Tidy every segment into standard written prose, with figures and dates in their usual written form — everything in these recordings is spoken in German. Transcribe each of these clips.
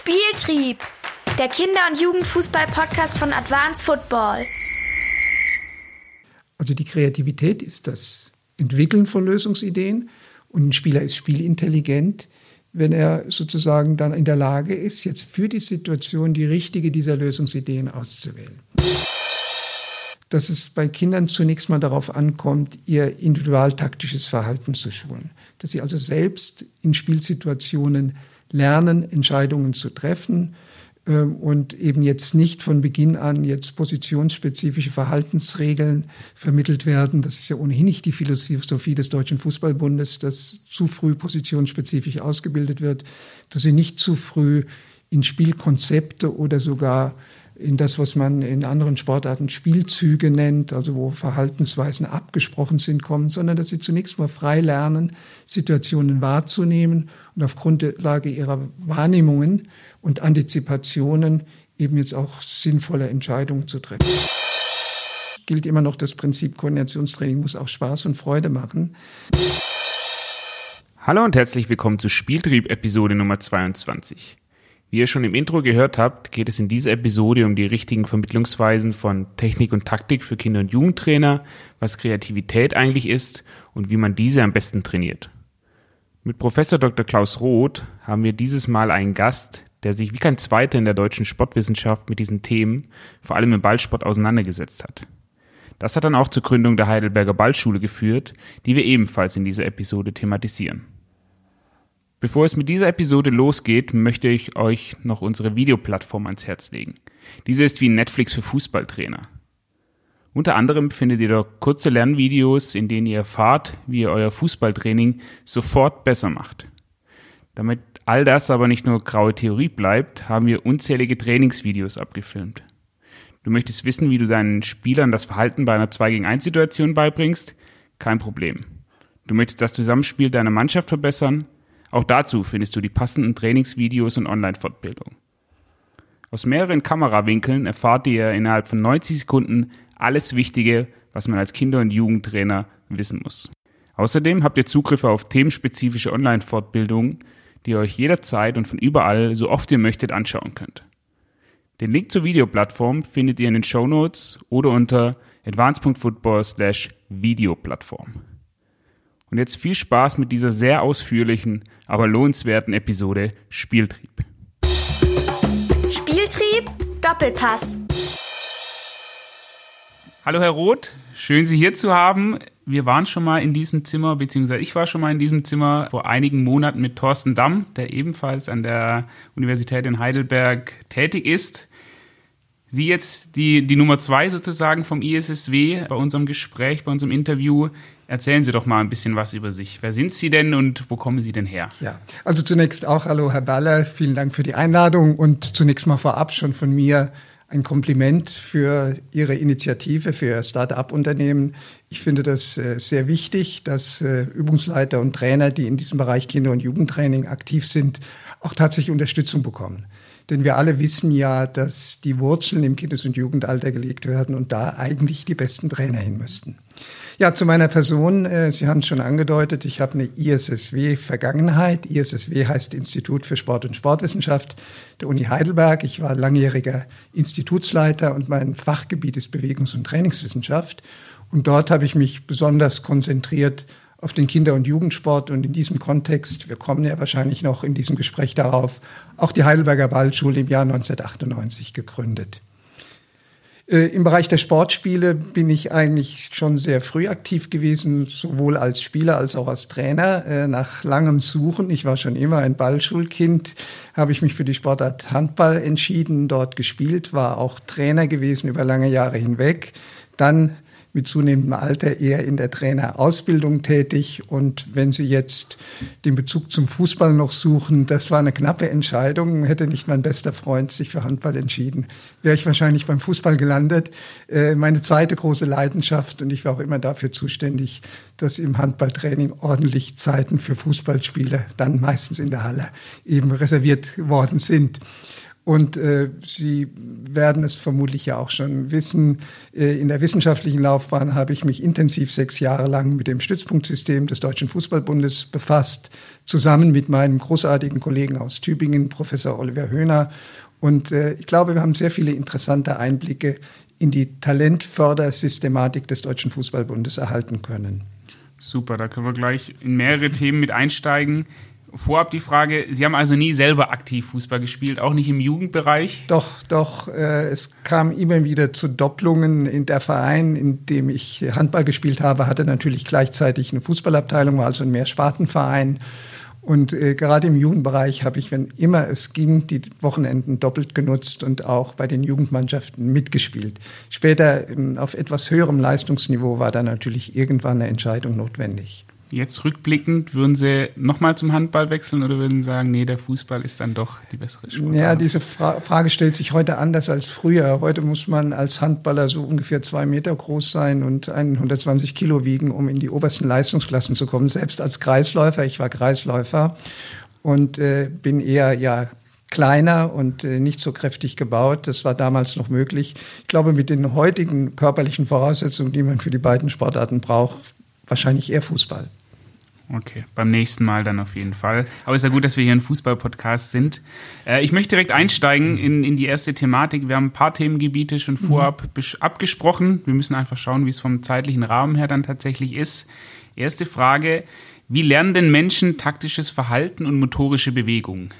Spieltrieb, der Kinder- und Jugendfußball-Podcast von Advanced Football. Also die Kreativität ist das Entwickeln von Lösungsideen und ein Spieler ist spielintelligent, wenn er sozusagen dann in der Lage ist, jetzt für die Situation die richtige dieser Lösungsideen auszuwählen. Dass es bei Kindern zunächst mal darauf ankommt, ihr individualtaktisches Verhalten zu schulen. Dass sie also selbst in Spielsituationen lernen, Entscheidungen zu treffen und eben jetzt nicht von Beginn an jetzt positionsspezifische Verhaltensregeln vermittelt werden. Das ist ja ohnehin nicht die Philosophie des Deutschen Fußballbundes, dass zu früh positionsspezifisch ausgebildet wird, dass sie nicht zu früh in Spielkonzepte oder sogar in das, was man in anderen Sportarten Spielzüge nennt, also wo Verhaltensweisen abgesprochen sind, kommen, sondern dass sie zunächst mal frei lernen, Situationen wahrzunehmen und auf Grundlage ihrer Wahrnehmungen und Antizipationen eben jetzt auch sinnvolle Entscheidungen zu treffen. Gilt immer noch das Prinzip, Koordinationstraining muss auch Spaß und Freude machen. Hallo und herzlich willkommen zu Spieltrieb Episode Nummer 22. Wie ihr schon im Intro gehört habt, geht es in dieser Episode um die richtigen Vermittlungsweisen von Technik und Taktik für Kinder- und Jugendtrainer, was Kreativität eigentlich ist und wie man diese am besten trainiert. Mit Professor Dr. Klaus Roth haben wir dieses Mal einen Gast, der sich wie kein zweiter in der deutschen Sportwissenschaft mit diesen Themen, vor allem im Ballsport, auseinandergesetzt hat. Das hat dann auch zur Gründung der Heidelberger Ballschule geführt, die wir ebenfalls in dieser Episode thematisieren. Bevor es mit dieser Episode losgeht, möchte ich euch noch unsere Videoplattform ans Herz legen. Diese ist wie Netflix für Fußballtrainer. Unter anderem findet ihr dort kurze Lernvideos, in denen ihr erfahrt, wie ihr euer Fußballtraining sofort besser macht. Damit all das aber nicht nur graue Theorie bleibt, haben wir unzählige Trainingsvideos abgefilmt. Du möchtest wissen, wie du deinen Spielern das Verhalten bei einer 2-gegen-1-Situation beibringst? Kein Problem. Du möchtest das Zusammenspiel deiner Mannschaft verbessern? Auch dazu findest du die passenden Trainingsvideos und Online-Fortbildung. Aus mehreren Kamerawinkeln erfahrt ihr innerhalb von 90 Sekunden alles Wichtige, was man als Kinder- und Jugendtrainer wissen muss. Außerdem habt ihr Zugriff auf themenspezifische Online-Fortbildungen, die ihr euch jederzeit und von überall, so oft ihr möchtet, anschauen könnt. Den Link zur Videoplattform findet ihr in den Shownotes oder unter advanced.football/Videoplattform. Und jetzt viel Spaß mit dieser sehr ausführlichen, aber lohnenswerten Episode Spieltrieb. Spieltrieb, Doppelpass. Hallo Herr Roth, schön Sie hier zu haben. Wir waren schon mal in diesem Zimmer, beziehungsweise ich war schon mal in diesem Zimmer vor einigen Monaten mit Thorsten Damm, der ebenfalls an der Universität in Heidelberg tätig ist. Sie jetzt die Nummer 2 sozusagen vom ISSW bei unserem Gespräch, bei unserem Interview. Erzählen Sie doch mal ein bisschen was über sich. Wer sind Sie denn und wo kommen Sie denn her? Ja, also zunächst auch hallo Herr Baller, vielen Dank für die Einladung und zunächst mal vorab schon von mir ein Kompliment für Ihre Initiative, für Ihr Start-up-Unternehmen. Ich finde das sehr wichtig, dass Übungsleiter und Trainer, die in diesem Bereich Kinder- und Jugendtraining aktiv sind, auch tatsächlich Unterstützung bekommen. Denn wir alle wissen ja, dass die Wurzeln im Kindes- und Jugendalter gelegt werden und da eigentlich die besten Trainer hin müssten. Ja, zu meiner Person. Sie haben es schon angedeutet, ich habe eine ISSW-Vergangenheit. ISSW heißt Institut für Sport und Sportwissenschaft der Uni Heidelberg. Ich war langjähriger Institutsleiter und mein Fachgebiet ist Bewegungs- und Trainingswissenschaft. Und dort habe ich mich besonders konzentriert auf den Kinder- und Jugendsport und in diesem Kontext, wir kommen ja wahrscheinlich noch in diesem Gespräch darauf, auch die Heidelberger Ballschule im Jahr 1998 gegründet. Im Bereich der Sportspiele bin ich eigentlich schon sehr früh aktiv gewesen, sowohl als Spieler als auch als Trainer. Nach langem Suchen, ich war schon immer ein Ballschulkind, habe ich mich für die Sportart Handball entschieden, dort gespielt, war auch Trainer gewesen über lange Jahre hinweg. Dann mit zunehmendem Alter eher in der Trainerausbildung tätig. Und wenn Sie jetzt den Bezug zum Fußball noch suchen, das war eine knappe Entscheidung. Hätte nicht mein bester Freund sich für Handball entschieden, wäre ich wahrscheinlich beim Fußball gelandet. Meine zweite große Leidenschaft, und ich war auch immer dafür zuständig, dass im Handballtraining ordentlich Zeiten für Fußballspiele, dann meistens in der Halle, eben reserviert worden sind. Und Sie werden es vermutlich ja auch schon wissen, in der wissenschaftlichen Laufbahn habe ich mich intensiv 6 Jahre lang mit dem Stützpunktsystem des Deutschen Fußballbundes befasst, zusammen mit meinem großartigen Kollegen aus Tübingen, Professor Oliver Höhner. Und ich glaube, wir haben sehr viele interessante Einblicke in die Talentfördersystematik des Deutschen Fußballbundes erhalten können. Super, da können wir gleich in mehrere Themen mit einsteigen. Vorab die Frage, Sie haben also nie selber aktiv Fußball gespielt, auch nicht im Jugendbereich? Doch. Es kam immer wieder zu Doppelungen. In der Verein, in dem ich Handball gespielt habe, hatte natürlich gleichzeitig eine Fußballabteilung, war also ein Mehrspartenverein. Und gerade im Jugendbereich habe ich, wenn immer es ging, die Wochenenden doppelt genutzt und auch bei den Jugendmannschaften mitgespielt. Später auf etwas höherem Leistungsniveau war dann natürlich irgendwann eine Entscheidung notwendig. Jetzt rückblickend, würden Sie nochmal zum Handball wechseln oder würden Sie sagen, nee, der Fußball ist dann doch die bessere Sportart? Ja, diese Frage stellt sich heute anders als früher. Heute muss man als Handballer so ungefähr 2 Meter groß sein und 120 Kilo wiegen, um in die obersten Leistungsklassen zu kommen. Selbst als Kreisläufer, ich war Kreisläufer und bin eher kleiner und nicht so kräftig gebaut. Das war damals noch möglich. Ich glaube, mit den heutigen körperlichen Voraussetzungen, die man für die beiden Sportarten braucht, wahrscheinlich eher Fußball. Okay, beim nächsten Mal dann auf jeden Fall. Aber es ist ja gut, dass wir hier ein Fußball-Podcast sind. Ich möchte direkt einsteigen in die erste Thematik. Wir haben ein paar Themengebiete schon vorab abgesprochen. Wir müssen einfach schauen, wie es vom zeitlichen Rahmen her dann tatsächlich ist. Erste Frage, wie lernen denn Menschen taktisches Verhalten und motorische Bewegung?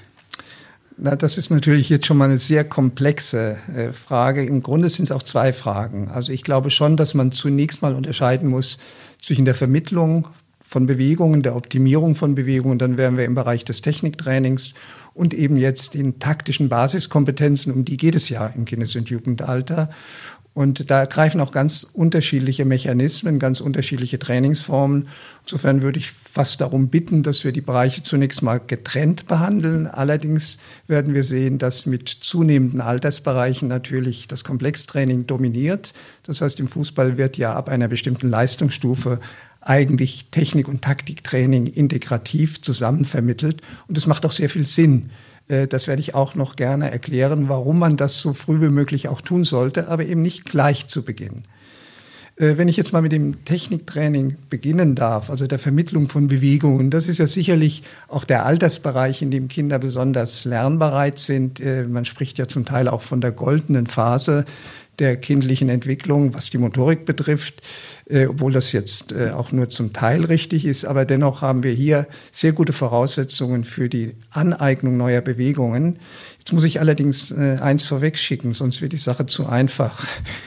Na, das ist natürlich jetzt schon mal eine sehr komplexe Frage. Im Grunde sind es auch 2 Fragen. Also ich glaube schon, dass man zunächst mal unterscheiden muss zwischen der Vermittlung von Bewegungen, der Optimierung von Bewegungen, dann wären wir im Bereich des Techniktrainings und eben jetzt den taktischen Basiskompetenzen, um die geht es ja im Kindes- und Jugendalter. Und da greifen auch ganz unterschiedliche Mechanismen, ganz unterschiedliche Trainingsformen. Insofern würde ich fast darum bitten, dass wir die Bereiche zunächst mal getrennt behandeln. Allerdings werden wir sehen, dass mit zunehmenden Altersbereichen natürlich das Komplextraining dominiert. Das heißt, im Fußball wird ja ab einer bestimmten Leistungsstufe eigentlich Technik- und Taktiktraining integrativ zusammen vermittelt. Und das macht auch sehr viel Sinn. Das werde ich auch noch gerne erklären, warum man das so früh wie möglich auch tun sollte, aber eben nicht gleich zu Beginn. Wenn ich jetzt mal mit dem Techniktraining beginnen darf, also der Vermittlung von Bewegungen, das ist ja sicherlich auch der Altersbereich, in dem Kinder besonders lernbereit sind. Man spricht ja zum Teil auch von der goldenen Phase der kindlichen Entwicklung, was die Motorik betrifft, obwohl das jetzt auch nur zum Teil richtig ist. Aber dennoch haben wir hier sehr gute Voraussetzungen für die Aneignung neuer Bewegungen. Jetzt muss ich allerdings eins vorwegschicken, sonst wird die Sache zu einfach.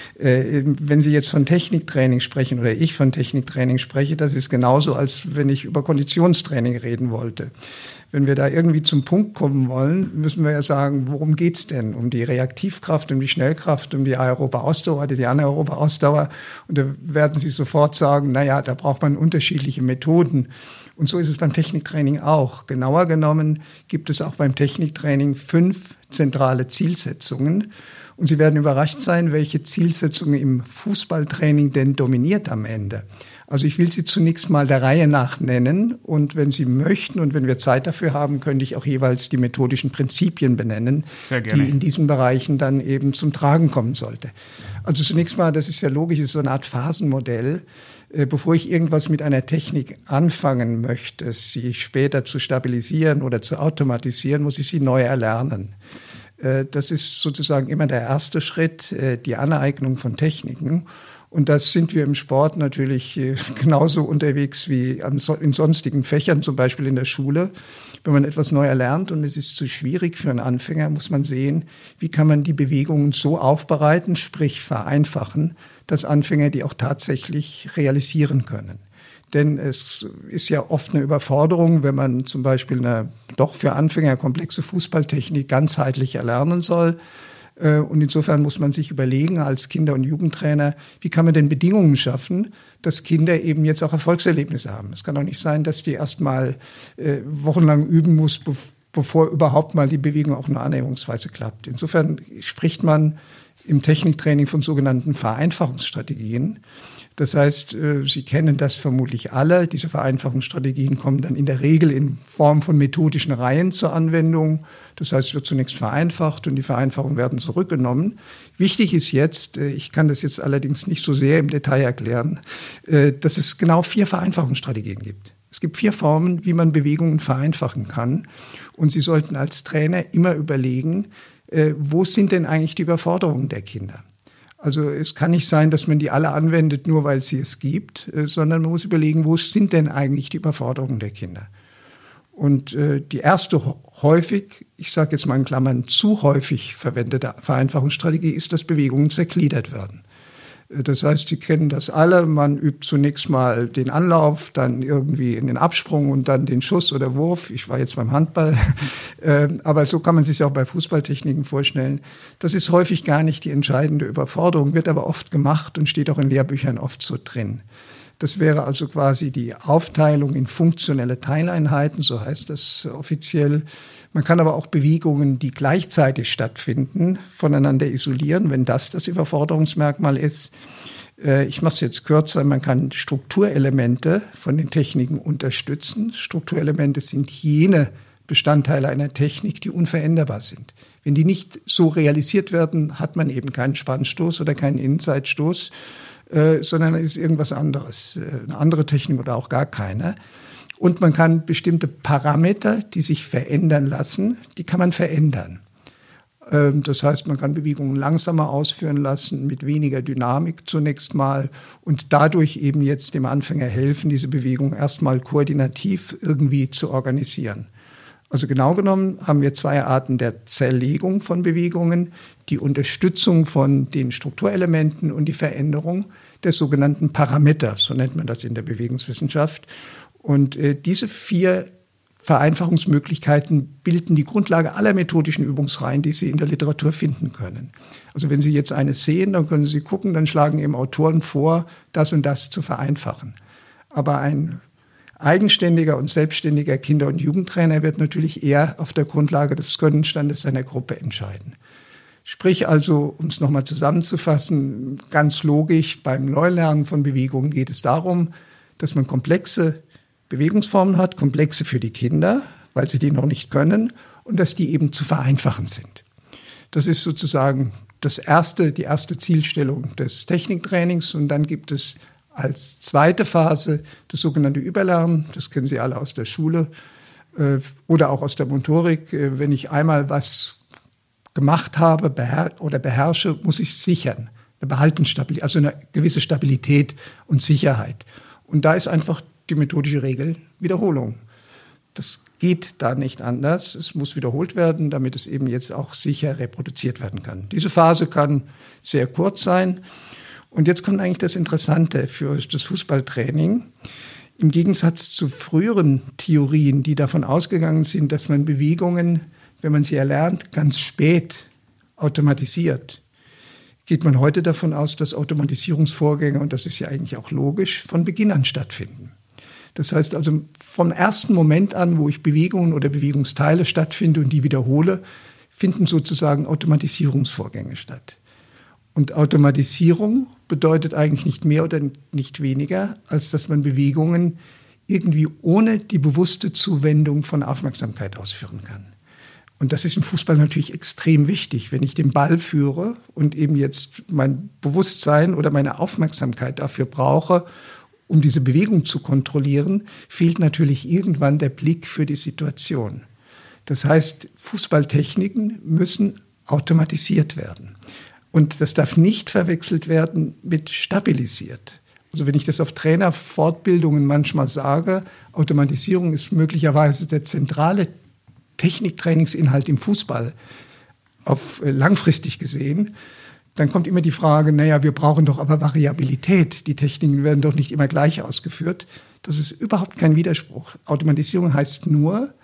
Wenn Sie jetzt von Techniktraining sprechen oder ich von Techniktraining spreche, das ist genauso, als wenn ich über Konditionstraining reden wollte. Wenn wir da irgendwie zum Punkt kommen wollen, müssen wir ja sagen, worum geht's denn? Um die Reaktivkraft, um die Schnellkraft, um die aerobe Ausdauer oder die anaerobe Ausdauer? Und da werden Sie sofort sagen, naja, da braucht man unterschiedliche Methoden. Und so ist es beim Techniktraining auch. Genauer genommen gibt es auch beim Techniktraining 5 zentrale Zielsetzungen. Und Sie werden überrascht sein, welche Zielsetzungen im Fußballtraining denn dominiert am Ende. Also ich will sie zunächst mal der Reihe nach nennen und wenn Sie möchten und wenn wir Zeit dafür haben, könnte ich auch jeweils die methodischen Prinzipien benennen, die in diesen Bereichen dann eben zum Tragen kommen sollte. Also zunächst mal, das ist ja logisch, ist so eine Art Phasenmodell. Bevor ich irgendwas mit einer Technik anfangen möchte, sie später zu stabilisieren oder zu automatisieren, muss ich sie neu erlernen. Das ist sozusagen immer der erste Schritt, die Aneignung von Techniken. Und das sind wir im Sport natürlich genauso unterwegs wie in sonstigen Fächern, zum Beispiel in der Schule. Wenn man etwas neu erlernt und es ist zu schwierig für einen Anfänger, muss man sehen, wie kann man die Bewegungen so aufbereiten, sprich vereinfachen, dass Anfänger die auch tatsächlich realisieren können. Denn es ist ja oft eine Überforderung, wenn man zum Beispiel eine doch für Anfänger komplexe Fußballtechnik ganzheitlich erlernen soll. Und insofern muss man sich überlegen als Kinder- und Jugendtrainer, wie kann man denn Bedingungen schaffen, dass Kinder eben jetzt auch Erfolgserlebnisse haben. Es kann doch nicht sein, dass die erst mal wochenlang üben bevor überhaupt mal die Bewegung auch nur annäherungsweise klappt. Insofern spricht man im Techniktraining von sogenannten Vereinfachungsstrategien. Das heißt, Sie kennen das vermutlich alle. Diese Vereinfachungsstrategien kommen dann in der Regel in Form von methodischen Reihen zur Anwendung. Das heißt, es wird zunächst vereinfacht und die Vereinfachungen werden zurückgenommen. Wichtig ist jetzt, ich kann das jetzt allerdings nicht so sehr im Detail erklären, dass es genau 4 Vereinfachungsstrategien gibt. Es gibt 4 Formen, wie man Bewegungen vereinfachen kann. Und Sie sollten als Trainer immer überlegen, wo sind denn eigentlich die Überforderungen der Kinder? Also es kann nicht sein, dass man die alle anwendet, nur weil sie es gibt, sondern man muss überlegen, wo sind denn eigentlich die Überforderungen der Kinder? Und die erste häufig, ich sage jetzt mal in Klammern, zu häufig verwendete Vereinfachungsstrategie ist, dass Bewegungen zergliedert werden. Das heißt, Sie kennen das alle. Man übt zunächst mal den Anlauf, dann irgendwie in den Absprung und dann den Schuss oder Wurf. Ich war jetzt beim Handball. Aber so kann man sich auch bei Fußballtechniken vorstellen. Das ist häufig gar nicht die entscheidende Überforderung, wird aber oft gemacht und steht auch in Lehrbüchern oft so drin. Das wäre also quasi die Aufteilung in funktionelle Teileinheiten, so heißt das offiziell. Man kann aber auch Bewegungen, die gleichzeitig stattfinden, voneinander isolieren, wenn das Überforderungsmerkmal ist. Ich mache es jetzt kürzer. Man kann Strukturelemente von den Techniken unterstützen. Strukturelemente sind jene Bestandteile einer Technik, die unveränderbar sind. Wenn die nicht so realisiert werden, hat man eben keinen Spannstoß oder keinen Innenseitstoß, sondern es ist irgendwas anderes, eine andere Technik oder auch gar keine. Und man kann bestimmte Parameter, die sich verändern lassen, die kann man verändern. Das heißt, man kann Bewegungen langsamer ausführen lassen, mit weniger Dynamik zunächst mal und dadurch eben jetzt dem Anfänger helfen, diese Bewegung erstmal koordinativ irgendwie zu organisieren. Also genau genommen haben wir 2 Arten der Zerlegung von Bewegungen, die Unterstützung von den Strukturelementen und die Veränderung der sogenannten Parameter, so nennt man das in der Bewegungswissenschaft. Und diese 4 Vereinfachungsmöglichkeiten bilden die Grundlage aller methodischen Übungsreihen, die Sie in der Literatur finden können. Also wenn Sie jetzt eine sehen, dann können Sie gucken, dann schlagen eben Autoren vor, das und das zu vereinfachen. Aber ein eigenständiger und selbstständiger Kinder- und Jugendtrainer wird natürlich eher auf der Grundlage des Könnenstandes seiner Gruppe entscheiden. Sprich also, um es nochmal zusammenzufassen, ganz logisch, beim Neulernen von Bewegungen geht es darum, dass man komplexe Bewegungsformen hat, komplexe für die Kinder, weil sie die noch nicht können, und dass die eben zu vereinfachen sind. Das ist sozusagen die erste Zielstellung des Techniktrainings. Und dann gibt es als zweite Phase das sogenannte Überlernen. Das kennen Sie alle aus der Schule oder auch aus der Motorik. Wenn ich einmal was gemacht habe oder beherrsche, muss ich es sichern. Also eine gewisse Stabilität und Sicherheit. Und da ist einfach die methodische Regel Wiederholung. Das geht da nicht anders. Es muss wiederholt werden, damit es eben jetzt auch sicher reproduziert werden kann. Diese Phase kann sehr kurz sein. Und jetzt kommt eigentlich das Interessante für das Fußballtraining. Im Gegensatz zu früheren Theorien, die davon ausgegangen sind, dass man Bewegungen, wenn man sie erlernt, ganz spät automatisiert, geht man heute davon aus, dass Automatisierungsvorgänge, und das ist ja eigentlich auch logisch, von Beginn an stattfinden. Das heißt also, vom ersten Moment an, wo ich Bewegungen oder Bewegungsteile stattfinde und die wiederhole, finden sozusagen Automatisierungsvorgänge statt. Und Automatisierung bedeutet eigentlich nicht mehr oder nicht weniger, als dass man Bewegungen irgendwie ohne die bewusste Zuwendung von Aufmerksamkeit ausführen kann. Und das ist im Fußball natürlich extrem wichtig. Wenn ich den Ball führe und eben jetzt mein Bewusstsein oder meine Aufmerksamkeit dafür brauche, um diese Bewegung zu kontrollieren, fehlt natürlich irgendwann der Blick für die Situation. Das heißt, Fußballtechniken müssen automatisiert werden. Und das darf nicht verwechselt werden mit stabilisiert. Also wenn ich das auf Trainerfortbildungen manchmal sage, Automatisierung ist möglicherweise der zentrale Techniktrainingsinhalt im Fußball, auf langfristig gesehen, dann kommt immer die Frage, wir brauchen doch aber Variabilität. Die Techniken werden doch nicht immer gleich ausgeführt. Das ist überhaupt kein Widerspruch. Automatisierung heißt nur,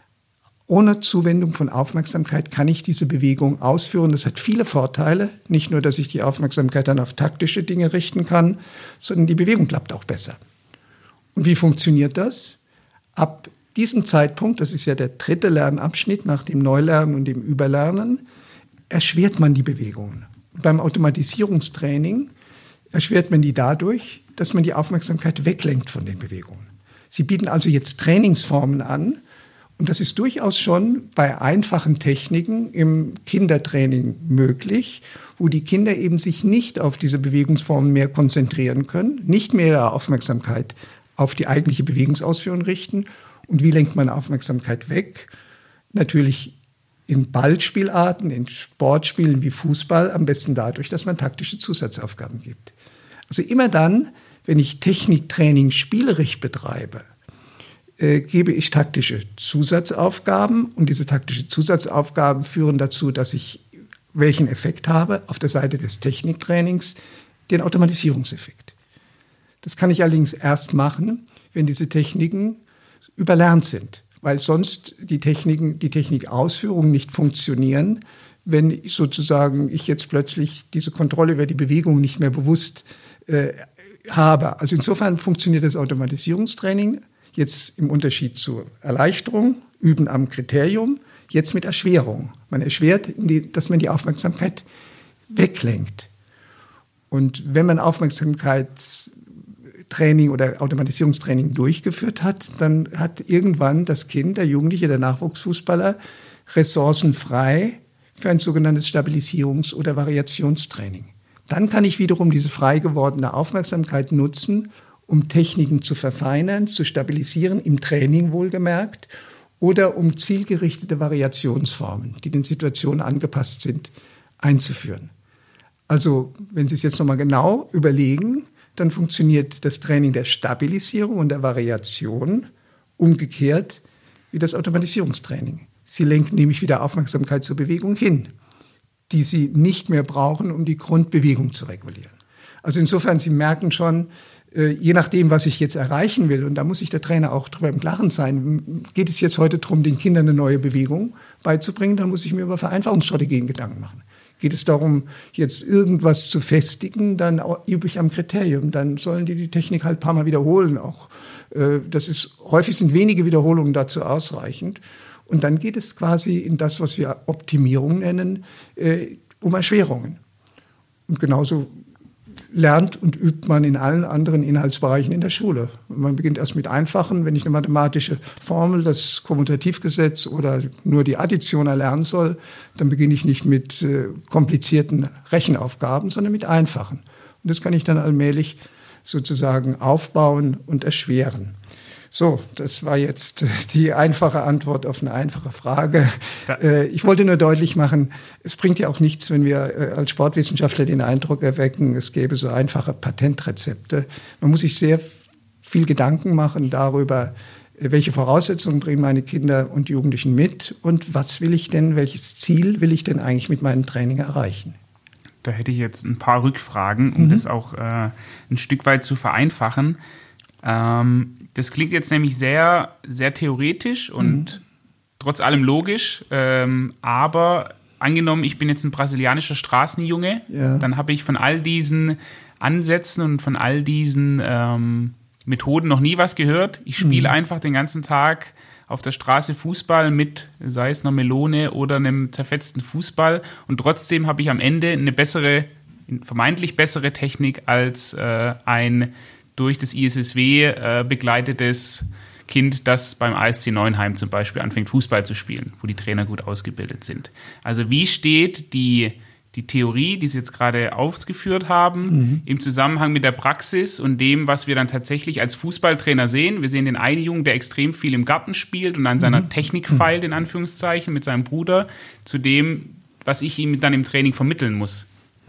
ohne Zuwendung von Aufmerksamkeit kann ich diese Bewegung ausführen. Das hat viele Vorteile. Nicht nur, dass ich die Aufmerksamkeit dann auf taktische Dinge richten kann, sondern die Bewegung klappt auch besser. Und wie funktioniert das? Ab diesem Zeitpunkt, das ist ja der 3. Lernabschnitt nach dem Neulernen und dem Überlernen, erschwert man die Bewegungen. Beim Automatisierungstraining erschwert man die dadurch, dass man die Aufmerksamkeit weglenkt von den Bewegungen. Sie bieten also jetzt Trainingsformen an, und das ist durchaus schon bei einfachen Techniken im Kindertraining möglich, wo die Kinder eben sich nicht auf diese Bewegungsformen mehr konzentrieren können, nicht mehr ihre Aufmerksamkeit auf die eigentliche Bewegungsausführung richten. Und wie lenkt man Aufmerksamkeit weg? Natürlich in Ballspielarten, in Sportspielen wie Fußball, am besten dadurch, dass man taktische Zusatzaufgaben gibt. Also immer dann, wenn ich Techniktraining spielerisch betreibe, gebe ich taktische Zusatzaufgaben, und diese taktischen Zusatzaufgaben führen dazu, dass ich welchen Effekt habe auf der Seite des Techniktrainings? Den Automatisierungseffekt. Das kann ich allerdings erst machen, wenn diese Techniken überlernt sind, weil sonst die Technikausführungen nicht funktionieren, wenn ich jetzt plötzlich diese Kontrolle über die Bewegung nicht mehr bewusst habe. Also insofern funktioniert das Automatisierungstraining jetzt im Unterschied zur Erleichterung, Üben am Kriterium, jetzt mit Erschwerung. Man erschwert, dass man die Aufmerksamkeit weglenkt. Und wenn man Aufmerksamkeitstraining oder Automatisierungstraining durchgeführt hat, dann hat irgendwann das Kind, der Jugendliche, der Nachwuchsfußballer Ressourcen frei für ein sogenanntes Stabilisierungs- oder Variationstraining. Dann kann ich wiederum diese frei gewordene Aufmerksamkeit nutzen, um Techniken zu verfeinern, zu stabilisieren, im Training wohlgemerkt, oder um zielgerichtete Variationsformen, die den Situationen angepasst sind, einzuführen. Also, wenn Sie es jetzt nochmal genau überlegen, dann funktioniert das Training der Stabilisierung und der Variation umgekehrt wie das Automatisierungstraining. Sie lenken nämlich wieder Aufmerksamkeit zur Bewegung hin, die Sie nicht mehr brauchen, um die Grundbewegung zu regulieren. Also insofern, Sie merken schon, je nachdem, was ich jetzt erreichen will, und da muss sich der Trainer auch drüber im Klaren sein, geht es jetzt heute darum, den Kindern eine neue Bewegung beizubringen, dann muss ich mir über Vereinfachungsstrategien Gedanken machen. Geht es darum, jetzt irgendwas zu festigen, dann übe ich am Kriterium, dann sollen die Technik halt ein paar Mal wiederholen. Auch häufig sind wenige Wiederholungen dazu ausreichend. Und dann geht es quasi in das, was wir Optimierung nennen, um Erschwerungen. Und genauso lernt und übt man in allen anderen Inhaltsbereichen in der Schule. Man beginnt erst mit einfachen, wenn ich eine mathematische Formel, das Kommutativgesetz oder nur die Addition erlernen soll, dann beginne ich nicht mit komplizierten Rechenaufgaben, sondern mit einfachen. Und das kann ich dann allmählich sozusagen aufbauen und erschweren. So, das war jetzt die einfache Antwort auf eine einfache Frage. Ich wollte nur deutlich machen, es bringt ja auch nichts, wenn wir als Sportwissenschaftler den Eindruck erwecken, es gäbe so einfache Patentrezepte. Man muss sich sehr viel Gedanken machen darüber, welche Voraussetzungen bringen meine Kinder und Jugendlichen mit und welches Ziel will ich denn eigentlich mit meinem Training erreichen? Da hätte ich jetzt ein paar Rückfragen, um das auch ein Stück weit zu vereinfachen. Das klingt jetzt nämlich sehr, sehr theoretisch und trotz allem logisch, aber angenommen, ich bin jetzt ein brasilianischer Straßenjunge, dann habe ich von all diesen Ansätzen und von all diesen Methoden noch nie was gehört. Ich spiele einfach den ganzen Tag auf der Straße Fußball mit, sei es einer Melone oder einem zerfetzten Fußball, und trotzdem habe ich am Ende eine vermeintlich bessere Technik als ein durch das ISSW begleitetes Kind, das beim ASC Neuenheim zum Beispiel anfängt, Fußball zu spielen, wo die Trainer gut ausgebildet sind. Also wie steht die Theorie, die Sie jetzt gerade ausgeführt haben, im Zusammenhang mit der Praxis und dem, was wir dann tatsächlich als Fußballtrainer sehen? Wir sehen den einen Jungen, der extrem viel im Garten spielt und an seiner Technik feilt, in Anführungszeichen, mit seinem Bruder, zu dem, was ich ihm dann im Training vermitteln muss.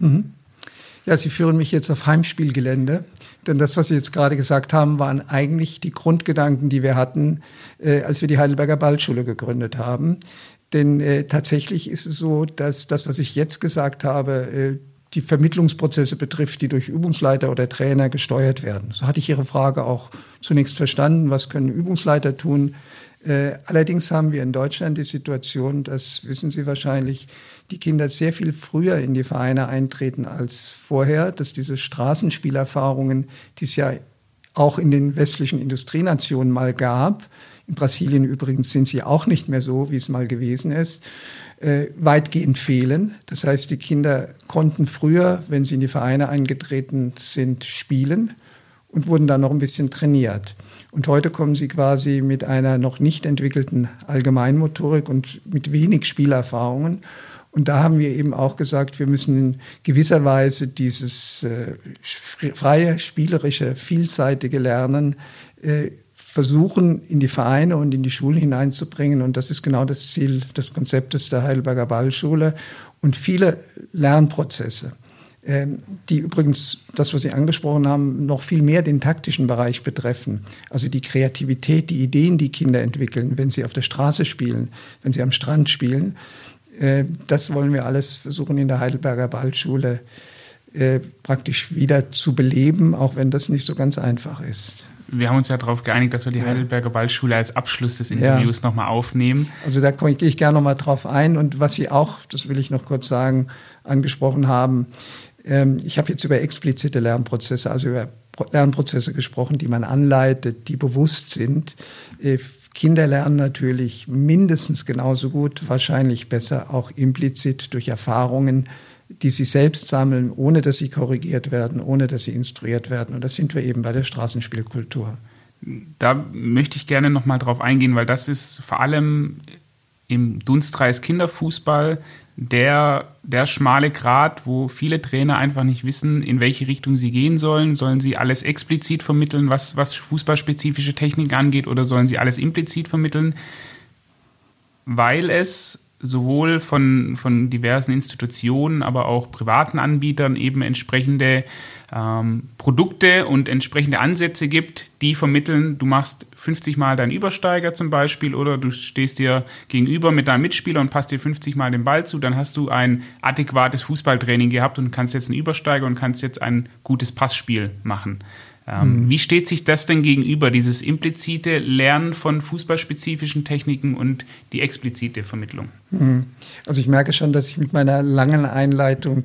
Ja, Sie führen mich jetzt auf Heimspielgelände. Denn das, was Sie jetzt gerade gesagt haben, waren eigentlich die Grundgedanken, die wir hatten, als wir die Heidelberger Ballschule gegründet haben. Denn tatsächlich ist es so, dass das, was ich jetzt gesagt habe, die Vermittlungsprozesse betrifft, die durch Übungsleiter oder Trainer gesteuert werden. So hatte ich Ihre Frage auch zunächst verstanden. Was können Übungsleiter tun? Allerdings haben wir in Deutschland die Situation, das wissen Sie wahrscheinlich, die Kinder sehr viel früher in die Vereine eintreten als vorher, dass diese Straßenspielerfahrungen, die es ja auch in den westlichen Industrienationen mal gab, in Brasilien übrigens sind sie auch nicht mehr so, wie es mal gewesen ist, weitgehend fehlen. Das heißt, die Kinder konnten früher, wenn sie in die Vereine eingetreten sind, spielen und wurden dann noch ein bisschen trainiert. Und heute kommen sie quasi mit einer noch nicht entwickelten Allgemeinmotorik und mit wenig Spielerfahrungen. Und da haben wir eben auch gesagt, wir müssen in gewisser Weise dieses freie, spielerische, vielseitige Lernen versuchen, in die Vereine und in die Schulen hineinzubringen. Und das ist genau das Ziel des Konzeptes der Heidelberger Ballschule. Und viele Lernprozesse, die übrigens, das, was Sie angesprochen haben, noch viel mehr den taktischen Bereich betreffen. Also die Kreativität, die Ideen, die Kinder entwickeln, wenn sie auf der Straße spielen, wenn sie am Strand spielen. Das wollen wir alles versuchen in der Heidelberger Ballschule praktisch wieder zu beleben, auch wenn das nicht so ganz einfach ist. Wir haben uns ja darauf geeinigt, dass wir die Heidelberger Ballschule als Abschluss des Interviews nochmal aufnehmen. Also da gehe ich gerne nochmal drauf ein. Und was Sie auch, das will ich noch kurz sagen, angesprochen haben, ich habe jetzt über explizite Lernprozesse, also über Lernprozesse gesprochen, die man anleitet, die bewusst sind. Kinder lernen natürlich mindestens genauso gut, wahrscheinlich besser auch implizit durch Erfahrungen, die sie selbst sammeln, ohne dass sie korrigiert werden, ohne dass sie instruiert werden. Und das sind wir eben bei der Straßenspielkultur. Da möchte ich gerne noch mal drauf eingehen, weil das ist vor allem im Dunstkreis Kinderfußball der schmale Grat, wo viele Trainer einfach nicht wissen, in welche Richtung sie gehen sollen. Sollen sie alles explizit vermitteln, was fußballspezifische Techniken angeht, oder sollen sie alles implizit vermitteln? Weil es sowohl von diversen Institutionen, aber auch privaten Anbietern eben entsprechende Produkte und entsprechende Ansätze gibt, die vermitteln, du machst 50 Mal deinen Übersteiger zum Beispiel, oder du stehst dir gegenüber mit deinem Mitspieler und passt dir 50 Mal den Ball zu, dann hast du ein adäquates Fußballtraining gehabt und kannst jetzt einen Übersteiger und kannst jetzt ein gutes Passspiel machen. Wie steht sich das denn gegenüber, dieses implizite Lernen von fußballspezifischen Techniken und die explizite Vermittlung? Also ich merke schon, dass ich mit meiner langen Einleitung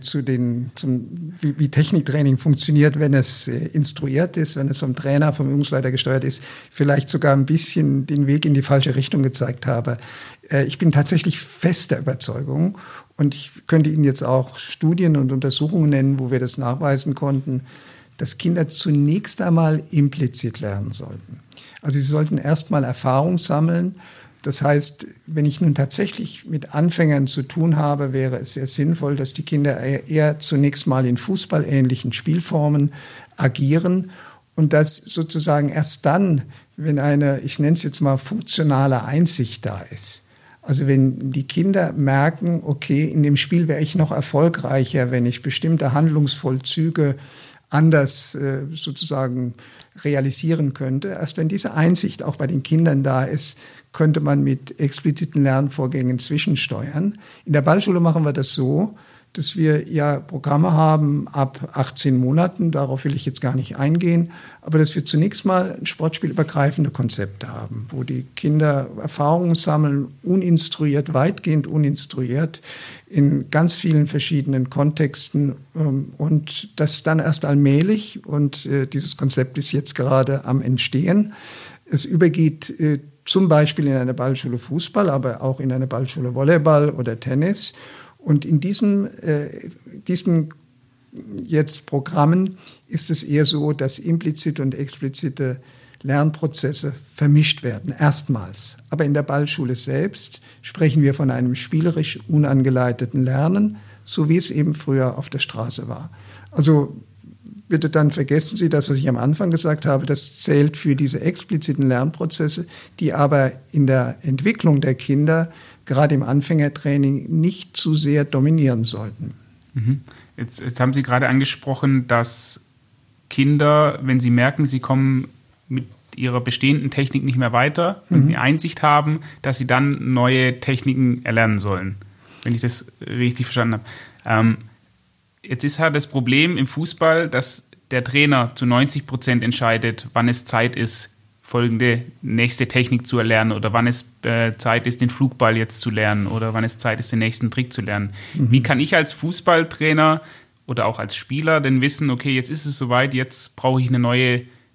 wie Techniktraining funktioniert, wenn es instruiert ist, wenn es vom Trainer, vom Übungsleiter gesteuert ist, vielleicht sogar ein bisschen den Weg in die falsche Richtung gezeigt habe. Ich bin tatsächlich fester Überzeugung, und ich könnte Ihnen jetzt auch Studien und Untersuchungen nennen, wo wir das nachweisen konnten, dass Kinder zunächst einmal implizit lernen sollten. Also sie sollten erstmal Erfahrung sammeln. Das heißt, wenn ich nun tatsächlich mit Anfängern zu tun habe, wäre es sehr sinnvoll, dass die Kinder eher zunächst mal in fußballähnlichen Spielformen agieren und das sozusagen erst dann, wenn eine, ich nenne es jetzt mal, funktionale Einsicht da ist. Also wenn die Kinder merken, okay, in dem Spiel wäre ich noch erfolgreicher, wenn ich bestimmte Handlungsvollzüge anders sozusagen realisieren könnte. Erst wenn diese Einsicht auch bei den Kindern da ist, könnte man mit expliziten Lernvorgängen zwischensteuern. In der Ballschule machen wir das so, dass wir ja Programme haben ab 18 Monaten, darauf will ich jetzt gar nicht eingehen, aber dass wir zunächst mal sportspielübergreifende Konzepte haben, wo die Kinder Erfahrungen sammeln, uninstruiert, weitgehend uninstruiert, in ganz vielen verschiedenen Kontexten, und das dann erst allmählich, und dieses Konzept ist jetzt gerade am Entstehen. Es übergeht zum Beispiel in eine Ballschule Fußball, aber auch in eine Ballschule Volleyball oder Tennis. Und in diesen jetzt Programmen ist es eher so, dass implizite und explizite Lernprozesse vermischt werden, erstmals. Aber in der Ballschule selbst sprechen wir von einem spielerisch unangeleiteten Lernen, so wie es eben früher auf der Straße war. Also bitte dann vergessen Sie das, was ich am Anfang gesagt habe, das zählt für diese expliziten Lernprozesse, die aber in der Entwicklung der Kinder, gerade im Anfängertraining, nicht zu sehr dominieren sollten. Jetzt haben Sie gerade angesprochen, dass Kinder, wenn sie merken, sie kommen mit ihrer bestehenden Technik nicht mehr weiter und eine Einsicht haben, dass sie dann neue Techniken erlernen sollen, wenn ich das richtig verstanden habe. Jetzt ist halt das Problem im Fußball, dass der Trainer zu 90% entscheidet, wann es Zeit ist, folgende nächste Technik zu erlernen, oder wann es Zeit ist, den Flugball jetzt zu lernen, oder wann es Zeit ist, den nächsten Trick zu lernen. Wie kann ich als Fußballtrainer oder auch als Spieler denn wissen, okay, jetzt ist es soweit, jetzt brauche ich eine neue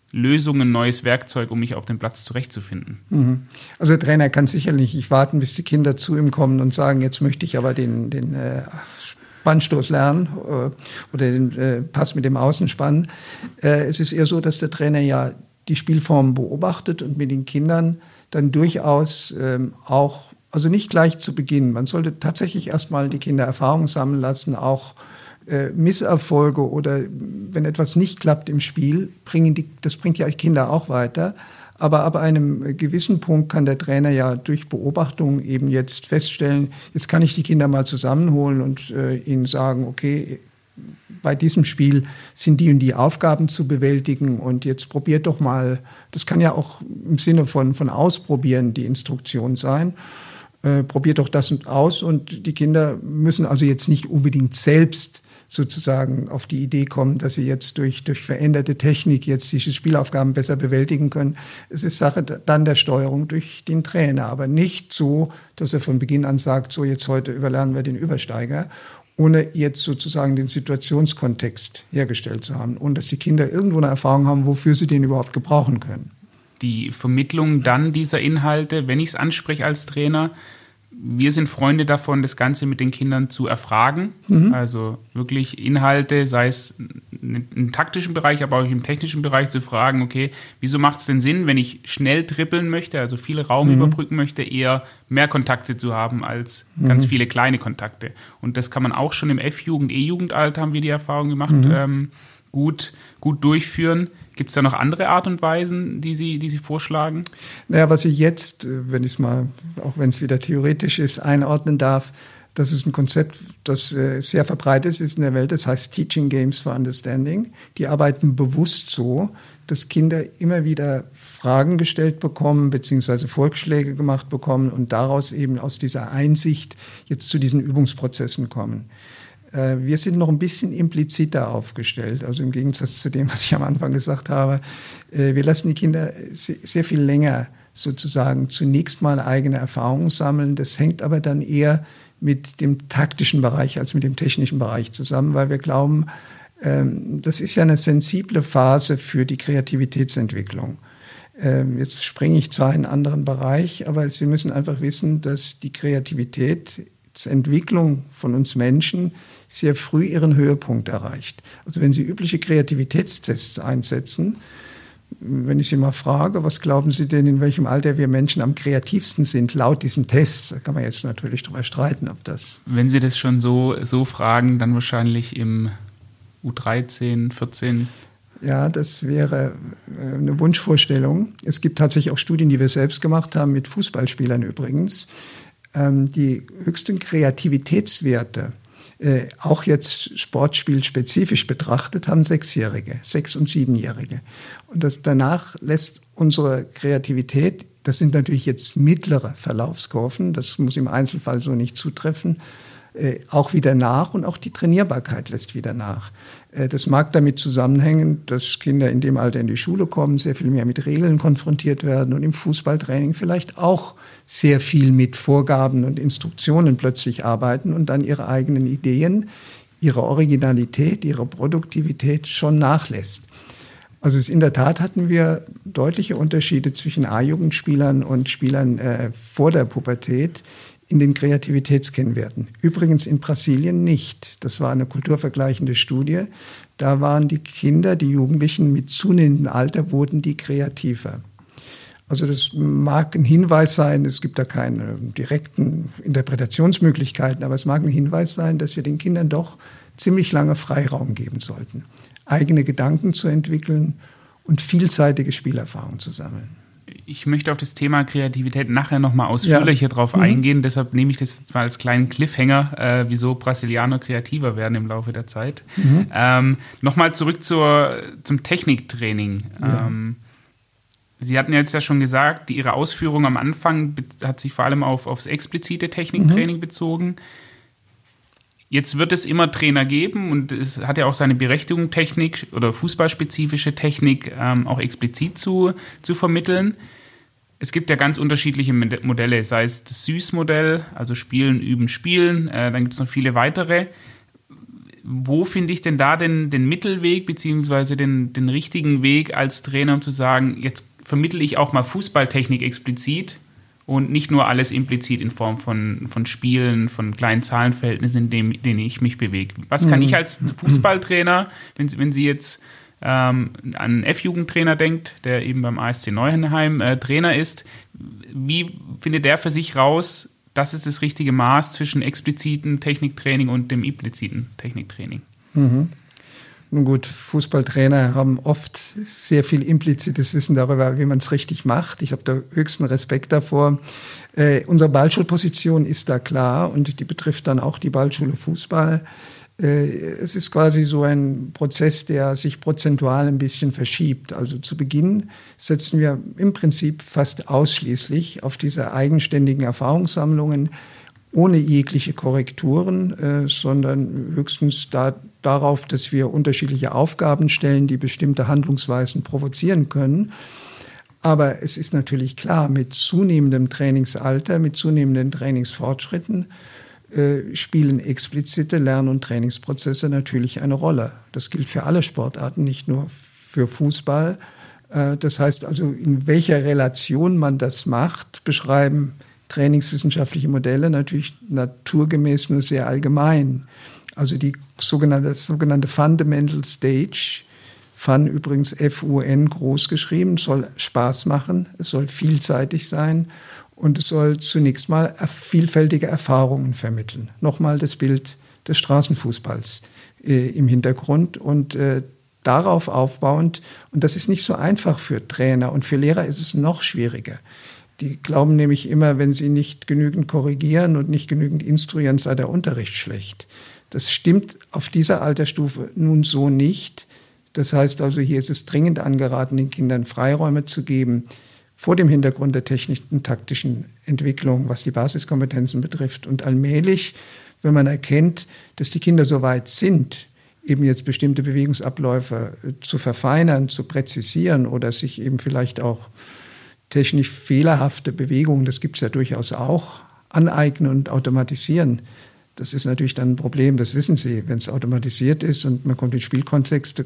Lösung, ein neues Werkzeug, um mich auf dem Platz zurechtzufinden. Also der Trainer kann sicherlich nicht warten, bis die Kinder zu ihm kommen und sagen, jetzt möchte ich aber den Spannstoß lernen oder den Pass mit dem Außenspann. Es ist eher so, dass der Trainer ja die Spielform beobachtet und mit den Kindern dann durchaus auch, also nicht gleich zu Beginn, man sollte tatsächlich erstmal die Kinder Erfahrung sammeln lassen, auch Misserfolge oder wenn etwas nicht klappt im Spiel, das bringt ja Kinder auch weiter. Aber ab einem gewissen Punkt kann der Trainer ja durch Beobachtung eben jetzt feststellen, jetzt kann ich die Kinder mal zusammenholen und ihnen sagen, okay, bei diesem Spiel sind die und die Aufgaben zu bewältigen und jetzt probiert doch mal, das kann ja auch im Sinne von ausprobieren die Instruktion sein, probiert doch das aus und die Kinder müssen also jetzt nicht unbedingt selbst sozusagen auf die Idee kommen, dass sie jetzt durch veränderte Technik jetzt diese Spielaufgaben besser bewältigen können. Es ist Sache dann der Steuerung durch den Trainer, aber nicht so, dass er von Beginn an sagt, so jetzt heute überlernen wir den Übersteiger, ohne jetzt sozusagen den Situationskontext hergestellt zu haben und dass die Kinder irgendwo eine Erfahrung haben, wofür sie den überhaupt gebrauchen können. Die Vermittlung dann dieser Inhalte, wenn ich es anspreche als Trainer, wir sind Freunde davon, das Ganze mit den Kindern zu erfragen. Also wirklich Inhalte, sei es im taktischen Bereich, aber auch im technischen Bereich zu fragen, okay, wieso macht es denn Sinn, wenn ich schnell trippeln möchte, also viel Raum überbrücken möchte, eher mehr Kontakte zu haben als ganz viele kleine Kontakte. Und das kann man auch schon im F-Jugend, E-Jugendalter, haben wir die Erfahrung gemacht, gut durchführen. Gibt es da noch andere Art und Weisen, die Sie vorschlagen? Naja, was ich jetzt, wenn ich es mal, auch wenn es wieder theoretisch ist, einordnen darf, das ist ein Konzept, das sehr verbreitet ist in der Welt. Das heißt Teaching Games for Understanding. Die arbeiten bewusst so, dass Kinder immer wieder Fragen gestellt bekommen, beziehungsweise Vorschläge gemacht bekommen und daraus eben aus dieser Einsicht jetzt zu diesen Übungsprozessen kommen. Wir sind noch ein bisschen impliziter aufgestellt, also im Gegensatz zu dem, was ich am Anfang gesagt habe. Wir lassen die Kinder sehr viel länger sozusagen zunächst mal eigene Erfahrungen sammeln. Das hängt aber dann eher mit dem taktischen Bereich als mit dem technischen Bereich zusammen, weil wir glauben, das ist ja eine sensible Phase für die Kreativitätsentwicklung. Jetzt springe ich zwar in einen anderen Bereich, aber Sie müssen einfach wissen, dass die Kreativitätsentwicklung von uns Menschen sehr früh ihren Höhepunkt erreicht. Also wenn Sie übliche Kreativitätstests einsetzen, wenn ich Sie mal frage, was glauben Sie denn, in welchem Alter wir Menschen am kreativsten sind, laut diesen Tests, da kann man jetzt natürlich drüber streiten, ob das... Wenn Sie das schon so fragen, dann wahrscheinlich im U13, 14... Ja, das wäre eine Wunschvorstellung. Es gibt tatsächlich auch Studien, die wir selbst gemacht haben, mit Fußballspielern übrigens. Die höchsten Kreativitätswerte, auch jetzt sportspielspezifisch betrachtet, haben 6-Jährige, 6- und 7-Jährige. Und danach lässt unsere Kreativität, das sind natürlich jetzt mittlere Verlaufskurven, das muss im Einzelfall so nicht zutreffen, auch wieder nach und auch die Trainierbarkeit lässt wieder nach. Das mag damit zusammenhängen, dass Kinder in dem Alter in die Schule kommen, sehr viel mehr mit Regeln konfrontiert werden und im Fußballtraining vielleicht auch sehr viel mit Vorgaben und Instruktionen plötzlich arbeiten und dann ihre eigenen Ideen, ihre Originalität, ihre Produktivität schon nachlässt. Also in der Tat hatten wir deutliche Unterschiede zwischen A-Jugendspielern und Spielern vor der Pubertät in den Kreativitätskennwerten. Übrigens in Brasilien nicht. Das war eine kulturvergleichende Studie. Da waren die Kinder, die Jugendlichen mit zunehmendem Alter, wurden die kreativer. Also das mag ein Hinweis sein, es gibt da keine direkten Interpretationsmöglichkeiten, aber es mag ein Hinweis sein, dass wir den Kindern doch ziemlich lange Freiraum geben sollten, eigene Gedanken zu entwickeln und vielseitige Spielerfahrungen zu sammeln. Ich möchte auf das Thema Kreativität nachher nochmal ausführlicher drauf eingehen. Deshalb nehme ich das jetzt mal als kleinen Cliffhanger, wieso Brasilianer kreativer werden im Laufe der Zeit. Nochmal zurück zum Techniktraining. Ja. Sie hatten jetzt ja schon gesagt, Ihre Ausführung am Anfang hat sich vor allem aufs explizite Techniktraining bezogen. Jetzt wird es immer Trainer geben und es hat ja auch seine Berechtigung, Technik oder fußballspezifische Technik auch explizit zu vermitteln. Es gibt ja ganz unterschiedliche Modelle, sei es das SÜS-Modell, also Spielen, Üben, Spielen, dann gibt es noch viele weitere. wo finde ich denn da den Mittelweg beziehungsweise den richtigen Weg als Trainer, um zu sagen, jetzt vermittle ich auch mal Fußballtechnik explizit und nicht nur alles implizit in Form von Spielen, von kleinen Zahlenverhältnissen, in denen ich mich bewege. Was kann ich als Fußballtrainer, wenn Sie jetzt an einen F-Jugendtrainer denkt, der eben beim ASC Neuenheim Trainer ist, wie findet der für sich raus, das ist das richtige Maß zwischen expliziten Techniktraining und dem impliziten Techniktraining? Nun gut, Fußballtrainer haben oft sehr viel implizites Wissen darüber, wie man es richtig macht. Ich habe da höchsten Respekt davor. Unsere Ballschulposition ist da klar und die betrifft dann auch die Ballschule Fußball. Es ist quasi so ein Prozess, der sich prozentual ein bisschen verschiebt. Also zu Beginn setzen wir im Prinzip fast ausschließlich auf diese eigenständigen Erfahrungssammlungen ohne jegliche Korrekturen, sondern höchstens darauf, dass wir unterschiedliche Aufgaben stellen, die bestimmte Handlungsweisen provozieren können. Aber es ist natürlich klar, mit zunehmendem Trainingsalter, mit zunehmenden Trainingsfortschritten spielen explizite Lern- und Trainingsprozesse natürlich eine Rolle. Das gilt für alle Sportarten, nicht nur für Fußball. Das heißt also, in welcher Relation man das macht, beschreiben trainingswissenschaftliche Modelle natürlich naturgemäß nur sehr allgemein. Also die sogenannte Fundamental Stage, Fun übrigens F-U-N groß geschrieben, soll Spaß machen, es soll vielseitig sein und es soll zunächst mal vielfältige Erfahrungen vermitteln. Nochmal das Bild des Straßenfußballs im Hintergrund und darauf aufbauend, und das ist nicht so einfach für Trainer und für Lehrer ist es noch schwieriger. Die glauben nämlich immer, wenn sie nicht genügend korrigieren und nicht genügend instruieren, sei der Unterricht schlecht. Das stimmt auf dieser Altersstufe nun so nicht. Das heißt also, hier ist es dringend angeraten, den Kindern Freiräume zu geben, vor dem Hintergrund der technischen und taktischen Entwicklung, was die Basiskompetenzen betrifft. Und allmählich, wenn man erkennt, dass die Kinder so weit sind, eben jetzt bestimmte Bewegungsabläufe zu verfeinern, zu präzisieren oder sich eben vielleicht auch technisch fehlerhafte Bewegungen, das gibt es ja durchaus auch, aneignen und automatisieren. Das ist natürlich dann ein Problem, das wissen Sie. Wenn es automatisiert ist und man kommt in Spielkontexte,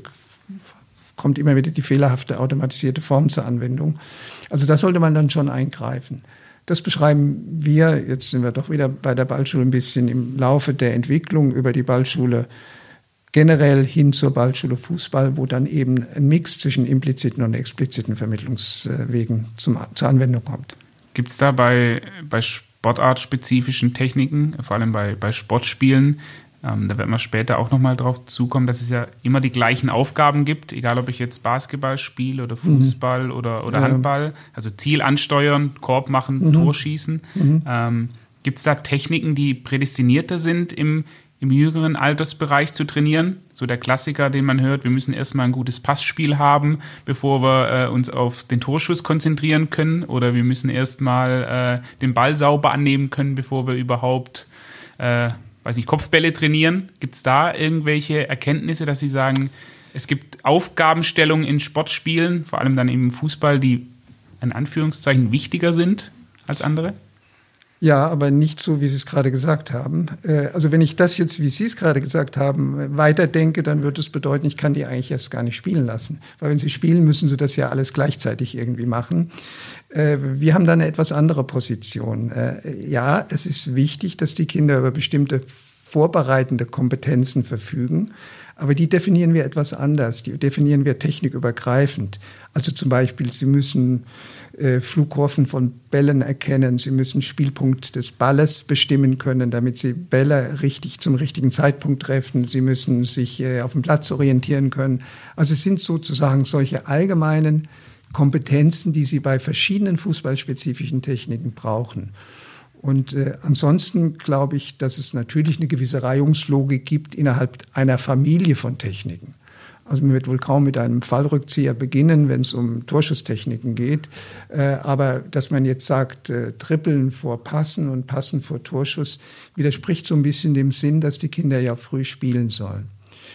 kommt immer wieder die fehlerhafte automatisierte Form zur Anwendung. Also da sollte man dann schon eingreifen. Das beschreiben wir, jetzt sind wir doch wieder bei der Ballschule ein bisschen im Laufe der Entwicklung über die Ballschule generell hin zur Ballschule Fußball, wo dann eben ein Mix zwischen impliziten und expliziten Vermittlungswegen zur Anwendung kommt. Gibt es da bei sportartspezifischen Techniken, vor allem bei Sportspielen, da werden wir später auch nochmal drauf zukommen, dass es ja immer die gleichen Aufgaben gibt, egal ob ich jetzt Basketball spiele oder Fußball oder Handball, also Ziel ansteuern, Korb machen, Tor schießen. Gibt es da Techniken, die prädestinierter sind, im jüngeren Altersbereich zu trainieren? So der Klassiker, den man hört, wir müssen erstmal ein gutes Passspiel haben, bevor wir uns auf den Torschuss konzentrieren können, oder wir müssen erstmal den Ball sauber annehmen können, bevor wir überhaupt Kopfbälle trainieren. Gibt es da irgendwelche Erkenntnisse, dass Sie sagen, es gibt Aufgabenstellungen in Sportspielen, vor allem dann im Fußball, die in Anführungszeichen wichtiger sind als andere? Ja, aber nicht so, wie Sie es gerade gesagt haben. Also wenn ich das jetzt, wie Sie es gerade gesagt haben, weiterdenke, dann würde es bedeuten, ich kann die eigentlich erst gar nicht spielen lassen. Weil wenn sie spielen, müssen sie das ja alles gleichzeitig irgendwie machen. Wir haben da eine etwas andere Position. Ja, es ist wichtig, dass die Kinder über bestimmte vorbereitende Kompetenzen verfügen. Aber die definieren wir etwas anders. Die definieren wir technikübergreifend. Also zum Beispiel, sie müssen Flugkurven von Bällen erkennen. Sie müssen Spielpunkt des Balles bestimmen können, damit sie Bälle richtig zum richtigen Zeitpunkt treffen. Sie müssen sich auf dem Platz orientieren können. Also es sind sozusagen solche allgemeinen Kompetenzen, die sie bei verschiedenen fußballspezifischen Techniken brauchen. Und ansonsten glaube ich, dass es natürlich eine gewisse Reihungslogik gibt innerhalb einer Familie von Techniken. Also man wird wohl kaum mit einem Fallrückzieher beginnen, wenn es um Torschusstechniken geht. Aber dass man jetzt sagt, Trippeln vor Passen und Passen vor Torschuss, widerspricht so ein bisschen dem Sinn, dass die Kinder ja früh spielen sollen.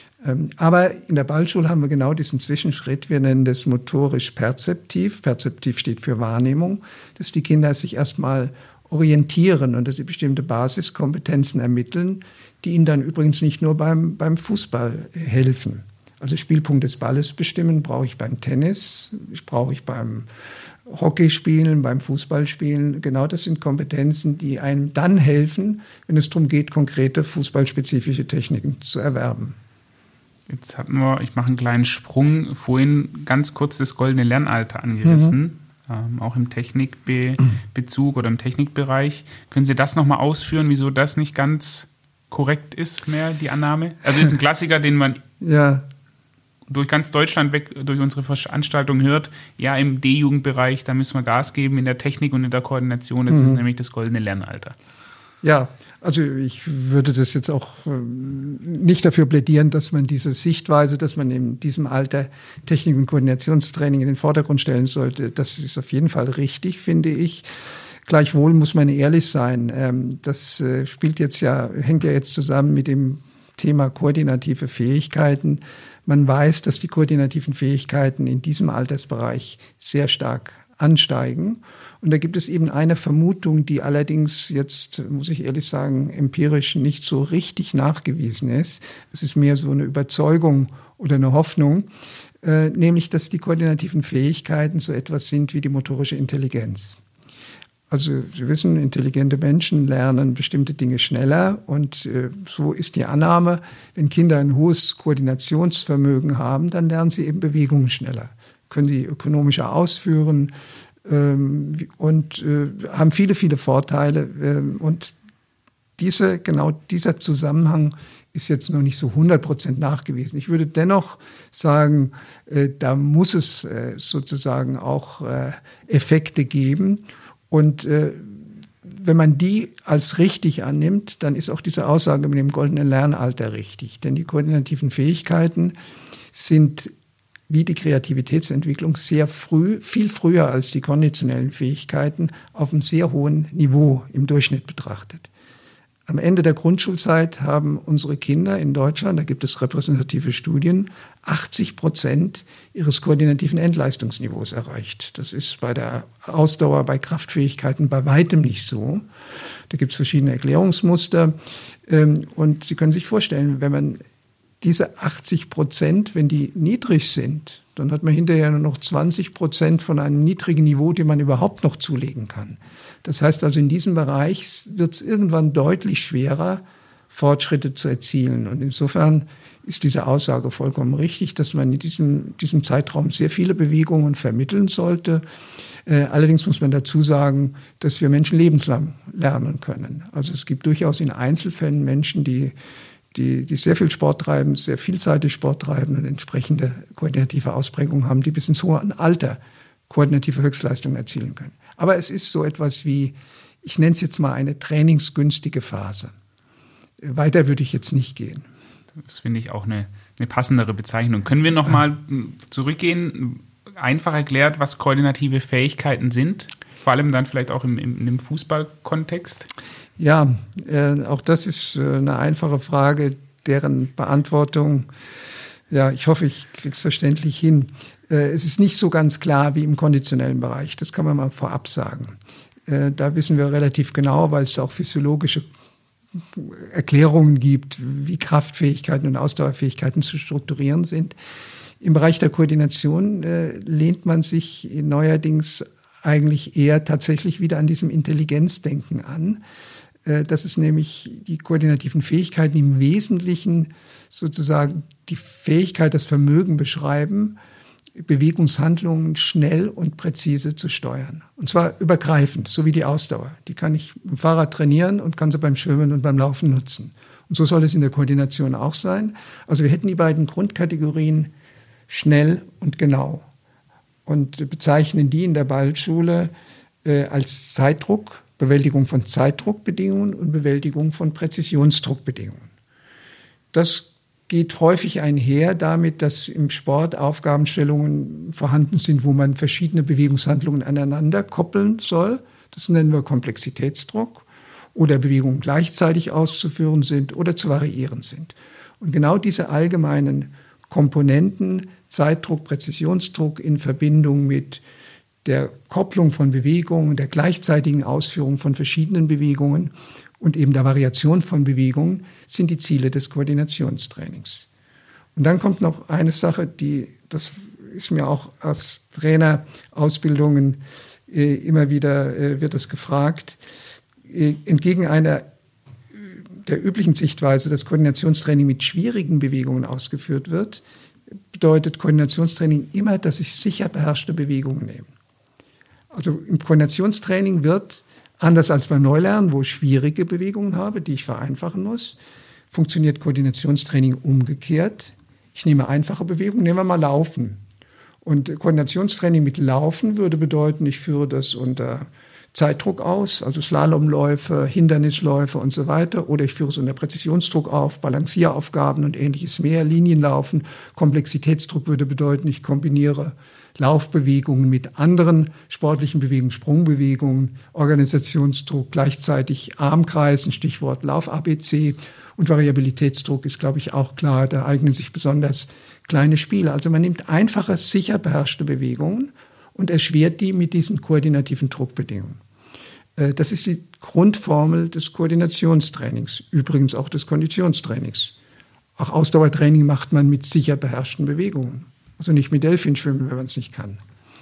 Aber in der Ballschule haben wir genau diesen Zwischenschritt. Wir nennen das motorisch-perzeptiv. Perzeptiv steht für Wahrnehmung, dass die Kinder sich erstmal orientieren und dass sie bestimmte Basiskompetenzen ermitteln, die ihnen dann übrigens nicht nur beim Fußball helfen. Also Spielpunkt des Balles bestimmen brauche ich beim Tennis, brauche ich beim Hockeyspielen, beim Fußballspielen. Genau das sind Kompetenzen, die einem dann helfen, wenn es darum geht, konkrete fußballspezifische Techniken zu erwerben. Jetzt hatten wir, ich mache einen kleinen Sprung, vorhin ganz kurz das goldene Lernalter angerissen, auch im Technikbezug oder im Technikbereich. Können Sie das nochmal ausführen, wieso das nicht ganz korrekt ist mehr, die Annahme? Also ist ein Klassiker, den man durch ganz Deutschland weg, durch unsere Veranstaltung hört, ja, im D-Jugendbereich, da müssen wir Gas geben, in der Technik und in der Koordination, das ist nämlich das goldene Lernalter. Ja, also ich würde das jetzt auch nicht dafür plädieren, dass man diese Sichtweise, dass man in diesem Alter Technik- und Koordinationstraining in den Vordergrund stellen sollte. Das ist auf jeden Fall richtig, finde ich. Gleichwohl muss man ehrlich sein. Das hängt ja jetzt zusammen mit dem Thema koordinative Fähigkeiten. Man weiß, dass die koordinativen Fähigkeiten in diesem Altersbereich sehr stark ansteigen. Und da gibt es eben eine Vermutung, die allerdings jetzt, muss ich ehrlich sagen, empirisch nicht so richtig nachgewiesen ist. Es ist mehr so eine Überzeugung oder eine Hoffnung, nämlich, dass die koordinativen Fähigkeiten so etwas sind wie die motorische Intelligenz. Also Sie wissen, intelligente Menschen lernen bestimmte Dinge schneller und so ist die Annahme, wenn Kinder ein hohes Koordinationsvermögen haben, dann lernen sie eben Bewegungen schneller, können sie ökonomischer ausführen und haben viele, viele Vorteile. Und dieser Zusammenhang ist jetzt noch nicht so 100% nachgewiesen. Ich würde dennoch sagen, da muss es sozusagen auch Effekte geben. Und wenn man die als richtig annimmt, dann ist auch diese Aussage mit dem goldenen Lernalter richtig. Denn die koordinativen Fähigkeiten sind wie die Kreativitätsentwicklung sehr früh, viel früher als die konditionellen Fähigkeiten, auf einem sehr hohen Niveau im Durchschnitt betrachtet. Am Ende der Grundschulzeit haben unsere Kinder in Deutschland, da gibt es repräsentative Studien, 80% ihres koordinativen Endleistungsniveaus erreicht. Das ist bei der Ausdauer, bei Kraftfähigkeiten bei weitem nicht so. Da gibt es verschiedene Erklärungsmuster. Und Sie können sich vorstellen, wenn man diese 80%, wenn die niedrig sind, dann hat man hinterher nur noch 20% von einem niedrigen Niveau, den man überhaupt noch zulegen kann. Das heißt also, in diesem Bereich wird es irgendwann deutlich schwerer, Fortschritte zu erzielen. Und insofern ist diese Aussage vollkommen richtig, dass man in diesem Zeitraum sehr viele Bewegungen vermitteln sollte. Allerdings muss man dazu sagen, dass wir Menschen lebenslang lernen können. Also es gibt durchaus in Einzelfällen Menschen, die sehr viel Sport treiben, sehr vielseitig Sport treiben und entsprechende koordinative Ausprägungen haben, die bis ins hohe Alter koordinative Höchstleistungen erzielen können. Aber es ist so etwas wie, ich nenne es jetzt mal eine trainingsgünstige Phase. Weiter würde ich jetzt nicht gehen. Das finde ich auch eine passendere Bezeichnung. Können wir nochmal zurückgehen, einfach erklärt, was koordinative Fähigkeiten sind? Vor allem dann vielleicht auch im Fußballkontext? Ja, auch das ist eine einfache Frage, deren Beantwortung, ja, ich hoffe, ich kriege es verständlich hin. Es ist nicht so ganz klar wie im konditionellen Bereich, das kann man mal vorab sagen. Da wissen wir relativ genau, weil es da auch physiologische Erklärungen gibt, wie Kraftfähigkeiten und Ausdauerfähigkeiten zu strukturieren sind. Im Bereich der Koordination lehnt man sich neuerdings eigentlich eher tatsächlich wieder an diesem Intelligenzdenken an. Das ist nämlich die koordinativen Fähigkeiten im Wesentlichen sozusagen die Fähigkeit, das Vermögen beschreiben, Bewegungshandlungen schnell und präzise zu steuern. Und zwar übergreifend, so wie die Ausdauer. Die kann ich mit dem Fahrrad trainieren und kann sie beim Schwimmen und beim Laufen nutzen. Und so soll es in der Koordination auch sein. Also wir hätten die beiden Grundkategorien schnell und genau und bezeichnen die in der Ballschule als Zeitdruck, Bewältigung von Zeitdruckbedingungen und Bewältigung von Präzisionsdruckbedingungen. Das geht häufig einher damit, dass im Sport Aufgabenstellungen vorhanden sind, wo man verschiedene Bewegungshandlungen aneinander koppeln soll. Das nennen wir Komplexitätsdruck. Oder Bewegungen gleichzeitig auszuführen sind oder zu variieren sind. Und genau diese allgemeinen Komponenten, Zeitdruck, Präzisionsdruck in Verbindung mit der Kopplung von Bewegungen, der gleichzeitigen Ausführung von verschiedenen Bewegungen und eben der Variation von Bewegungen sind die Ziele des Koordinationstrainings. Und dann kommt noch eine Sache, das ist mir auch aus Trainerausbildungen immer wieder wird das gefragt. Entgegen einer der üblichen Sichtweise, dass Koordinationstraining mit schwierigen Bewegungen ausgeführt wird, bedeutet Koordinationstraining immer, dass ich sicher beherrschte Bewegungen nehme. Also im Koordinationstraining wird, anders als beim Neulernen, wo ich schwierige Bewegungen habe, die ich vereinfachen muss, funktioniert Koordinationstraining umgekehrt. Ich nehme einfache Bewegungen, nehmen wir mal Laufen. Und Koordinationstraining mit Laufen würde bedeuten, ich führe das unter Zeitdruck aus, also Slalomläufe, Hindernisläufe und so weiter. Oder ich führe es unter Präzisionsdruck auf, Balancieraufgaben und ähnliches mehr, Linienlaufen. Komplexitätsdruck würde bedeuten, ich kombiniere Laufbewegungen mit anderen sportlichen Bewegungen, Sprungbewegungen, Organisationsdruck, gleichzeitig Armkreisen, Stichwort Lauf-ABC. Und Variabilitätsdruck ist, glaube ich, auch klar, da eignen sich besonders kleine Spiele. Also man nimmt einfache, sicher beherrschte Bewegungen und erschwert die mit diesen koordinativen Druckbedingungen. Das ist die Grundformel des Koordinationstrainings, übrigens auch des Konditionstrainings. Auch Ausdauertraining macht man mit sicher beherrschten Bewegungen, also nicht mit Delfinschwimmen, wenn man es nicht kann.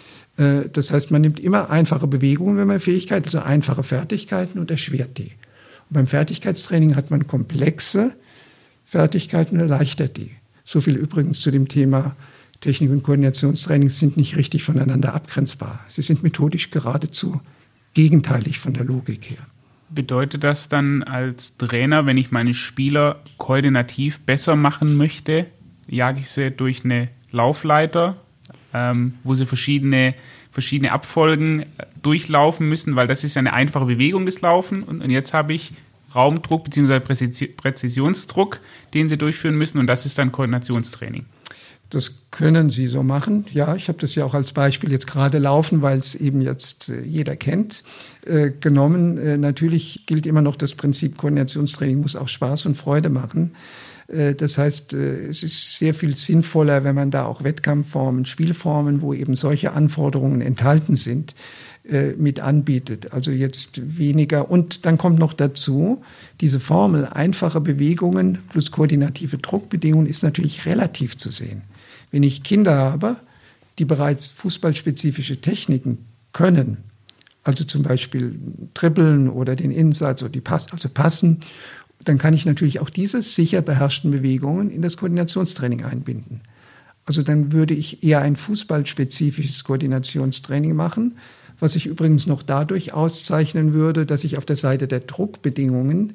Das heißt, man nimmt immer einfache Bewegungen, wenn man Fähigkeit, also einfache Fertigkeiten und erschwert die. Und beim Fertigkeitstraining hat man komplexe Fertigkeiten und erleichtert die. So viel übrigens zu dem Thema Technik- und Koordinationstrainings sind nicht richtig voneinander abgrenzbar. Sie sind methodisch geradezu gegenteilig von der Logik her. Bedeutet das dann als Trainer, wenn ich meine Spieler koordinativ besser machen möchte, jage ich sie durch eine Laufleiter, wo sie verschiedene Abfolgen durchlaufen müssen, weil das ist ja eine einfache Bewegung, das Laufen. Und jetzt habe ich Raumdruck bzw. Präzisionsdruck, den sie durchführen müssen, und das ist dann Koordinationstraining. Das können Sie so machen. Ja, ich habe das ja auch als Beispiel jetzt gerade Laufen, weil es eben jetzt jeder kennt, genommen. Natürlich gilt immer noch das Prinzip, Koordinationstraining muss auch Spaß und Freude machen. Das heißt, es ist sehr viel sinnvoller, wenn man da auch Wettkampfformen, Spielformen, wo eben solche Anforderungen enthalten sind, mit anbietet. Also jetzt weniger. Und dann kommt noch dazu, diese Formel einfache Bewegungen plus koordinative Druckbedingungen ist natürlich relativ zu sehen. Wenn ich Kinder habe, die bereits fußballspezifische Techniken können, also zum Beispiel dribbeln oder den Insatz oder passen, dann kann ich natürlich auch diese sicher beherrschten Bewegungen in das Koordinationstraining einbinden. Also dann würde ich eher ein fußballspezifisches Koordinationstraining machen, was sich übrigens noch dadurch auszeichnen würde, dass ich auf der Seite der Druckbedingungen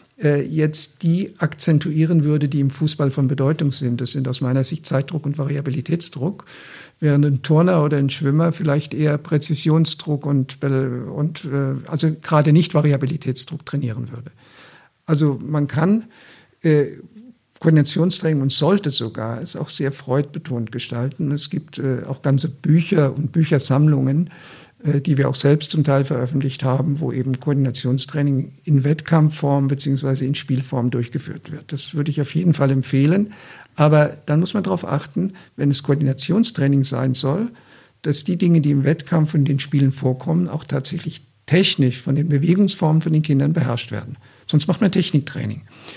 jetzt die akzentuieren würde, die im Fußball von Bedeutung sind. Das sind aus meiner Sicht Zeitdruck und Variabilitätsdruck, während ein Turner oder ein Schwimmer vielleicht eher Präzisionsdruck und also gerade nicht Variabilitätsdruck trainieren würde. Also man kann Koordinationstraining und sollte sogar es auch sehr freudbetont gestalten. Es gibt auch ganze Bücher und Büchersammlungen, die wir auch selbst zum Teil veröffentlicht haben, wo eben Koordinationstraining in Wettkampfform bzw. in Spielform durchgeführt wird. Das würde ich auf jeden Fall empfehlen. Aber dann muss man darauf achten, wenn es Koordinationstraining sein soll, dass die Dinge, die im Wettkampf und in den Spielen vorkommen, auch tatsächlich technisch von den Bewegungsformen von den Kindern beherrscht werden. Sonst macht man Techniktraining.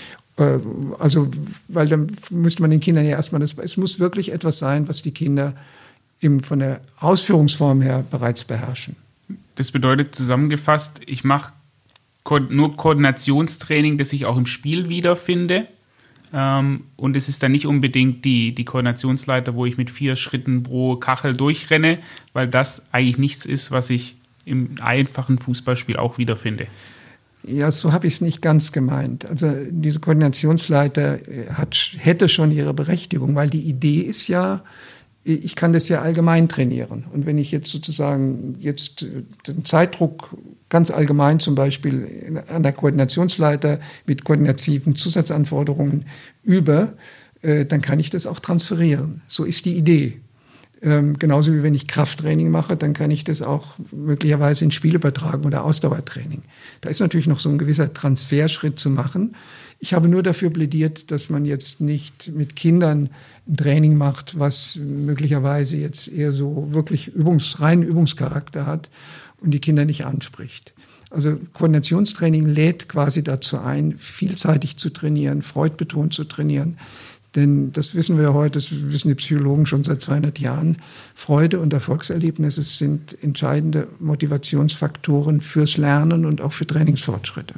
Also, weil dann müsste man den Kindern ja erstmal es muss wirklich etwas sein, was die Kinder eben von der Ausführungsform her bereits beherrschen. Das bedeutet zusammengefasst, ich mache nur Koordinationstraining, das ich auch im Spiel wiederfinde. Und es ist dann nicht unbedingt die Koordinationsleiter, wo ich mit 4 Schritten pro Kachel durchrenne, weil das eigentlich nichts ist, was ich im einfachen Fußballspiel auch wiederfinde. Ja, so habe ich es nicht ganz gemeint. Also diese Koordinationsleiter hätte schon ihre Berechtigung, weil die Idee ist ja, ich kann das ja allgemein trainieren. Und wenn ich jetzt sozusagen den Zeitdruck ganz allgemein zum Beispiel an der Koordinationsleiter mit koordinativen Zusatzanforderungen übe, dann kann ich das auch transferieren. So ist die Idee. Genauso wie wenn ich Krafttraining mache, dann kann ich das auch möglicherweise in Spiel übertragen oder Ausdauertraining. Da ist natürlich noch so ein gewisser Transferschritt zu machen. Ich habe nur dafür plädiert, dass man jetzt nicht mit Kindern ein Training macht, was möglicherweise jetzt eher so wirklich reinen Übungscharakter hat und die Kinder nicht anspricht. Also Koordinationstraining lädt quasi dazu ein, vielseitig zu trainieren, freudbetont zu trainieren. Denn das wissen wir heute, das wissen die Psychologen schon seit 200 Jahren. Freude und Erfolgserlebnisse sind entscheidende Motivationsfaktoren fürs Lernen und auch für Trainingsfortschritte.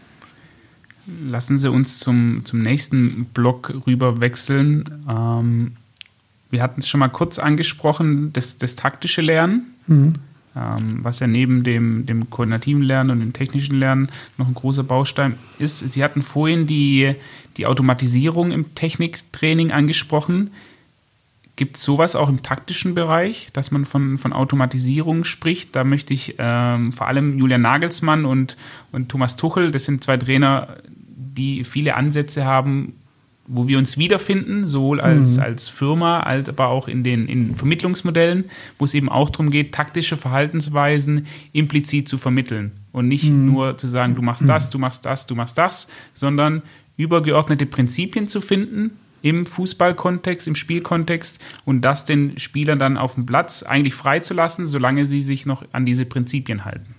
Lassen Sie uns zum nächsten Block rüber wechseln. Wir hatten es schon mal kurz angesprochen, das taktische Lernen, was ja neben dem koordinativen Lernen und dem technischen Lernen noch ein großer Baustein ist. Sie hatten vorhin die Automatisierung im Techniktraining angesprochen. Gibt es sowas auch im taktischen Bereich, dass man von Automatisierung spricht? Da möchte ich vor allem Julian Nagelsmann und Thomas Tuchel, das sind zwei Trainer, die viele Ansätze haben, wo wir uns wiederfinden, sowohl als Firma, als aber auch in Vermittlungsmodellen, wo es eben auch darum geht, taktische Verhaltensweisen implizit zu vermitteln und nicht nur zu sagen, du machst das, du machst das, du machst das, sondern übergeordnete Prinzipien zu finden im Fußballkontext, im Spielkontext und das den Spielern dann auf dem Platz eigentlich freizulassen, solange sie sich noch an diese Prinzipien halten.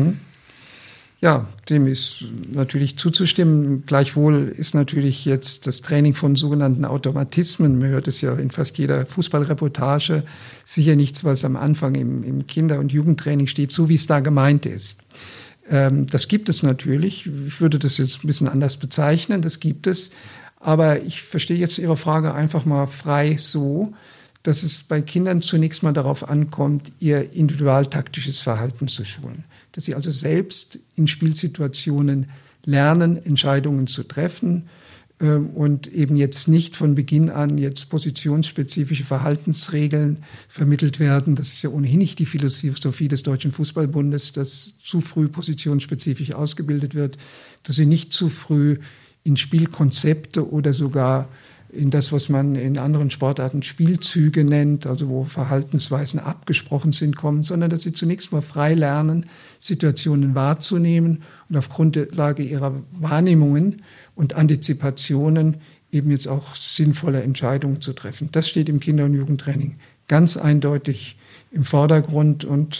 Ja, dem ist natürlich zuzustimmen. Gleichwohl ist natürlich jetzt das Training von sogenannten Automatismen, man hört es ja in fast jeder Fußballreportage, sicher nichts, was am Anfang im Kinder- und Jugendtraining steht, so wie es da gemeint ist. Das gibt es natürlich. Ich würde das jetzt ein bisschen anders bezeichnen. Das gibt es. Aber ich verstehe jetzt Ihre Frage einfach mal frei so, dass es bei Kindern zunächst mal darauf ankommt, ihr individualtaktisches Verhalten zu schulen. Dass sie also selbst in Spielsituationen lernen, Entscheidungen zu treffen und eben jetzt nicht von Beginn an jetzt positionsspezifische Verhaltensregeln vermittelt werden. Das ist ja ohnehin nicht die Philosophie des Deutschen Fußballbundes, dass zu früh positionsspezifisch ausgebildet wird, dass sie nicht zu früh in Spielkonzepte oder sogar in das, was man in anderen Sportarten Spielzüge nennt, also wo Verhaltensweisen abgesprochen sind, kommen, sondern dass sie zunächst mal frei lernen, Situationen wahrzunehmen und auf Grundlage ihrer Wahrnehmungen und Antizipationen eben jetzt auch sinnvolle Entscheidungen zu treffen. Das steht im Kinder- und Jugendtraining ganz eindeutig im Vordergrund und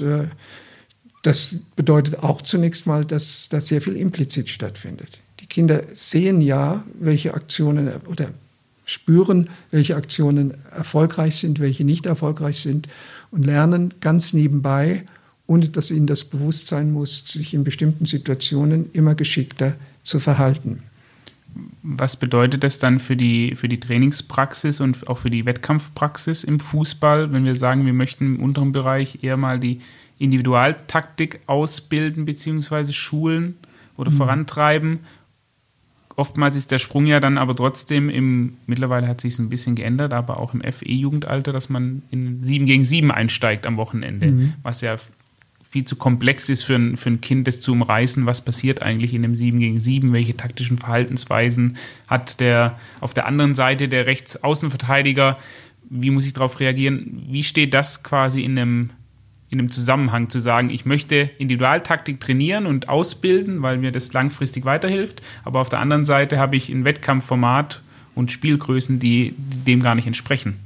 das bedeutet auch zunächst mal, dass da sehr viel implizit stattfindet. Die Kinder sehen ja, welche Aktionen oder spüren, welche Aktionen erfolgreich sind, welche nicht erfolgreich sind und lernen ganz nebenbei, ohne dass ihnen das bewusst sein muss, sich in bestimmten Situationen immer geschickter zu verhalten. Was bedeutet das dann für die Trainingspraxis und auch für die Wettkampfpraxis im Fußball, wenn wir sagen, wir möchten im unteren Bereich eher mal die Individualtaktik ausbilden bzw. schulen oder vorantreiben? Oftmals ist der Sprung ja dann aber trotzdem mittlerweile hat sich es ein bisschen geändert, aber auch im FE-Jugendalter, dass man in 7 gegen 7 einsteigt am Wochenende, was ja viel zu komplex ist für ein Kind, das zu umreißen, was passiert eigentlich in dem 7 gegen 7, welche taktischen Verhaltensweisen hat der auf der anderen Seite der Rechtsaußenverteidiger, wie muss ich darauf reagieren, wie steht das quasi in einem Zusammenhang zu sagen, ich möchte Individualtaktik trainieren und ausbilden, weil mir das langfristig weiterhilft, aber auf der anderen Seite habe ich ein Wettkampfformat und Spielgrößen, die dem gar nicht entsprechen.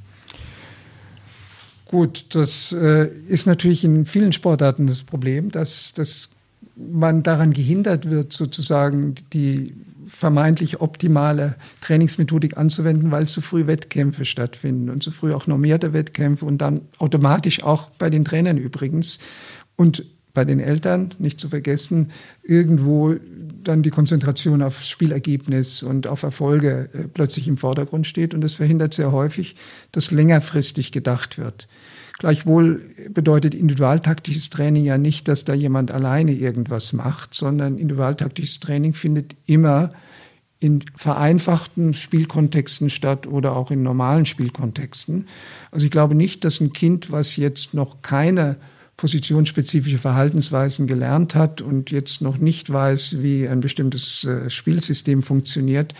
Gut, das ist natürlich in vielen Sportarten das Problem, dass man daran gehindert wird, sozusagen die vermeintlich optimale Trainingsmethodik anzuwenden, weil zu früh Wettkämpfe stattfinden und zu früh auch normierte Wettkämpfe und dann automatisch auch bei den Trainern übrigens und bei den Eltern, nicht zu vergessen, irgendwo dann die Konzentration auf Spielergebnis und auf Erfolge plötzlich im Vordergrund steht und das verhindert sehr häufig, dass längerfristig gedacht wird. Gleichwohl bedeutet individualtaktisches Training ja nicht, dass da jemand alleine irgendwas macht, sondern individualtaktisches Training findet immer in vereinfachten Spielkontexten statt oder auch in normalen Spielkontexten. Also ich glaube nicht, dass ein Kind, was jetzt noch keine positionsspezifische Verhaltensweisen gelernt hat und jetzt noch nicht weiß, wie ein bestimmtes Spielsystem funktioniert,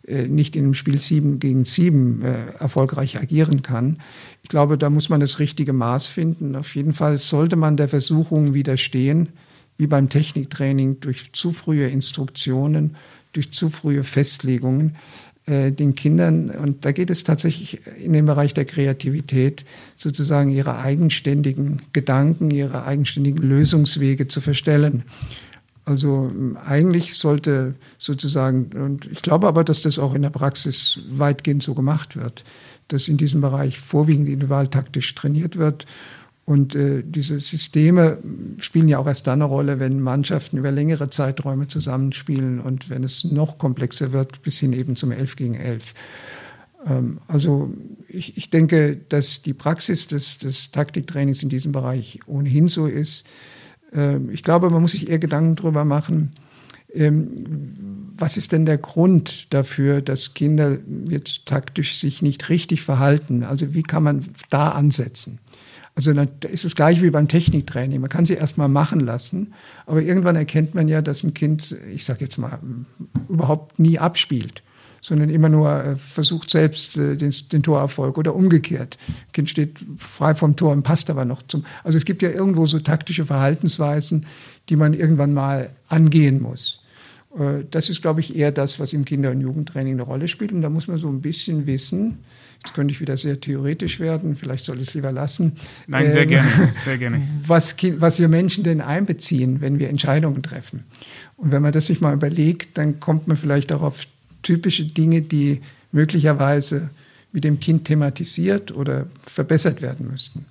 nicht in einem Spiel 7 gegen 7 erfolgreich agieren kann. Ich glaube, da muss man das richtige Maß finden. Auf jeden Fall sollte man der Versuchung widerstehen, wie beim Techniktraining, durch zu frühe Instruktionen, durch zu frühe Festlegungen, den Kindern, und da geht es tatsächlich in den Bereich der Kreativität, sozusagen ihre eigenständigen Gedanken, ihre eigenständigen Lösungswege zu verstellen. Also eigentlich sollte sozusagen, und ich glaube aber, dass das auch in der Praxis weitgehend so gemacht wird, dass in diesem Bereich vorwiegend individualtaktisch trainiert wird. Und diese Systeme spielen ja auch erst dann eine Rolle, wenn Mannschaften über längere Zeiträume zusammenspielen und wenn es noch komplexer wird, bis hin eben zum 11 gegen 11. Also ich denke, dass die Praxis des Taktiktrainings in diesem Bereich ohnehin so ist. Ich glaube, man muss sich eher Gedanken darüber machen, was ist denn der Grund dafür, dass Kinder jetzt taktisch sich nicht richtig verhalten? Also wie kann man da ansetzen? Also da ist es gleich wie beim Techniktraining. Man kann sie erstmal machen lassen, aber irgendwann erkennt man ja, dass ein Kind, ich sage jetzt mal, überhaupt nie abspielt, sondern immer nur versucht selbst den Torerfolg oder umgekehrt. Ein Kind steht frei vom Tor und passt aber noch zum. Also es gibt ja irgendwo so taktische Verhaltensweisen, die man irgendwann mal angehen muss. Das ist, glaube ich, eher das, was im Kinder- und Jugendtraining eine Rolle spielt. Und da muss man so ein bisschen wissen, jetzt könnte ich wieder sehr theoretisch werden, vielleicht soll ich es lieber lassen. Nein, sehr gerne, sehr gerne. Was wir Menschen denn einbeziehen, wenn wir Entscheidungen treffen. Und wenn man das sich mal überlegt, dann kommt man vielleicht auch auf typische Dinge, die möglicherweise mit dem Kind thematisiert oder verbessert werden müssten.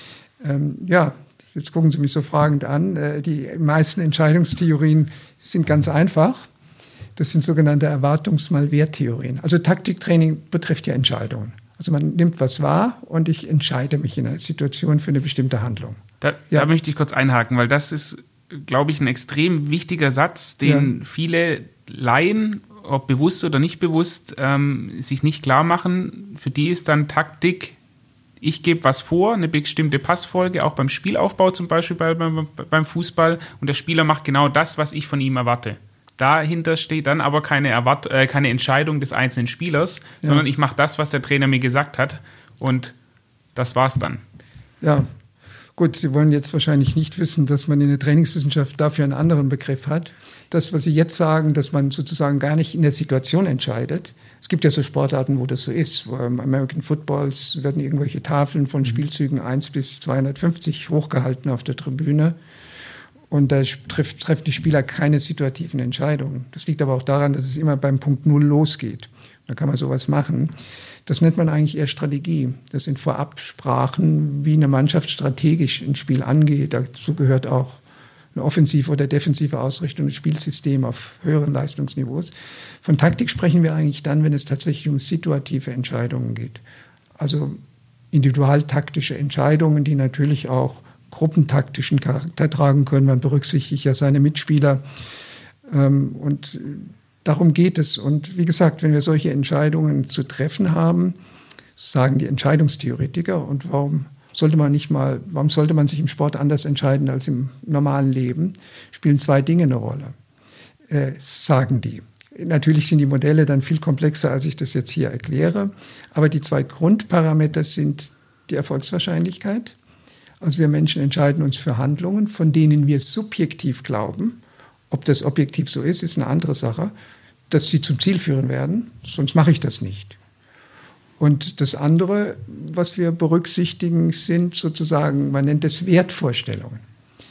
Jetzt gucken Sie mich so fragend an. Die meisten Entscheidungstheorien sind ganz einfach. Das sind sogenannte Erwartungs-Mal-Wert-Theorien. Also Taktiktraining betrifft ja Entscheidungen. Also man nimmt was wahr und ich entscheide mich in einer Situation für eine bestimmte Handlung. Da möchte ich kurz einhaken, weil das ist, glaube ich, ein extrem wichtiger Satz, den viele Laien, ob bewusst oder nicht bewusst, sich nicht klar machen. Für die ist dann Taktik, ich gebe was vor, eine bestimmte Passfolge, auch beim Spielaufbau zum Beispiel beim Fußball, und der Spieler macht genau das, was ich von ihm erwarte. Dahinter steht dann aber keine Entscheidung des einzelnen Spielers, sondern ich mache das, was der Trainer mir gesagt hat, und das war's dann. Ja, gut, Sie wollen jetzt wahrscheinlich nicht wissen, dass man in der Trainingswissenschaft dafür einen anderen Begriff hat. Das, was Sie jetzt sagen, dass man sozusagen gar nicht in der Situation entscheidet. Es gibt ja so Sportarten, wo das so ist. Beim American Football werden irgendwelche Tafeln von Spielzügen 1 bis 250 hochgehalten auf der Tribüne. Und da treffen die Spieler keine situativen Entscheidungen. Das liegt aber auch daran, dass es immer beim Punkt Null losgeht. Da kann man sowas machen. Das nennt man eigentlich eher Strategie. Das sind Vorabsprachen, wie eine Mannschaft strategisch ein Spiel angeht. Dazu gehört auch eine offensive oder defensive Ausrichtung des Spielsystems auf höheren Leistungsniveaus. Von Taktik sprechen wir eigentlich dann, wenn es tatsächlich um situative Entscheidungen geht. Also individualtaktische Entscheidungen, die natürlich auch gruppentaktischen Charakter tragen können. Man berücksichtigt ja seine Mitspieler. Und darum geht es. Und wie gesagt, wenn wir solche Entscheidungen zu treffen haben, sagen die Entscheidungstheoretiker, und warum sollte man sich im Sport anders entscheiden als im normalen Leben, spielen zwei Dinge eine Rolle, sagen die. Natürlich sind die Modelle dann viel komplexer, als ich das jetzt hier erkläre, aber die zwei Grundparameter sind die Erfolgswahrscheinlichkeit. Also wir Menschen entscheiden uns für Handlungen, von denen wir subjektiv glauben. Ob das objektiv so ist, ist eine andere Sache, dass sie zum Ziel führen werden, sonst mache ich das nicht. Und das andere, was wir berücksichtigen, sind sozusagen, man nennt es Wertvorstellungen.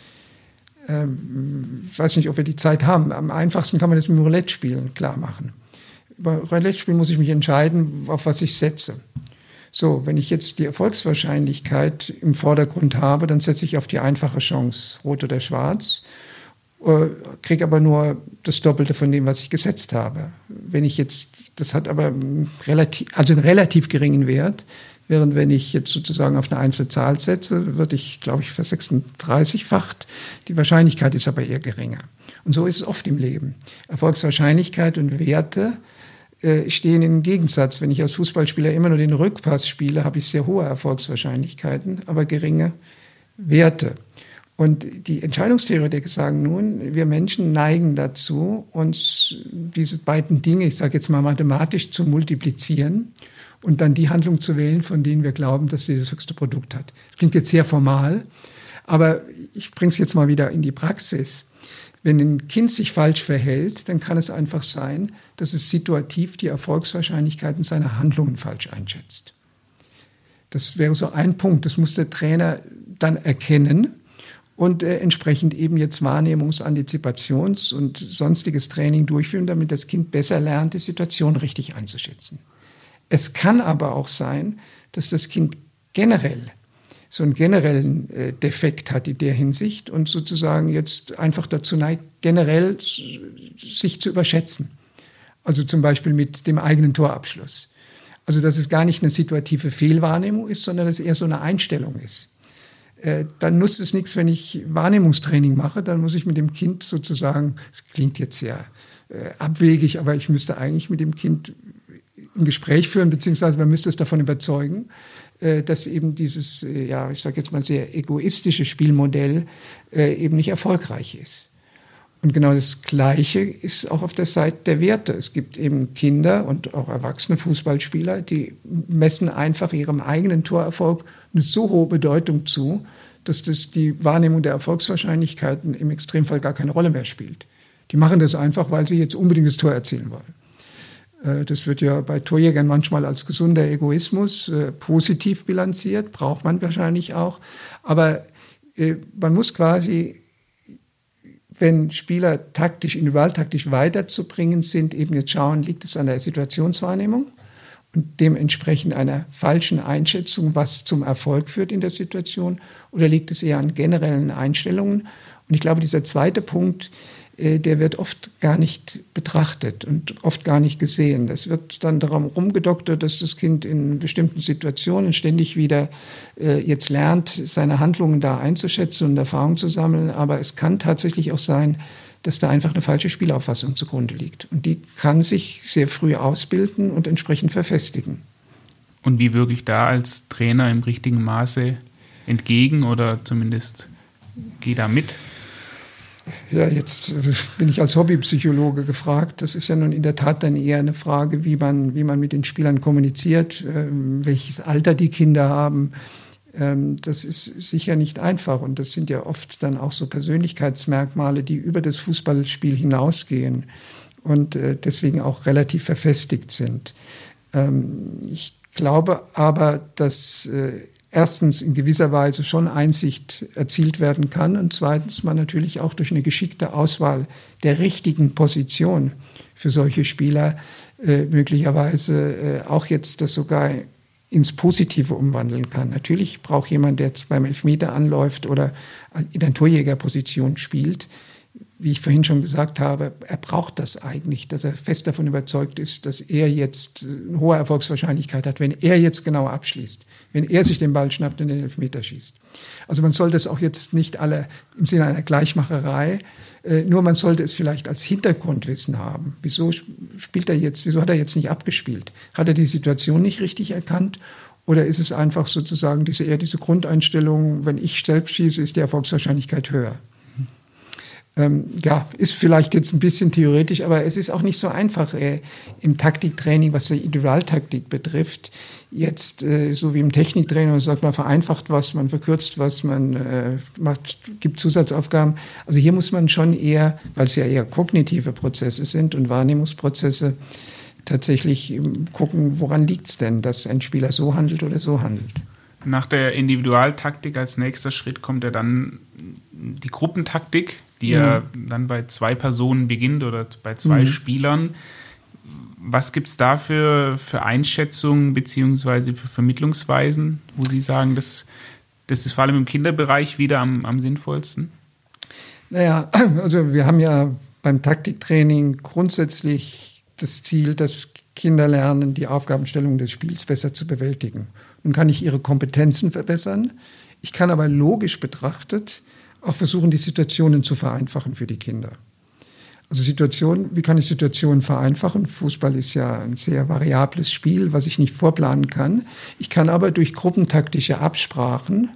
Ich weiß nicht, ob wir die Zeit haben. Am einfachsten kann man das mit dem Roulette-Spielen klar machen. Bei Roulette-Spielen muss ich mich entscheiden, auf was ich setze. So, wenn ich jetzt die Erfolgswahrscheinlichkeit im Vordergrund habe, dann setze ich auf die einfache Chance, rot oder schwarz, kriege aber nur das Doppelte von dem, was ich gesetzt habe. Wenn ich jetzt, das hat aber einen relativ geringen Wert, während wenn ich jetzt sozusagen auf eine Einzelzahl setze, würde ich, glaube ich, ver36-facht. Die Wahrscheinlichkeit ist aber eher geringer. Und so ist es oft im Leben. Erfolgswahrscheinlichkeit und Werte stehen im Gegensatz. Wenn ich als Fußballspieler immer nur den Rückpass spiele, habe ich sehr hohe Erfolgswahrscheinlichkeiten, aber geringe Werte. Und die Entscheidungstheoretiker sagen nun, wir Menschen neigen dazu, uns diese beiden Dinge, ich sage jetzt mal mathematisch, zu multiplizieren und dann die Handlung zu wählen, von denen wir glauben, dass sie das höchste Produkt hat. Das klingt jetzt sehr formal, aber ich bringe es jetzt mal wieder in die Praxis. Wenn ein Kind sich falsch verhält, dann kann es einfach sein, dass es situativ die Erfolgswahrscheinlichkeiten seiner Handlungen falsch einschätzt. Das wäre so ein Punkt, das muss der Trainer dann erkennen und entsprechend eben jetzt Wahrnehmungs-, Antizipations- und sonstiges Training durchführen, damit das Kind besser lernt, die Situation richtig einzuschätzen. Es kann aber auch sein, dass das Kind generell so einen generellen Defekt hat in der Hinsicht und sozusagen jetzt einfach dazu neigt, generell sich zu überschätzen. Also zum Beispiel mit dem eigenen Torabschluss. Also dass es gar nicht eine situative Fehlwahrnehmung ist, sondern dass es eher so eine Einstellung ist. Dann nutzt es nichts, wenn ich Wahrnehmungstraining mache, dann muss ich mit dem Kind sozusagen, das klingt jetzt sehr abwegig, aber ich müsste eigentlich mit dem Kind ein Gespräch führen, beziehungsweise man müsste es davon überzeugen, dass eben dieses, ja, ich sage jetzt mal sehr egoistische Spielmodell eben nicht erfolgreich ist. Und genau das Gleiche ist auch auf der Seite der Werte. Es gibt eben Kinder und auch erwachsene Fußballspieler, die messen einfach ihrem eigenen Torerfolg eine so hohe Bedeutung zu, dass das die Wahrnehmung der Erfolgswahrscheinlichkeiten im Extremfall gar keine Rolle mehr spielt. Die machen das einfach, weil sie jetzt unbedingt das Tor erzielen wollen. Das wird ja bei Torjägern manchmal als gesunder Egoismus positiv bilanziert, braucht man wahrscheinlich auch. Aber man muss quasi, wenn Spieler individualtaktisch weiterzubringen sind, eben jetzt schauen, liegt es an der Situationswahrnehmung und dementsprechend einer falschen Einschätzung, was zum Erfolg führt in der Situation, oder liegt es eher an generellen Einstellungen? Und ich glaube, dieser zweite Punkt, der wird oft gar nicht betrachtet und oft gar nicht gesehen. Das wird dann darum rumgedoktert, dass das Kind in bestimmten Situationen ständig wieder jetzt lernt, seine Handlungen da einzuschätzen und Erfahrung zu sammeln. Aber es kann tatsächlich auch sein, dass da einfach eine falsche Spielauffassung zugrunde liegt. Und die kann sich sehr früh ausbilden und entsprechend verfestigen. Und wie wirke ich da als Trainer im richtigen Maße entgegen oder zumindest gehe da mit? Ja, jetzt bin ich als Hobbypsychologe gefragt. Das ist ja nun in der Tat dann eher eine Frage, wie man mit den Spielern kommuniziert, welches Alter die Kinder haben. Das ist sicher nicht einfach. Und das sind ja oft dann auch so Persönlichkeitsmerkmale, die über das Fußballspiel hinausgehen und deswegen auch relativ verfestigt sind. Ich glaube aber, dass erstens in gewisser Weise schon Einsicht erzielt werden kann und zweitens man natürlich auch durch eine geschickte Auswahl der richtigen Position für solche Spieler möglicherweise auch jetzt das sogar ins Positive umwandeln kann. Natürlich braucht jemand, der jetzt beim Elfmeter anläuft oder in der Torjägerposition spielt, wie ich vorhin schon gesagt habe, er braucht das eigentlich, dass er fest davon überzeugt ist, dass er jetzt eine hohe Erfolgswahrscheinlichkeit hat, wenn er jetzt genau abschließt, wenn er sich den Ball schnappt und den Elfmeter schießt. Also man sollte es auch jetzt nicht alle im Sinne einer Gleichmacherei, nur man sollte es vielleicht als Hintergrundwissen haben. Wieso hat er jetzt nicht abgespielt? Hat er die Situation nicht richtig erkannt? Oder ist es einfach sozusagen diese Grundeinstellung, wenn ich selbst schieße, ist die Erfolgswahrscheinlichkeit höher? Ja, ist vielleicht jetzt ein bisschen theoretisch, aber es ist auch nicht so einfach im Taktiktraining, was die Individualtaktik betrifft. Jetzt, so wie im Techniktraining, man sagt, man vereinfacht was, man verkürzt was, man gibt Zusatzaufgaben. Also hier muss man schon eher, weil es ja eher kognitive Prozesse sind und Wahrnehmungsprozesse, tatsächlich gucken, woran liegt es denn, dass ein Spieler so handelt oder so handelt. Nach der Individualtaktik als nächster Schritt kommt ja dann die Gruppentaktik, die ja dann bei 2 Personen beginnt oder bei 2 Spielern. Was gibt es da für Einschätzungen bzw. für Vermittlungsweisen, wo Sie sagen, das ist vor allem im Kinderbereich wieder am sinnvollsten? Naja, also wir haben ja beim Taktiktraining grundsätzlich das Ziel, dass Kinder lernen, die Aufgabenstellung des Spiels besser zu bewältigen. Nun kann ich ihre Kompetenzen verbessern. Ich kann aber logisch betrachtet auch versuchen, die Situationen zu vereinfachen für die Kinder. Also wie kann ich Situationen vereinfachen? Fußball ist ja ein sehr variables Spiel, was ich nicht vorplanen kann. Ich kann aber durch gruppentaktische Absprachen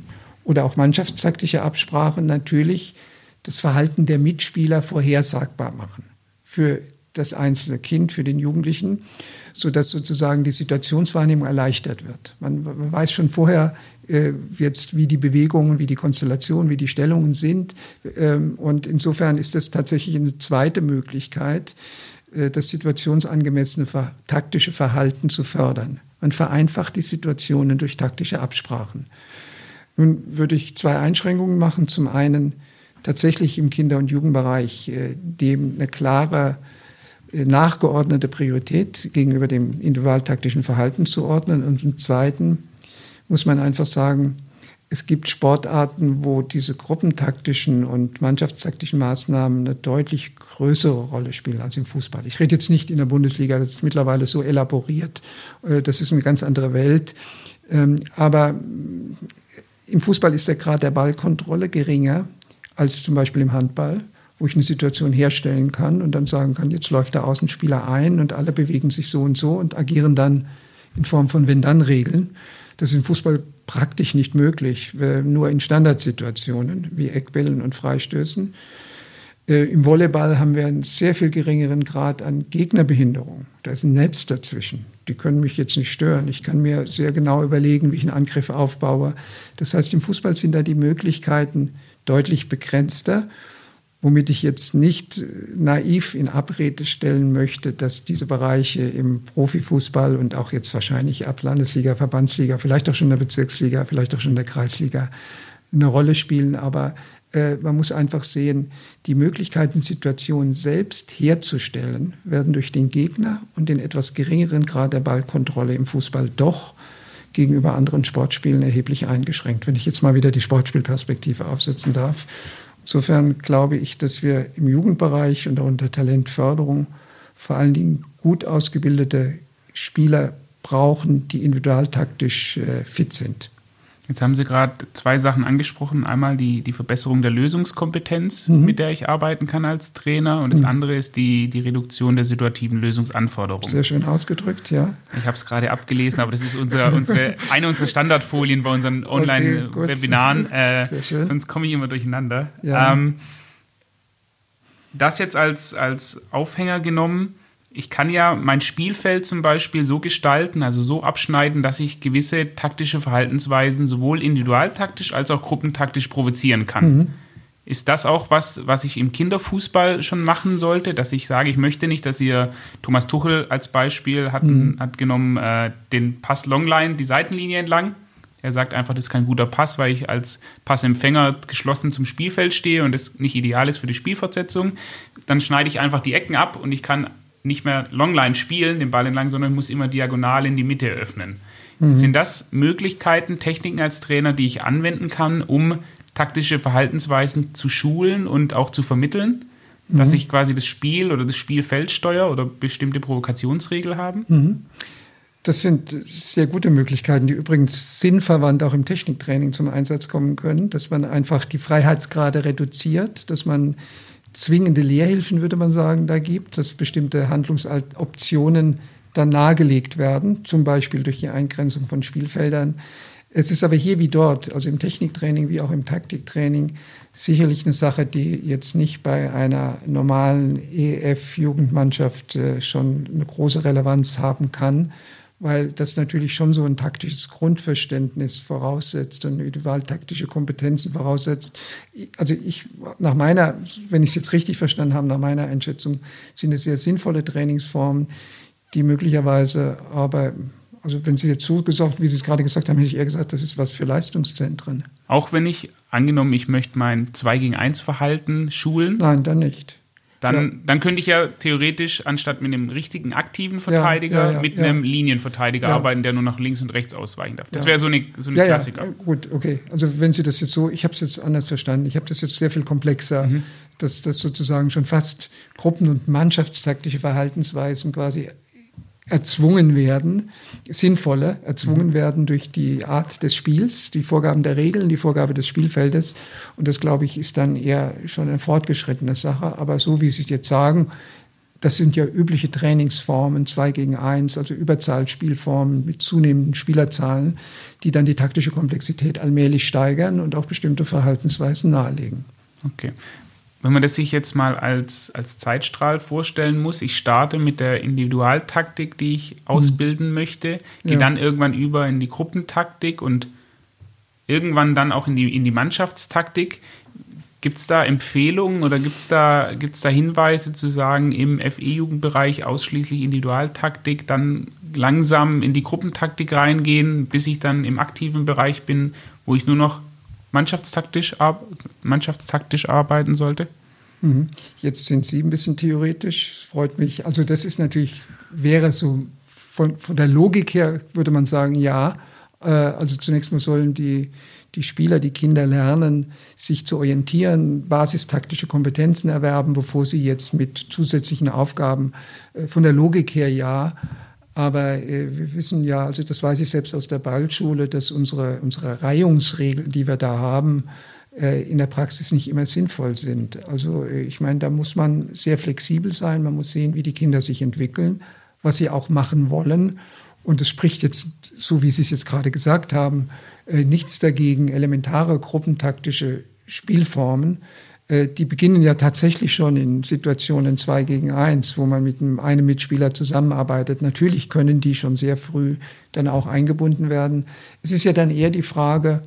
oder auch mannschaftstaktische Absprachen natürlich das Verhalten der Mitspieler vorhersagbar machen für das einzelne Kind, für den Jugendlichen, sodass sozusagen die Situationswahrnehmung erleichtert wird. Man weiß schon vorher jetzt, wie die Bewegungen, wie die Konstellationen, wie die Stellungen sind. Und insofern ist das tatsächlich eine zweite Möglichkeit, das situationsangemessene taktische Verhalten zu fördern. Man vereinfacht die Situationen durch taktische Absprachen. Nun würde ich 2 Einschränkungen machen. Zum einen tatsächlich im Kinder- und Jugendbereich dem eine klare nachgeordnete Priorität gegenüber dem individualtaktischen Verhalten zu ordnen. Und zum Zweiten muss man einfach sagen, es gibt Sportarten, wo diese gruppentaktischen und mannschaftstaktischen Maßnahmen eine deutlich größere Rolle spielen als im Fußball. Ich rede jetzt nicht in der Bundesliga, das ist mittlerweile so elaboriert, das ist eine ganz andere Welt. Aber im Fußball ist der Grad der Ballkontrolle geringer als zum Beispiel im Handball, wo ich eine Situation herstellen kann und dann sagen kann, jetzt läuft der Außenspieler ein und alle bewegen sich so und agieren dann in Form von Wenn-Dann-Regeln. Das ist im Fußball praktisch nicht möglich, nur in Standardsituationen wie Eckbällen und Freistößen. Im Volleyball haben wir einen sehr viel geringeren Grad an Gegnerbehinderung. Da ist ein Netz dazwischen. Die können mich jetzt nicht stören. Ich kann mir sehr genau überlegen, wie ich einen Angriff aufbaue. Das heißt, im Fußball sind da die Möglichkeiten deutlich begrenzter, womit ich jetzt nicht naiv in Abrede stellen möchte, dass diese Bereiche im Profifußball und auch jetzt wahrscheinlich ab Landesliga, Verbandsliga, vielleicht auch schon in der Bezirksliga, vielleicht auch schon in der Kreisliga eine Rolle spielen. Aber man muss einfach sehen, die Möglichkeiten, Situationen selbst herzustellen, werden durch den Gegner und den etwas geringeren Grad der Ballkontrolle im Fußball doch gegenüber anderen Sportspielen erheblich eingeschränkt, wenn ich jetzt mal wieder die Sportspielperspektive aufsetzen darf. Insofern glaube ich, dass wir im Jugendbereich und auch unter Talentförderung vor allen Dingen gut ausgebildete Spieler brauchen, die individualtaktisch fit sind. Jetzt haben Sie gerade 2 Sachen angesprochen. Einmal die Verbesserung der Lösungskompetenz, mit der ich arbeiten kann als Trainer. Und das andere ist die Reduktion der situativen Lösungsanforderungen. Sehr schön ausgedrückt, ja. Ich habe es gerade abgelesen, aber das ist eine unserer Standardfolien bei unseren Online-Webinaren. Sehr schön. Sonst komme ich immer durcheinander. Ja. Das jetzt als Aufhänger genommen. Ich kann ja mein Spielfeld zum Beispiel so gestalten, also so abschneiden, dass ich gewisse taktische Verhaltensweisen sowohl individualtaktisch als auch gruppentaktisch provozieren kann. Ist das auch was ich im Kinderfußball schon machen sollte, dass ich sage, ich möchte nicht, dass ihr, Thomas Tuchel als Beispiel hat genommen, den Pass Longline, die Seitenlinie entlang. Er sagt einfach, das ist kein guter Pass, weil ich als Passempfänger geschlossen zum Spielfeld stehe und das nicht ideal ist für die Spielfortsetzung. Dann schneide ich einfach die Ecken ab und ich kann nicht mehr Longline spielen, den Ball entlang, sondern muss immer diagonal in die Mitte öffnen. Sind das Möglichkeiten, Techniken als Trainer, die ich anwenden kann, um taktische Verhaltensweisen zu schulen und auch zu vermitteln? Dass ich quasi das Spiel oder das Spielfeld steuere oder bestimmte Provokationsregeln haben? Das sind sehr gute Möglichkeiten, die übrigens sinnverwandt auch im Techniktraining zum Einsatz kommen können, dass man einfach die Freiheitsgrade reduziert, dass man zwingende Lehrhilfen, würde man sagen, da gibt, dass bestimmte Handlungsoptionen dann nahegelegt werden, zum Beispiel durch die Eingrenzung von Spielfeldern. Es ist aber hier wie dort, also im Techniktraining wie auch im Taktiktraining, sicherlich eine Sache, die jetzt nicht bei einer normalen EF-Jugendmannschaft schon eine große Relevanz haben kann, weil das natürlich schon so ein taktisches Grundverständnis voraussetzt und individualtaktische Kompetenzen voraussetzt. Also wenn ich es jetzt richtig verstanden habe, nach meiner Einschätzung, sind es sehr sinnvolle Trainingsformen, die möglicherweise aber, also wenn Sie jetzt so gesagt, wie Sie es gerade gesagt haben, hätte ich eher gesagt, das ist was für Leistungszentren. Auch wenn ich, angenommen, ich möchte mein 2-gegen-1-Verhalten schulen? Nein, dann nicht. Dann könnte ich ja theoretisch anstatt mit einem richtigen aktiven Verteidiger mit einem Linienverteidiger arbeiten, der nur nach links und rechts ausweichen darf. Das wäre so eine Klassiker. Ja, gut, okay. Also wenn Sie das jetzt so, ich habe es jetzt anders verstanden. Ich habe das jetzt sehr viel komplexer, dass das sozusagen schon fast gruppen- und mannschaftstaktische Verhaltensweisen quasi erzwungen werden, erzwungen werden durch die Art des Spiels, die Vorgaben der Regeln, die Vorgabe des Spielfeldes. Und das, glaube ich, ist dann eher schon eine fortgeschrittene Sache. Aber so wie Sie es jetzt sagen, das sind ja übliche Trainingsformen, 2 gegen 1, also Überzahlspielformen mit zunehmenden Spielerzahlen, die dann die taktische Komplexität allmählich steigern und auch bestimmte Verhaltensweisen nahelegen. Okay. Wenn man das sich jetzt mal als Zeitstrahl vorstellen muss, ich starte mit der Individualtaktik, die ich ausbilden möchte, gehe dann irgendwann über in die Gruppentaktik und irgendwann dann auch in die Mannschaftstaktik. Gibt es da Empfehlungen oder gibt's da Hinweise zu sagen, im FE-Jugendbereich ausschließlich Individualtaktik, dann langsam in die Gruppentaktik reingehen, bis ich dann im aktiven Bereich bin, wo ich nur noch mannschaftstaktisch arbeiten sollte? Jetzt sind Sie ein bisschen theoretisch, freut mich. Also das ist natürlich, wäre so, von der Logik her würde man sagen, ja. Also zunächst mal sollen die Spieler, die Kinder lernen, sich zu orientieren, basistaktische Kompetenzen erwerben, bevor sie jetzt mit zusätzlichen Aufgaben, von der Logik her ja. Aber wir wissen ja, also das weiß ich selbst aus der Ballschule, dass unsere Reihungsregeln, die wir da haben, in der Praxis nicht immer sinnvoll sind. Also ich meine, da muss man sehr flexibel sein, man muss sehen, wie die Kinder sich entwickeln, was sie auch machen wollen. Und es spricht jetzt, so wie Sie es jetzt gerade gesagt haben, nichts dagegen, elementare gruppentaktische Spielformen, die beginnen ja tatsächlich schon in Situationen 2 gegen 1, wo man mit einem Mitspieler zusammenarbeitet. Natürlich können die schon sehr früh dann auch eingebunden werden. Es ist ja dann eher die Frage,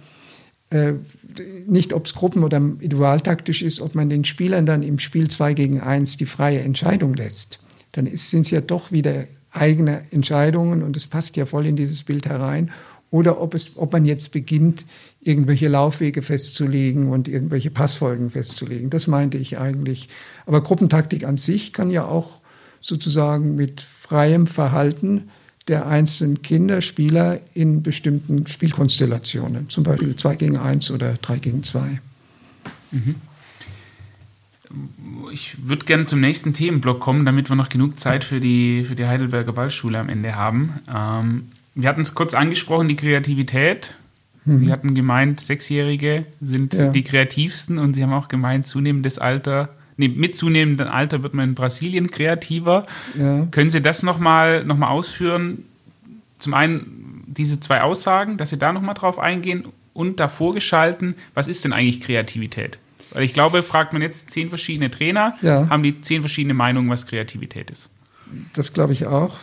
nicht ob es gruppen- oder individualtaktisch ist, ob man den Spielern dann im Spiel 2 gegen 1 die freie Entscheidung lässt. Dann sind es ja doch wieder eigene Entscheidungen und es passt ja voll in dieses Bild herein. Oder ob man jetzt beginnt, irgendwelche Laufwege festzulegen und irgendwelche Passfolgen festzulegen. Das meinte ich eigentlich. Aber Gruppentaktik an sich kann ja auch sozusagen mit freiem Verhalten der einzelnen Kinder, Spieler in bestimmten Spielkonstellationen, zum Beispiel 2 gegen 1 oder 3 gegen 2. Ich würde gerne zum nächsten Themenblock kommen, damit wir noch genug Zeit für die Heidelberger Ballschule am Ende haben. Wir hatten es kurz angesprochen, die Kreativität. Sie hatten gemeint, 6-Jährige sind die kreativsten und Sie haben auch gemeint, mit zunehmendem Alter wird man in Brasilien kreativer. Ja. Können Sie das noch mal ausführen? Zum einen diese 2 Aussagen, dass Sie da noch mal drauf eingehen und davor geschalten, was ist denn eigentlich Kreativität? Weil ich glaube, fragt man jetzt 10 verschiedene Trainer, haben die 10 verschiedene Meinungen, was Kreativität ist. Das glaube ich auch.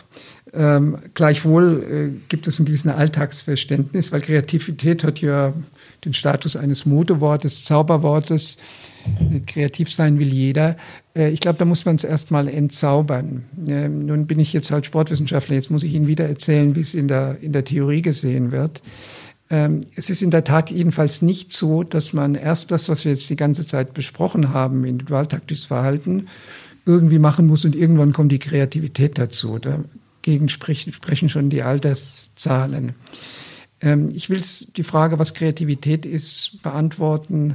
Gleichwohl gibt es ein gewisses Alltagsverständnis, weil Kreativität hat ja den Status eines Modewortes, Zauberwortes. Kreativ sein will jeder. Ich glaube, da muss man es erstmal entzaubern. Nun bin ich jetzt halt Sportwissenschaftler, jetzt muss ich Ihnen wieder erzählen, wie es in der Theorie gesehen wird. Es ist in der Tat jedenfalls nicht so, dass man erst das, was wir jetzt die ganze Zeit besprochen haben, individualtaktisches Verhalten, irgendwie machen muss und irgendwann kommt die Kreativität dazu. Dagegen sprechen schon die Alterszahlen. Ich will die Frage, was Kreativität ist, beantworten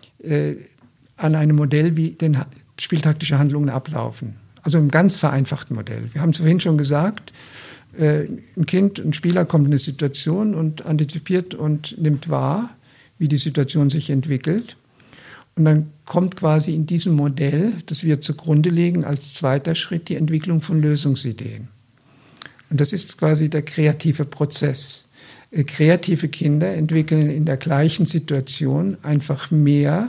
an einem Modell, wie denn spieltaktische Handlungen ablaufen. Also im ganz vereinfachten Modell. Wir haben es vorhin schon gesagt, ein Spieler kommt in eine Situation und antizipiert und nimmt wahr, wie die Situation sich entwickelt. Und dann kommt quasi in diesem Modell, das wir zugrunde legen, als zweiter Schritt die Entwicklung von Lösungsideen. Und das ist quasi der kreative Prozess. Kreative Kinder entwickeln in der gleichen Situation einfach mehr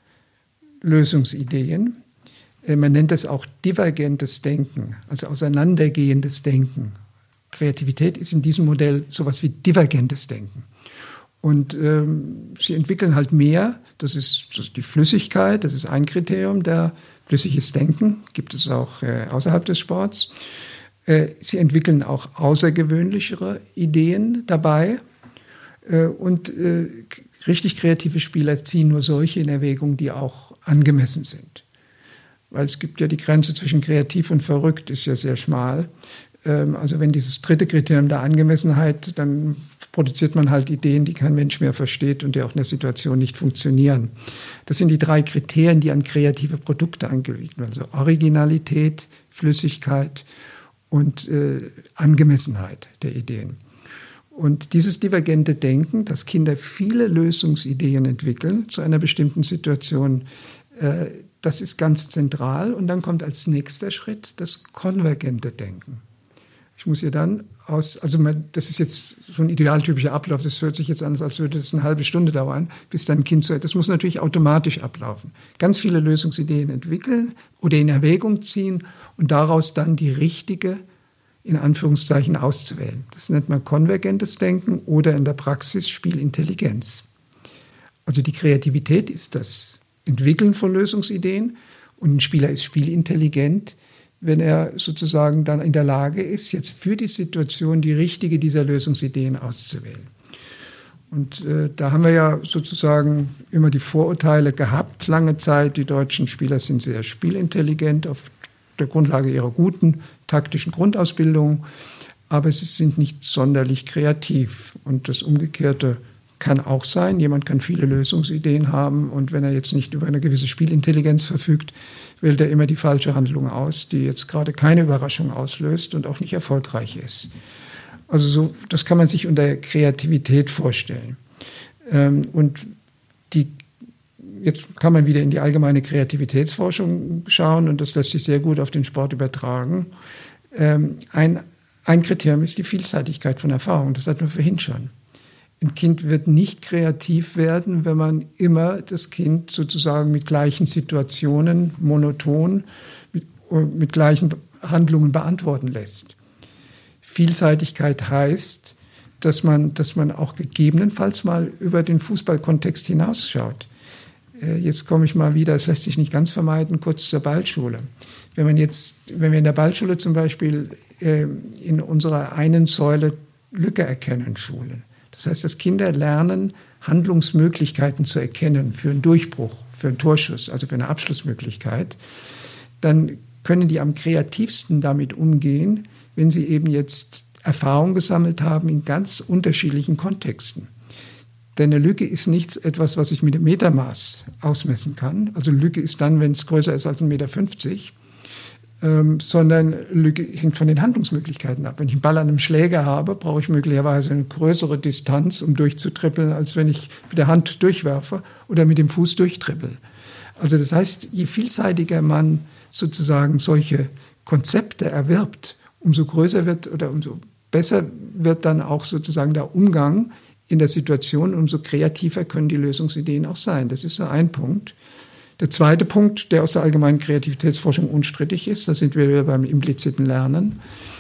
Lösungsideen. Man nennt das auch divergentes Denken, also auseinandergehendes Denken. Kreativität ist in diesem Modell sowas wie divergentes Denken. Und sie entwickeln halt mehr, das ist die Flüssigkeit, das ist ein Kriterium, flüssiges Denken, gibt es auch außerhalb des Sports. Sie entwickeln auch außergewöhnlichere Ideen dabei und richtig kreative Spieler ziehen nur solche in Erwägung, die auch angemessen sind. Weil es gibt ja die Grenze zwischen kreativ und verrückt, ist ja sehr schmal. Also wenn dieses dritte Kriterium der Angemessenheit, dann produziert man halt Ideen, die kein Mensch mehr versteht und die auch in der Situation nicht funktionieren. Das sind die 3 Kriterien, die an kreative Produkte angelegt werden. Also Originalität, Flüssigkeit und Angemessenheit der Ideen. Und dieses divergente Denken, dass Kinder viele Lösungsideen entwickeln zu einer bestimmten Situation, Das ist ganz zentral. Und dann kommt als nächster Schritt das konvergente Denken. Ich muss hier dann das ist jetzt so ein idealtypischer Ablauf, das hört sich jetzt an, als würde das eine halbe Stunde dauern, bis dann ein Kind so, das muss natürlich automatisch ablaufen. Ganz viele Lösungsideen entwickeln oder in Erwägung ziehen und daraus dann die richtige, in Anführungszeichen, auszuwählen. Das nennt man konvergentes Denken oder in der Praxis Spielintelligenz. Also die Kreativität ist das Entwickeln von Lösungsideen und ein Spieler ist spielintelligent, wenn er sozusagen dann in der Lage ist, jetzt für die Situation die richtige dieser Lösungsideen auszuwählen. Und da haben wir ja sozusagen immer die Vorurteile gehabt, lange Zeit. Die deutschen Spieler sind sehr spielintelligent auf der Grundlage ihrer guten taktischen Grundausbildung, aber sie sind nicht sonderlich kreativ. Und das Umgekehrte kann auch sein. Jemand kann viele Lösungsideen haben und wenn er jetzt nicht über eine gewisse Spielintelligenz verfügt, wählt er immer die falsche Handlung aus, die jetzt gerade keine Überraschung auslöst und auch nicht erfolgreich ist. Also so, das kann man sich unter Kreativität vorstellen. Und jetzt kann man wieder in die allgemeine Kreativitätsforschung schauen und das lässt sich sehr gut auf den Sport übertragen. Ein Kriterium ist die Vielseitigkeit von Erfahrung, das hatten wir vorhin schon. Ein Kind wird nicht kreativ werden, wenn man immer das Kind sozusagen mit gleichen Situationen monoton, mit gleichen Handlungen beantworten lässt. Vielseitigkeit heißt, dass man auch gegebenenfalls mal über den Fußballkontext hinausschaut. Jetzt komme ich mal wieder, es lässt sich nicht ganz vermeiden, kurz zur Ballschule. Wenn wir in der Ballschule zum Beispiel in unserer einen Säule Lücke erkennen schulen, das heißt, dass Kinder lernen, Handlungsmöglichkeiten zu erkennen für einen Durchbruch, für einen Torschuss, also für eine Abschlussmöglichkeit, dann können die am kreativsten damit umgehen, wenn sie eben jetzt Erfahrung gesammelt haben in ganz unterschiedlichen Kontexten. Denn eine Lücke ist nichts etwas, was ich mit dem Metermaß ausmessen kann. Also Lücke ist dann, wenn es größer ist als 1,50 Meter. Sondern Lücke hängt von den Handlungsmöglichkeiten ab. Wenn ich einen Ball an einem Schläger habe, brauche ich möglicherweise eine größere Distanz, um durchzutrippeln, als wenn ich mit der Hand durchwerfe oder mit dem Fuß durchtrippel. Also das heißt, je vielseitiger man sozusagen solche Konzepte erwirbt, umso größer wird oder umso besser wird dann auch sozusagen der Umgang in der Situation, umso kreativer können die Lösungsideen auch sein. Das ist so ein Punkt. Der zweite Punkt, der aus der allgemeinen Kreativitätsforschung unstrittig ist, da sind wir wieder beim impliziten Lernen.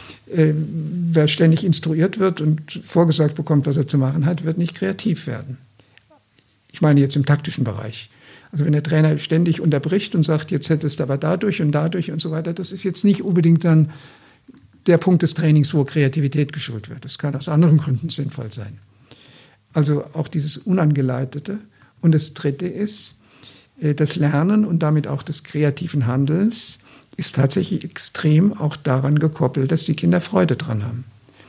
Wer ständig instruiert wird und vorgesagt bekommt, was er zu machen hat, wird nicht kreativ werden. Ich meine jetzt im taktischen Bereich. Also wenn der Trainer ständig unterbricht und sagt, jetzt hättest du aber dadurch und so weiter, das ist jetzt nicht unbedingt dann der Punkt des Trainings, wo Kreativität geschult wird. Das kann aus anderen Gründen sinnvoll sein. Also auch dieses Unangeleitete. Und das Dritte ist, das Lernen und damit auch des kreativen Handelns ist tatsächlich extrem auch daran gekoppelt, dass die Kinder Freude dran haben.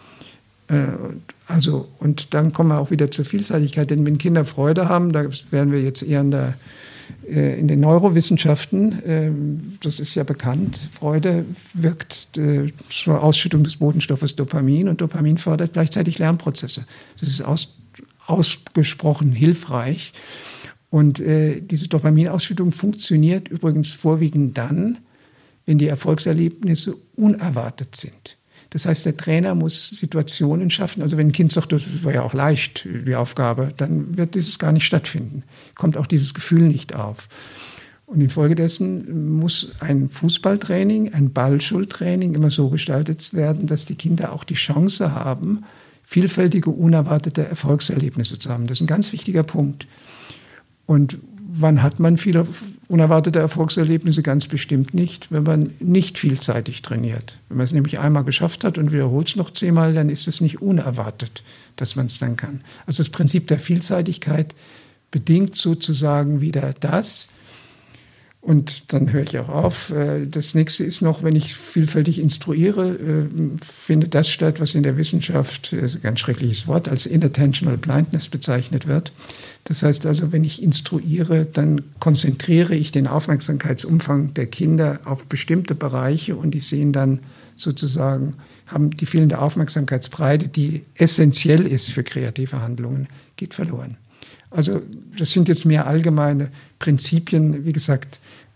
Und dann kommen wir auch wieder zur Vielseitigkeit, denn wenn Kinder Freude haben, da wären wir jetzt eher in den Neurowissenschaften, das ist ja bekannt, Freude wirkt zur Ausschüttung des Botenstoffes Dopamin und Dopamin fördert gleichzeitig Lernprozesse. Das ist ausgesprochen hilfreich. Und diese Dopaminausschüttung funktioniert übrigens vorwiegend dann, wenn die Erfolgserlebnisse unerwartet sind. Das heißt, der Trainer muss Situationen schaffen. Also wenn ein Kind sagt, das war ja auch leicht, die Aufgabe, dann wird dieses gar nicht stattfinden. Kommt auch dieses Gefühl nicht auf. Und infolgedessen muss ein Fußballtraining, ein Ballschultraining immer so gestaltet werden, dass die Kinder auch die Chance haben, vielfältige, unerwartete Erfolgserlebnisse zu haben. Das ist ein ganz wichtiger Punkt. Und wann hat man viele unerwartete Erfolgserlebnisse? Ganz bestimmt nicht, wenn man nicht vielseitig trainiert. Wenn man es nämlich einmal geschafft hat und wiederholt es noch 10-mal, dann ist es nicht unerwartet, dass man es dann kann. Also das Prinzip der Vielseitigkeit bedingt sozusagen wieder das. Und dann höre ich auch auf. Das nächste ist noch, wenn ich vielfältig instruiere, findet das statt, was in der Wissenschaft, ein ganz schreckliches Wort, als Inattentional Blindness bezeichnet wird. Das heißt also, wenn ich instruiere, dann konzentriere ich den Aufmerksamkeitsumfang der Kinder auf bestimmte Bereiche und die sehen dann sozusagen, haben die fehlende Aufmerksamkeitsbreite, die essentiell ist für kreative Handlungen, geht verloren. Also das sind jetzt mehr allgemeine Prinzipien, wie gesagt,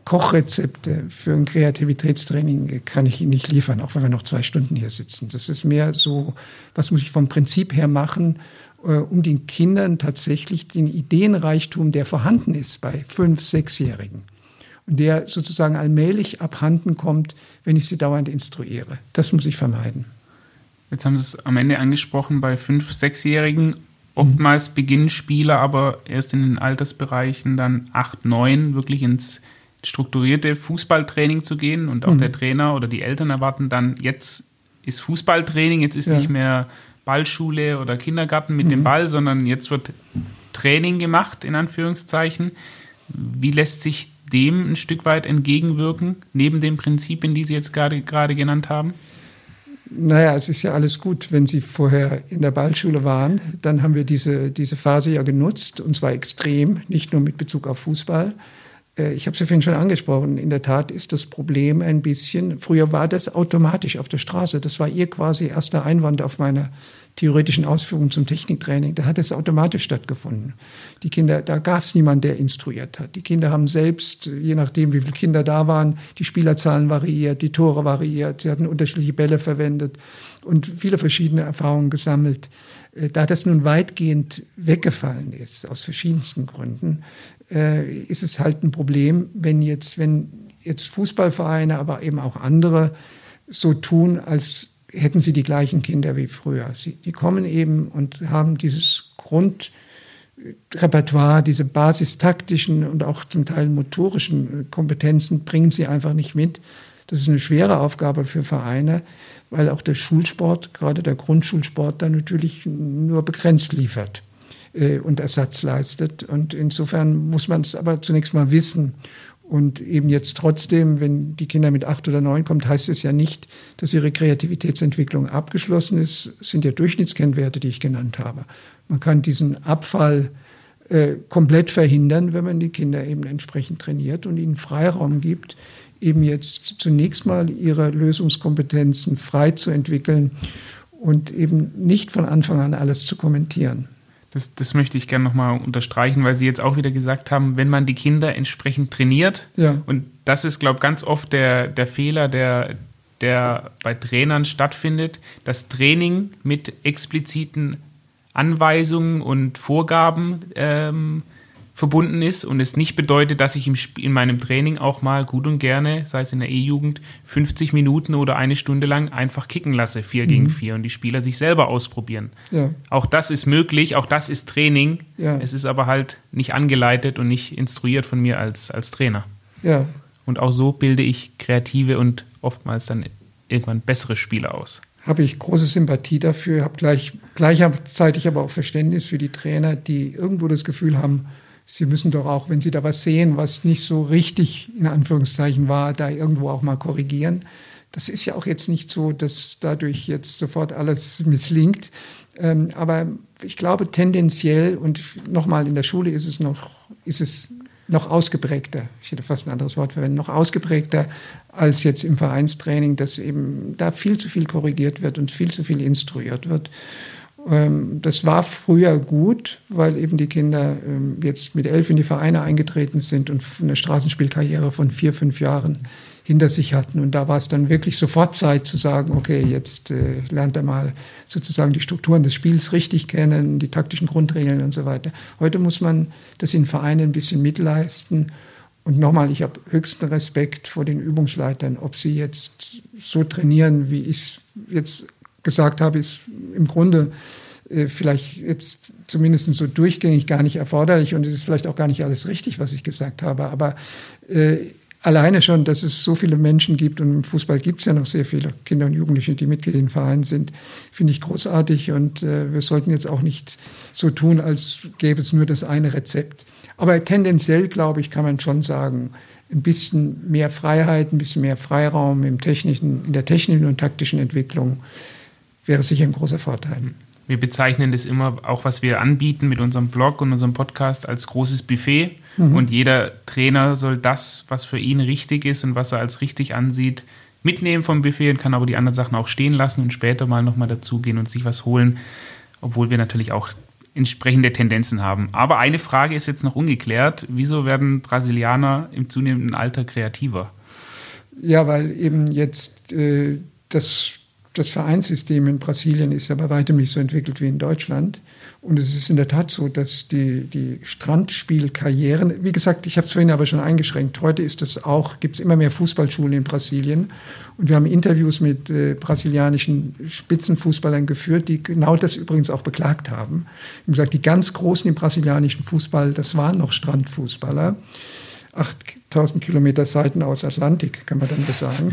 Kochrezepte für ein Kreativitätstraining kann ich Ihnen nicht liefern, auch wenn wir noch 2 Stunden hier sitzen. Das ist mehr so, was muss ich vom Prinzip her machen, um den Kindern tatsächlich den Ideenreichtum, der vorhanden ist bei 5-, 6-Jährigen und der sozusagen allmählich abhanden kommt, wenn ich sie dauernd instruiere. Das muss ich vermeiden. Jetzt haben Sie es am Ende angesprochen, bei 5-, 6-Jährigen. Oftmals beginnen Spieler aber erst in den Altersbereichen dann 8, 9 wirklich ins strukturierte Fußballtraining zu gehen und auch der Trainer oder die Eltern erwarten dann, jetzt ist Fußballtraining, jetzt ist nicht mehr Ballschule oder Kindergarten mit dem Ball, sondern jetzt wird Training gemacht, in Anführungszeichen. Wie lässt sich dem ein Stück weit entgegenwirken, neben den Prinzipien, die Sie jetzt gerade genannt haben? Naja, es ist ja alles gut, wenn Sie vorher in der Ballschule waren. Dann haben wir diese Phase ja genutzt, und zwar extrem, nicht nur mit Bezug auf Fußball. Ich habe es ja vorhin schon angesprochen, in der Tat ist das Problem ein bisschen, früher war das automatisch auf der Straße. Das war Ihr quasi erster Einwand auf meine theoretischen Ausführungen zum Techniktraining. Da hat es automatisch stattgefunden. Die Kinder, da gab es niemanden, der instruiert hat. Die Kinder haben selbst, je nachdem, wie viele Kinder da waren, die Spielerzahlen variiert, die Tore variiert. Sie hatten unterschiedliche Bälle verwendet und viele verschiedene Erfahrungen gesammelt. Da das nun weitgehend weggefallen ist, aus verschiedensten Gründen, ist es halt ein Problem, wenn jetzt Fußballvereine, aber eben auch andere so tun, als hätten sie die gleichen Kinder wie früher. Die kommen eben und haben dieses Grundrepertoire, diese basistaktischen und auch zum Teil motorischen Kompetenzen, bringen sie einfach nicht mit. Das ist eine schwere Aufgabe für Vereine, weil auch der Schulsport, gerade der Grundschulsport, dann natürlich nur begrenzt liefert und Ersatz leistet. Und insofern muss man es aber zunächst mal wissen. Und eben jetzt trotzdem, wenn die Kinder mit 8 oder 9 kommen, heißt es ja nicht, dass ihre Kreativitätsentwicklung abgeschlossen ist. Das sind ja Durchschnittskennwerte, die ich genannt habe. Man kann diesen Abfall komplett verhindern, wenn man die Kinder eben entsprechend trainiert und ihnen Freiraum gibt, eben jetzt zunächst mal ihre Lösungskompetenzen frei zu entwickeln und eben nicht von Anfang an alles zu kommentieren. Das möchte ich gerne nochmal unterstreichen, weil Sie jetzt auch wieder gesagt haben, wenn man die Kinder entsprechend trainiert. Ja. Und das ist, glaube ich, ganz oft der Fehler, der bei Trainern stattfindet. Das Training mit expliziten Anweisungen und Vorgaben verbunden ist und es nicht bedeutet, dass ich in meinem Training auch mal gut und gerne, sei es in der E-Jugend, 50 Minuten oder 1 Stunde lang einfach kicken lasse, 4 gegen 4 und die Spieler sich selber ausprobieren. Ja. Auch das ist möglich, auch das ist Training. Ja. Es ist aber halt nicht angeleitet und nicht instruiert von mir als Trainer. Ja. Und auch so bilde ich kreative und oftmals dann irgendwann bessere Spieler aus. Habe ich große Sympathie dafür, habe gleichzeitig aber auch Verständnis für die Trainer, die irgendwo das Gefühl haben, sie müssen doch auch, wenn sie da was sehen, was nicht so richtig in Anführungszeichen war, da irgendwo auch mal korrigieren. Das ist ja auch jetzt nicht so, dass dadurch jetzt sofort alles misslingt. Aber ich glaube tendenziell, und nochmal in der Schule ist es noch ausgeprägter, ich hätte fast ein anderes Wort verwenden, noch ausgeprägter als jetzt im Vereinstraining, dass eben da viel zu viel korrigiert wird und viel zu viel instruiert wird. Das war früher gut, weil eben die Kinder jetzt mit 11 in die Vereine eingetreten sind und eine Straßenspielkarriere von 4, 5 Jahren hinter sich hatten. Und da war es dann wirklich sofort Zeit zu sagen, okay, jetzt lernt er mal sozusagen die Strukturen des Spiels richtig kennen, die taktischen Grundregeln und so weiter. Heute muss man das in Vereinen ein bisschen mitleisten. Und nochmal, ich habe höchsten Respekt vor den Übungsleitern. Ob sie jetzt so trainieren, wie ich es jetzt gesagt habe, ist im Grunde vielleicht jetzt zumindest so durchgängig gar nicht erforderlich und es ist vielleicht auch gar nicht alles richtig, was ich gesagt habe, aber alleine schon, dass es so viele Menschen gibt und im Fußball gibt es ja noch sehr viele Kinder und Jugendliche, die Mitglied in Vereinen sind, finde ich großartig und wir sollten jetzt auch nicht so tun, als gäbe es nur das eine Rezept. Aber tendenziell, glaube ich, kann man schon sagen, ein bisschen mehr Freiheit, ein bisschen mehr Freiraum in der technischen und taktischen Entwicklung wäre sicher ein großer Vorteil. Wir bezeichnen das immer, auch was wir anbieten mit unserem Blog und unserem Podcast, als großes Buffet. Und jeder Trainer soll das, was für ihn richtig ist und was er als richtig ansieht, mitnehmen vom Buffet und kann aber die anderen Sachen auch stehen lassen und später mal nochmal dazugehen und sich was holen. Obwohl wir natürlich auch entsprechende Tendenzen haben. Aber eine Frage ist jetzt noch ungeklärt. Wieso werden Brasilianer im zunehmenden Alter kreativer? Ja, weil eben jetzt das Vereinssystem in Brasilien ist ja bei weitem nicht so entwickelt wie in Deutschland. Und es ist in der Tat so, dass die Strandspielkarrieren, wie gesagt, ich habe es vorhin aber schon eingeschränkt, heute ist es auch, gibt es immer mehr Fußballschulen in Brasilien. Und wir haben Interviews mit brasilianischen Spitzenfußballern geführt, die genau das übrigens auch beklagt haben. Die haben gesagt, die ganz Großen im brasilianischen Fußball, das waren noch Strandfußballer. 8000 Kilometer Seiten aus Atlantik, kann man dann so sagen.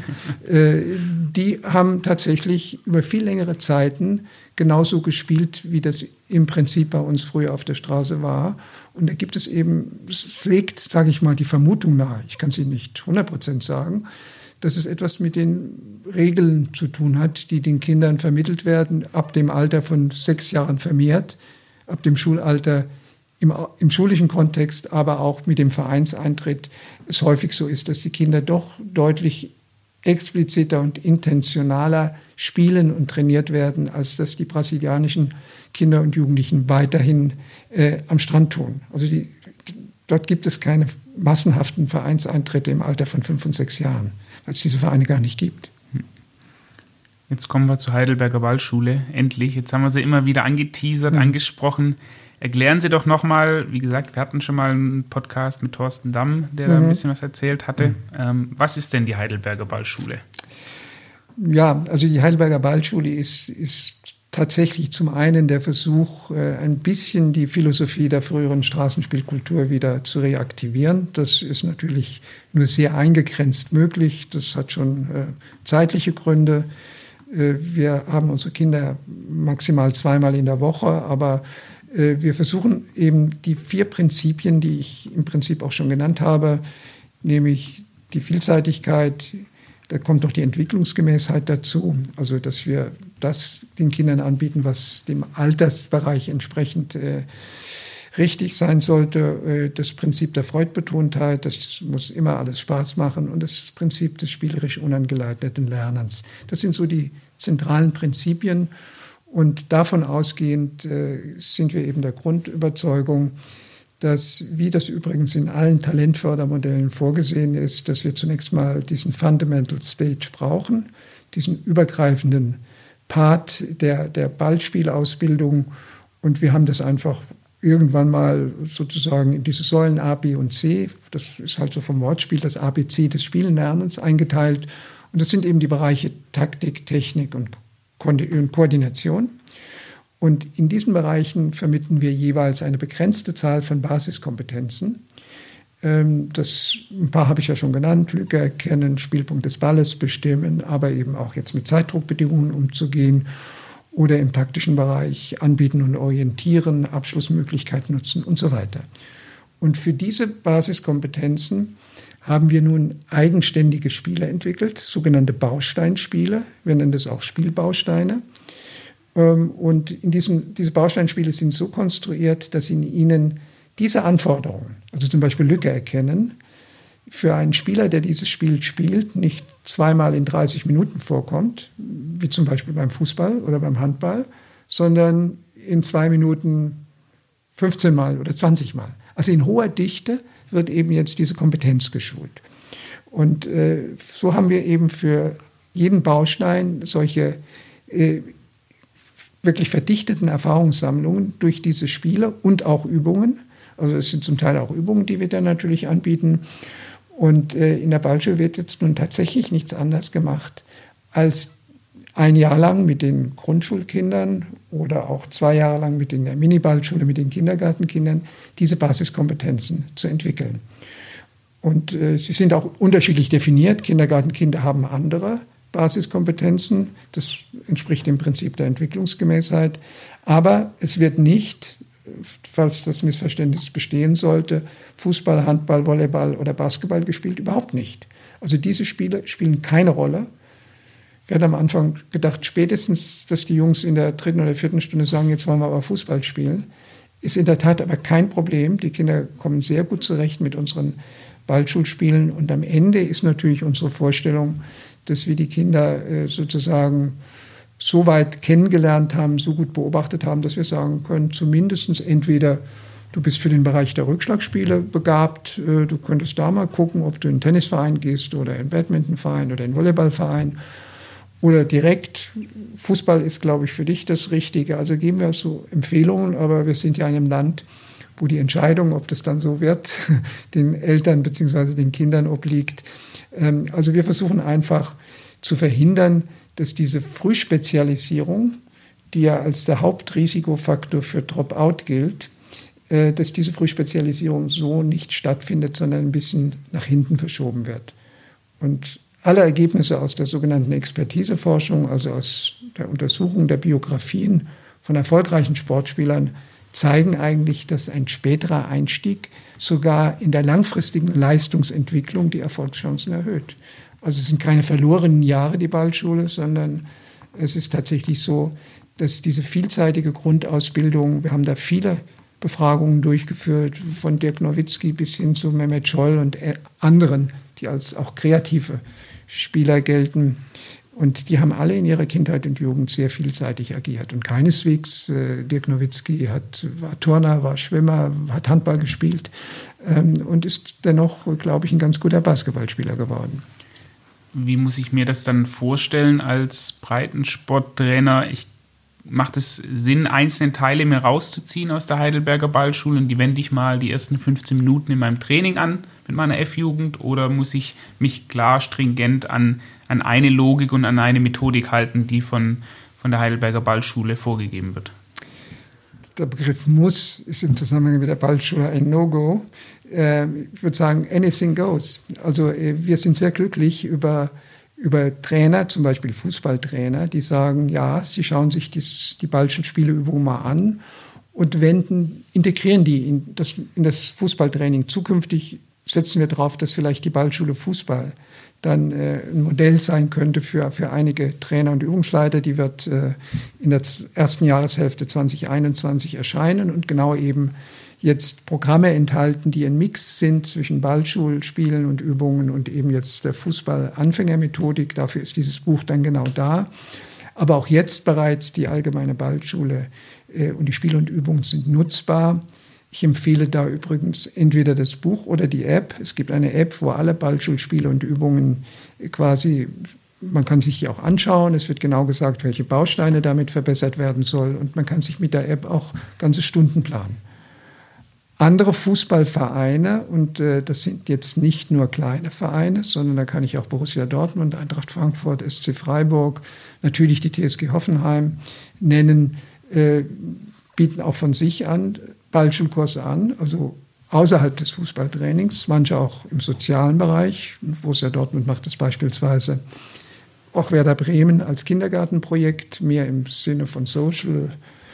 Die haben tatsächlich über viel längere Zeiten genauso gespielt, wie das im Prinzip bei uns früher auf der Straße war. Und da gibt es eben, es legt, sage ich mal, die Vermutung nahe, ich kann sie nicht 100% sagen, dass es etwas mit den Regeln zu tun hat, die den Kindern vermittelt werden, ab dem Alter von 6 Jahren vermehrt, ab dem Schulalter im schulischen Kontext, aber auch mit dem Vereinseintritt es häufig so ist, dass die Kinder doch deutlich expliziter und intentionaler spielen und trainiert werden, als dass die brasilianischen Kinder und Jugendlichen weiterhin am Strand tun. Also dort gibt es keine massenhaften Vereinseintritte im Alter von 5 und 6 Jahren, weil es diese Vereine gar nicht gibt. Jetzt kommen wir zur Heidelberger Ballschule, endlich. Jetzt haben wir sie immer wieder angeteasert, angesprochen. Erklären Sie doch nochmal, wie gesagt, wir hatten schon mal einen Podcast mit Thorsten Damm, der da ein bisschen was erzählt hatte. Was ist denn die Heidelberger Ballschule? Ja, also die Heidelberger Ballschule ist tatsächlich zum einen der Versuch, ein bisschen die Philosophie der früheren Straßenspielkultur wieder zu reaktivieren. Das ist natürlich nur sehr eingegrenzt möglich. Das hat schon zeitliche Gründe. Wir haben unsere Kinder maximal 2-mal in der Woche, aber wir versuchen eben die 4 Prinzipien, die ich im Prinzip auch schon genannt habe, nämlich die Vielseitigkeit, da kommt noch die Entwicklungsgemäßheit dazu, also dass wir das den Kindern anbieten, was dem Altersbereich entsprechend richtig sein sollte. Das Prinzip der Freudbetontheit, das muss immer alles Spaß machen, und das Prinzip des spielerisch unangeleiteten Lernens. Das sind so die zentralen Prinzipien. Und davon ausgehend sind wir eben der Grundüberzeugung, dass, wie das übrigens in allen Talentfördermodellen vorgesehen ist, dass wir zunächst mal diesen Fundamental Stage brauchen, diesen übergreifenden Part der Ballspielausbildung. Und wir haben das einfach irgendwann mal sozusagen in diese Säulen A, B und C, das ist halt so vom Wortspiel, das ABC des Spielenlernens eingeteilt. Und das sind eben die Bereiche Taktik, Technik und Koordination. Und in diesen Bereichen vermitteln wir jeweils eine begrenzte Zahl von Basiskompetenzen. Ein paar habe ich ja schon genannt: Lücke erkennen, Spielpunkt des Balles bestimmen, aber eben auch jetzt mit Zeitdruckbedingungen umzugehen oder im taktischen Bereich anbieten und orientieren, Abschlussmöglichkeiten nutzen und so weiter. Und für diese Basiskompetenzen haben wir nun eigenständige Spiele entwickelt, sogenannte Bausteinspiele. Wir nennen das auch Spielbausteine. Und diese Bausteinspiele sind so konstruiert, dass in ihnen diese Anforderungen, also zum Beispiel Lücke erkennen, für einen Spieler, der dieses Spiel spielt, nicht 2-mal in 30 Minuten vorkommt, wie zum Beispiel beim Fußball oder beim Handball, sondern in 2 Minuten 15-mal oder 20-mal. Also in hoher Dichte wird eben jetzt diese Kompetenz geschult. Und so haben wir eben für jeden Baustein solche wirklich verdichteten Erfahrungssammlungen durch diese Spiele und auch Übungen. Also es sind zum Teil auch Übungen, die wir dann natürlich anbieten. Und in der Ballschule wird jetzt nun tatsächlich nichts anderes gemacht, als 1 Jahr lang mit den Grundschulkindern oder auch 2 Jahre lang mit in der Mini-Ballschule mit den Kindergartenkindern diese Basiskompetenzen zu entwickeln. Und sie sind auch unterschiedlich definiert. Kindergartenkinder haben andere Basiskompetenzen. Das entspricht dem Prinzip der Entwicklungsgemäßheit. Aber es wird nicht, falls das Missverständnis bestehen sollte, Fußball, Handball, Volleyball oder Basketball gespielt. Überhaupt nicht. Also diese Spiele spielen keine Rolle. Wir hatten am Anfang gedacht, spätestens, dass die Jungs in der 3. oder 4. Stunde sagen, jetzt wollen wir aber Fußball spielen. Ist in der Tat aber kein Problem. Die Kinder kommen sehr gut zurecht mit unseren Ballschulspielen. Und am Ende ist natürlich unsere Vorstellung, dass wir die Kinder sozusagen so weit kennengelernt haben, so gut beobachtet haben, dass wir sagen können, zumindest entweder du bist für den Bereich der Rückschlagspiele begabt, du könntest da mal gucken, ob du in einen Tennisverein gehst oder in einen Badmintonverein oder in einen Volleyballverein oder direkt. Fußball ist, glaube ich, für dich das Richtige. Also geben wir so Empfehlungen, aber wir sind ja in einem Land, wo die Entscheidung, ob das dann so wird, den Eltern bzw. den Kindern obliegt. Also wir versuchen einfach zu verhindern, dass diese Frühspezialisierung, die ja als der Hauptrisikofaktor für Dropout gilt, dass diese Frühspezialisierung so nicht stattfindet, sondern ein bisschen nach hinten verschoben wird. Und alle Ergebnisse aus der sogenannten Expertiseforschung, also aus der Untersuchung der Biografien von erfolgreichen Sportspielern, zeigen eigentlich, dass ein späterer Einstieg sogar in der langfristigen Leistungsentwicklung die Erfolgschancen erhöht. Also es sind keine verlorenen Jahre, die Ballschule, sondern es ist tatsächlich so, dass diese vielseitige Grundausbildung, wir haben da viele Befragungen durchgeführt, von Dirk Nowitzki bis hin zu Mehmet Scholl und anderen, die als auch kreative Spieler gelten. Und die haben alle in ihrer Kindheit und Jugend sehr vielseitig agiert. Und keineswegs, Dirk Nowitzki war Turner, war Schwimmer, hat Handball gespielt und ist dennoch, glaube ich, ein ganz guter Basketballspieler geworden. Wie muss ich mir das dann vorstellen als Breitensporttrainer? Macht es Sinn, einzelne Teile mir rauszuziehen aus der Heidelberger Ballschule und die wende ich mal die ersten 15 Minuten in meinem Training an mit meiner F-Jugend? Oder muss ich mich klar stringent an eine Logik und an eine Methodik halten, die von der Heidelberger Ballschule vorgegeben wird? Der Begriff muss ist im Zusammenhang mit der Ballschule ein No-Go. Ich würde sagen, anything goes. Also wir sind sehr glücklich über Trainer, zum Beispiel Fußballtrainer, die sagen, ja, sie schauen sich die Ballschulspieleübungen mal an und integrieren die in das Fußballtraining. Zukünftig setzen wir darauf, dass vielleicht die Ballschule Fußball dann ein Modell sein könnte für einige Trainer und Übungsleiter. Die wird in der ersten Jahreshälfte 2021 erscheinen und genau eben jetzt Programme enthalten, die ein Mix sind zwischen Ballschulspielen und Übungen und eben jetzt der Fußball-Anfängermethodik. Dafür ist dieses Buch dann genau da. Aber auch jetzt bereits die allgemeine Ballschule und die Spiele und Übungen sind nutzbar. Ich empfehle da übrigens entweder das Buch oder die App. Es gibt eine App, wo alle Ballschulspiele und Übungen quasi, man kann sich die auch anschauen. Es wird genau gesagt, welche Bausteine damit verbessert werden sollen. Und man kann sich mit der App auch ganze Stunden planen. Andere Fußballvereine, und das sind jetzt nicht nur kleine Vereine, sondern da kann ich auch Borussia Dortmund, Eintracht Frankfurt, SC Freiburg, natürlich die TSG Hoffenheim nennen, bieten auch von sich an Ballschulkurse an, also außerhalb des Fußballtrainings, manche auch im sozialen Bereich. Borussia Dortmund macht das beispielsweise. Auch Werder Bremen als Kindergartenprojekt, mehr im Sinne von Social,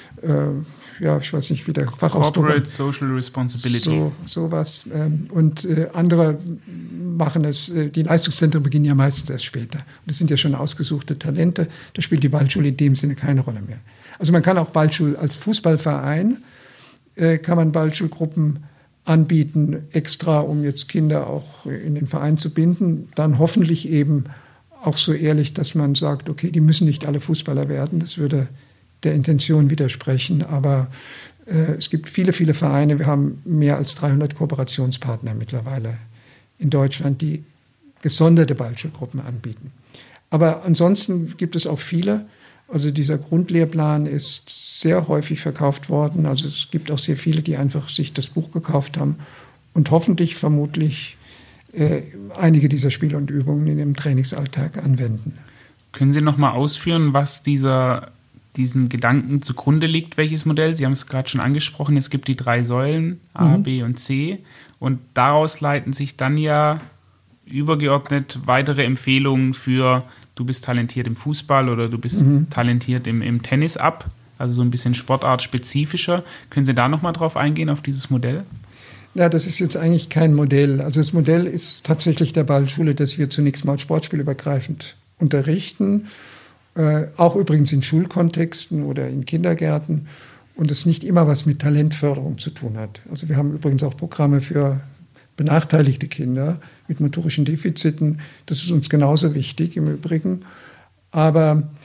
ich weiß nicht, wie der Fachausdruck ist. Corporate Social Responsibility. Sowas. Und andere machen es, die Leistungszentren beginnen ja meistens erst später. Und das sind ja schon ausgesuchte Talente. Da spielt die Ballschule in dem Sinne keine Rolle mehr. Also man kann auch als Fußballverein, kann man Ballschulgruppen anbieten, extra, um jetzt Kinder auch in den Verein zu binden. Dann hoffentlich eben auch so ehrlich, dass man sagt, okay, die müssen nicht alle Fußballer werden. Das würde der Intention widersprechen. Aber es gibt viele, viele Vereine. Wir haben mehr als 300 Kooperationspartner mittlerweile in Deutschland, die gesonderte Ballschulgruppen anbieten. Aber ansonsten gibt es auch viele. Also dieser Grundlehrplan ist sehr häufig verkauft worden. Also es gibt auch sehr viele, die einfach sich das Buch gekauft haben und hoffentlich, vermutlich einige dieser Spiele und Übungen in ihrem Trainingsalltag anwenden. Können Sie noch mal ausführen, was diesen Gedanken zugrunde liegt, welches Modell? Sie haben es gerade schon angesprochen, es gibt die 3 Säulen, A, B und C. Und daraus leiten sich dann ja übergeordnet weitere Empfehlungen für, du bist talentiert im Fußball oder du bist talentiert im Tennis ab, also so ein bisschen sportartspezifischer. Können Sie da nochmal drauf eingehen, auf dieses Modell? Ja, das ist jetzt eigentlich kein Modell. Also das Modell ist tatsächlich der Ballschule, dass wir zunächst mal sportspielübergreifend unterrichten, auch übrigens in Schulkontexten oder in Kindergärten und es nicht immer was mit Talentförderung zu tun hat. Also wir haben übrigens auch Programme für benachteiligte Kinder mit motorischen Defiziten. Das ist uns genauso wichtig im Übrigen. Aber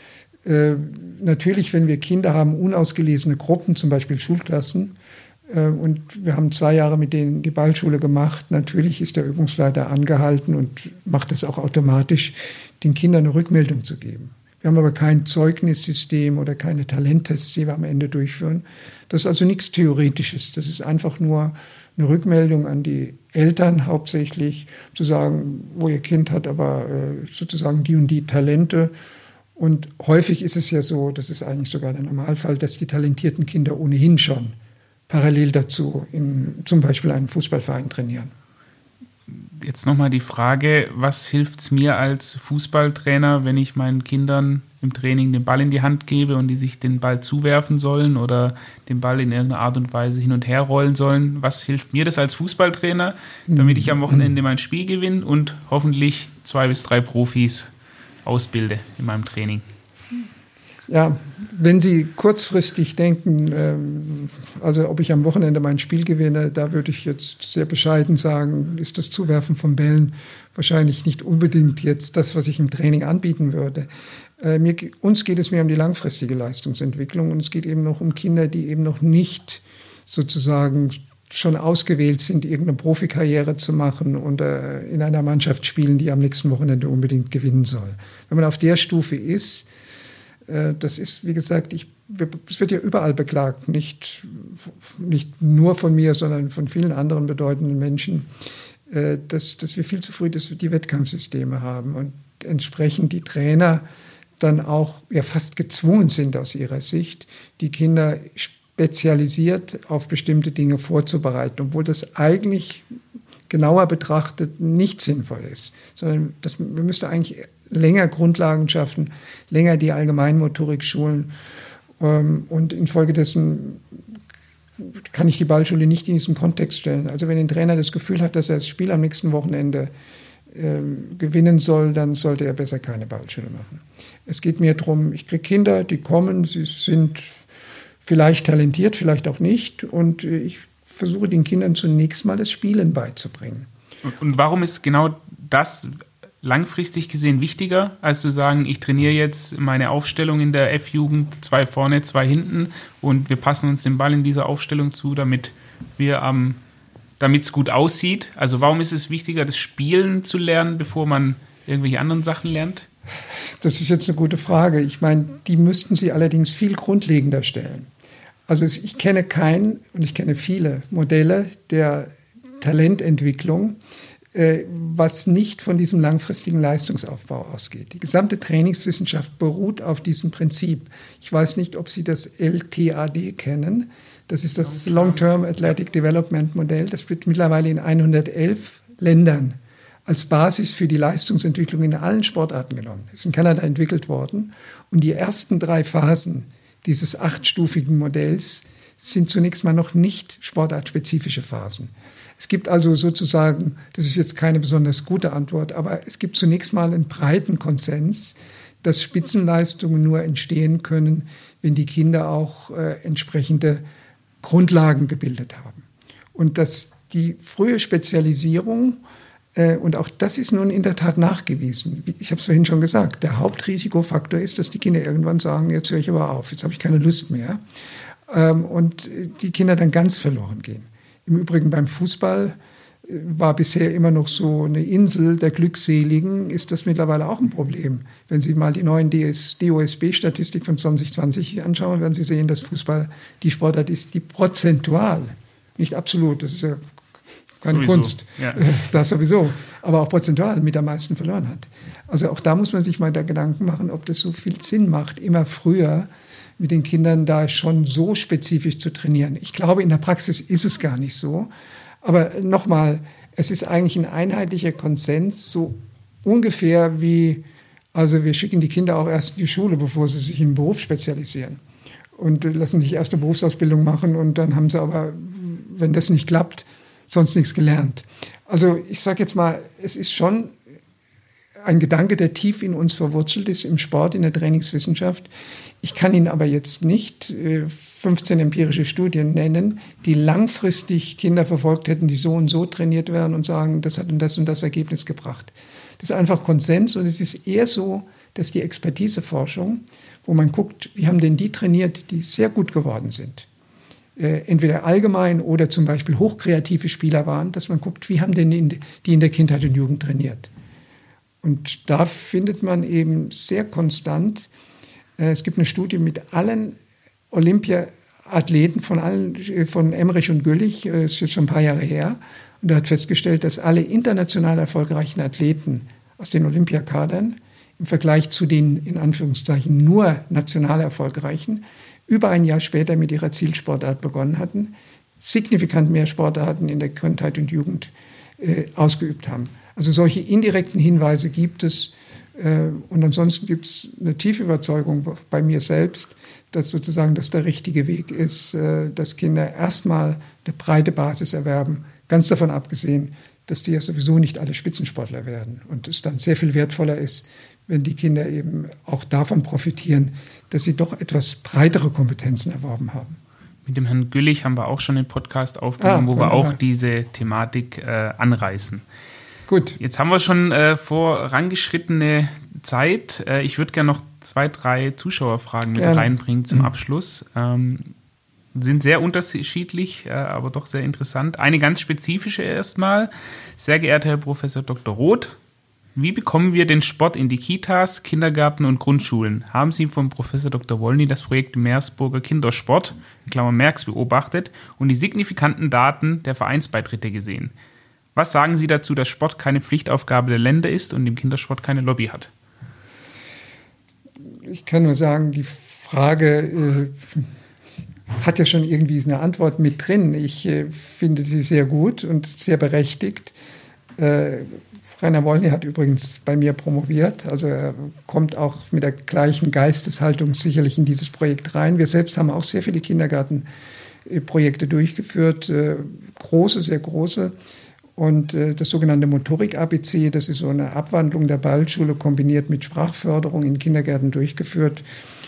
Natürlich, wenn wir Kinder haben, unausgelesene Gruppen, zum Beispiel Schulklassen, und wir haben 2 Jahre mit denen die Ballschule gemacht, natürlich ist der Übungsleiter angehalten und macht es auch automatisch, den Kindern eine Rückmeldung zu geben. Wir haben aber kein Zeugnissystem oder keine Talenttests, die wir am Ende durchführen. Das ist also nichts Theoretisches. Das ist einfach nur eine Rückmeldung an die Eltern hauptsächlich, zu sagen, wo ihr Kind hat aber sozusagen die und die Talente. Und häufig ist es ja so, das ist eigentlich sogar der Normalfall, dass die talentierten Kinder ohnehin schon parallel dazu zum Beispiel einen Fußballverein trainieren. Jetzt nochmal die Frage, was hilft es mir als Fußballtrainer, wenn ich meinen Kindern im Training den Ball in die Hand gebe und die sich den Ball zuwerfen sollen oder den Ball in irgendeiner Art und Weise hin und her rollen sollen? Was hilft mir das als Fußballtrainer, damit ich am Wochenende mein Spiel gewinne und hoffentlich 2 bis 3 Profis ausbilde in meinem Training? Ja, wenn Sie kurzfristig denken, also ob ich am Wochenende mein Spiel gewinne, da würde ich jetzt sehr bescheiden sagen, ist das Zuwerfen von Bällen wahrscheinlich nicht unbedingt jetzt das, was ich im Training anbieten würde. Uns geht es mehr um die langfristige Leistungsentwicklung und es geht eben noch um Kinder, die eben noch nicht sozusagen schon ausgewählt sind, irgendeine Profikarriere zu machen und in einer Mannschaft spielen, die am nächsten Wochenende unbedingt gewinnen soll. Wenn man auf der Stufe ist, das ist, wie gesagt, es wird ja überall beklagt, nicht nur von mir, sondern von vielen anderen bedeutenden Menschen, dass wir viel zu früh die Wettkampfsysteme haben und entsprechend die Trainer dann auch ja fast gezwungen sind aus ihrer Sicht, die Kinder spezialisiert auf bestimmte Dinge vorzubereiten, obwohl das eigentlich genauer betrachtet nicht sinnvoll ist, sondern wir müssten eigentlich länger Grundlagen schaffen, länger die Allgemeinmotorik schulen und infolgedessen kann ich die Ballschule nicht in diesen Kontext stellen. Also wenn ein Trainer das Gefühl hat, dass er das Spiel am nächsten Wochenende gewinnen soll, dann sollte er besser keine Ballschule machen. Es geht mir darum, ich kriege Kinder, die kommen, sie sind vielleicht talentiert, vielleicht auch nicht und ich versuche den Kindern zunächst mal das Spielen beizubringen. Und warum ist genau das langfristig gesehen wichtiger, als zu sagen, ich trainiere jetzt meine Aufstellung in der F-Jugend, 2 vorne, 2 hinten und wir passen uns den Ball in dieser Aufstellung zu, damit es gut aussieht? Also warum ist es wichtiger, das Spielen zu lernen, bevor man irgendwelche anderen Sachen lernt? Das ist jetzt eine gute Frage. Ich meine, die müssten Sie allerdings viel grundlegender stellen. Also ich kenne und ich kenne viele Modelle der Talententwicklung, was nicht von diesem langfristigen Leistungsaufbau ausgeht. Die gesamte Trainingswissenschaft beruht auf diesem Prinzip. Ich weiß nicht, ob Sie das LTAD kennen. Das ist das Long-Term Athletic Development Modell. Das wird mittlerweile in 111 Ländern als Basis für die Leistungsentwicklung in allen Sportarten genommen. Das ist in Kanada entwickelt worden. Und die ersten 3 Phasen dieses 8-stufigen Modells sind zunächst mal noch nicht sportartspezifische Phasen. Es gibt also sozusagen, das ist jetzt keine besonders gute Antwort, aber es gibt zunächst mal einen breiten Konsens, dass Spitzenleistungen nur entstehen können, wenn die Kinder auch entsprechende Grundlagen gebildet haben. Und dass die frühe Spezialisierung, und auch das ist nun in der Tat nachgewiesen, ich habe es vorhin schon gesagt, der Hauptrisikofaktor ist, dass die Kinder irgendwann sagen, jetzt höre ich aber auf, jetzt habe ich keine Lust mehr. Und die Kinder dann ganz verloren gehen. Im Übrigen beim Fußball war bisher immer noch so eine Insel der Glückseligen, ist das mittlerweile auch ein Problem. Wenn Sie mal die neuen DOSB-Statistik von 2020 anschauen, werden Sie sehen, dass Fußball die Sportart ist, die prozentual, nicht absolut, das ist ja keine sowieso. Kunst, Ja. das sowieso, aber auch prozentual mit am meisten verloren hat. Also auch da muss man sich mal da Gedanken machen, ob das so viel Sinn macht, immer früher mit den Kindern da schon so spezifisch zu trainieren. Ich glaube, in der Praxis ist es gar nicht so. Aber nochmal, es ist eigentlich ein einheitlicher Konsens, so ungefähr wie, also wir schicken die Kinder auch erst in die Schule, bevor sie sich im Beruf spezialisieren. Und lassen sich erst eine Berufsausbildung machen und dann haben sie aber, wenn das nicht klappt, sonst nichts gelernt. Also ich sage jetzt mal, es ist schon ein Gedanke, der tief in uns verwurzelt ist, im Sport, in der Trainingswissenschaft. Ich kann Ihnen aber jetzt nicht 15 empirische Studien nennen, die langfristig Kinder verfolgt hätten, die so und so trainiert werden und sagen, das hat und das Ergebnis gebracht. Das ist einfach Konsens und es ist eher so, dass die Expertiseforschung, wo man guckt, wie haben denn die trainiert, die sehr gut geworden sind. Entweder allgemein oder zum Beispiel hochkreative Spieler waren, dass man guckt, wie haben denn die in der Kindheit und Jugend trainiert. Und da findet man eben sehr konstant, es gibt eine Studie mit allen Olympia-Athleten von Emmerich und Güllich, das ist jetzt schon ein paar Jahre her, und er hat festgestellt, dass alle international erfolgreichen Athleten aus den Olympiakadern im Vergleich zu den, in Anführungszeichen, nur national erfolgreichen, über ein Jahr später mit ihrer Zielsportart begonnen hatten, signifikant mehr Sportarten in der Kindheit und Jugend ausgeübt haben. Also solche indirekten Hinweise gibt es. Und ansonsten gibt es eine tiefe Überzeugung bei mir selbst, dass sozusagen das der richtige Weg ist, dass Kinder erstmal eine breite Basis erwerben, ganz davon abgesehen, dass die ja sowieso nicht alle Spitzensportler werden und es dann sehr viel wertvoller ist, wenn die Kinder eben auch davon profitieren, dass sie doch etwas breitere Kompetenzen erworben haben. Mit dem Herrn Güllich haben wir auch schon einen Podcast aufgenommen, wo wir auch diese Thematik anreißen. Gut. Jetzt haben wir schon vorangeschrittene Zeit. Ich würde gerne noch 2, 3 Zuschauerfragen mit reinbringen zum Abschluss. Sind sehr unterschiedlich, aber doch sehr interessant. Eine ganz spezifische erstmal. Sehr geehrter Herr Professor Dr. Roth, wie bekommen wir den Sport in die Kitas, Kindergärten und Grundschulen? Haben Sie von Professor Dr. Wollny das Projekt Meersburger Kindersport, in Klammern Merx, beobachtet und die signifikanten Daten der Vereinsbeitritte gesehen? Was sagen Sie dazu, dass Sport keine Pflichtaufgabe der Länder ist und im Kindersport keine Lobby hat? Ich kann nur sagen, die Frage hat ja schon irgendwie eine Antwort mit drin. Ich finde sie sehr gut und sehr berechtigt. Rainer Wollny hat übrigens bei mir promoviert. Also er kommt auch mit der gleichen Geisteshaltung sicherlich in dieses Projekt rein. Wir selbst haben auch sehr viele Kindergartenprojekte durchgeführt, große, sehr große. Und das sogenannte Motorik-ABC, das ist so eine Abwandlung der Ballschule kombiniert mit Sprachförderung in Kindergärten durchgeführt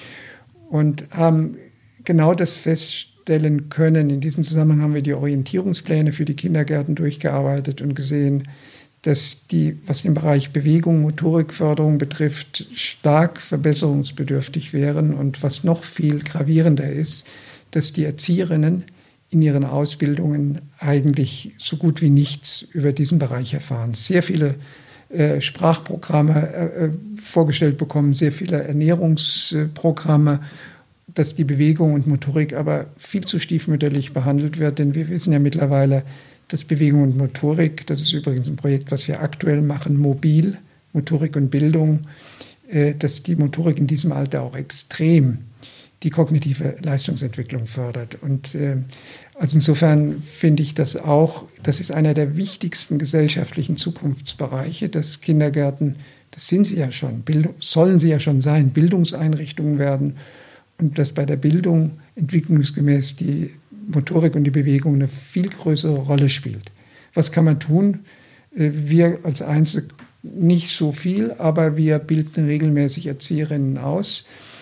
und haben genau das feststellen können. In diesem Zusammenhang haben wir die Orientierungspläne für die Kindergärten durchgearbeitet und gesehen, dass die, was den Bereich Bewegung, Motorikförderung betrifft, stark verbesserungsbedürftig wären. Und was noch viel gravierender ist, dass die Erzieherinnen in ihren Ausbildungen eigentlich so gut wie nichts über diesen Bereich erfahren. Sehr viele Sprachprogramme vorgestellt bekommen, sehr viele Ernährungsprogramme, dass die Bewegung und Motorik aber viel zu stiefmütterlich behandelt wird, denn wir wissen ja mittlerweile, dass Bewegung und Motorik, das ist übrigens ein Projekt, was wir aktuell machen, mobil, Motorik und Bildung, dass die Motorik in diesem Alter auch extrem die kognitive Leistungsentwicklung fördert. Und also insofern finde ich das auch, das ist einer der wichtigsten gesellschaftlichen Zukunftsbereiche, dass Kindergärten, das sind sie ja schon, sollen sie ja schon sein, Bildungseinrichtungen werden und dass bei der Bildung entwicklungsgemäß die Motorik und die Bewegung eine viel größere Rolle spielt. Was kann man tun? Wir als Einzelne nicht so viel, aber wir bilden regelmäßig Erzieherinnen aus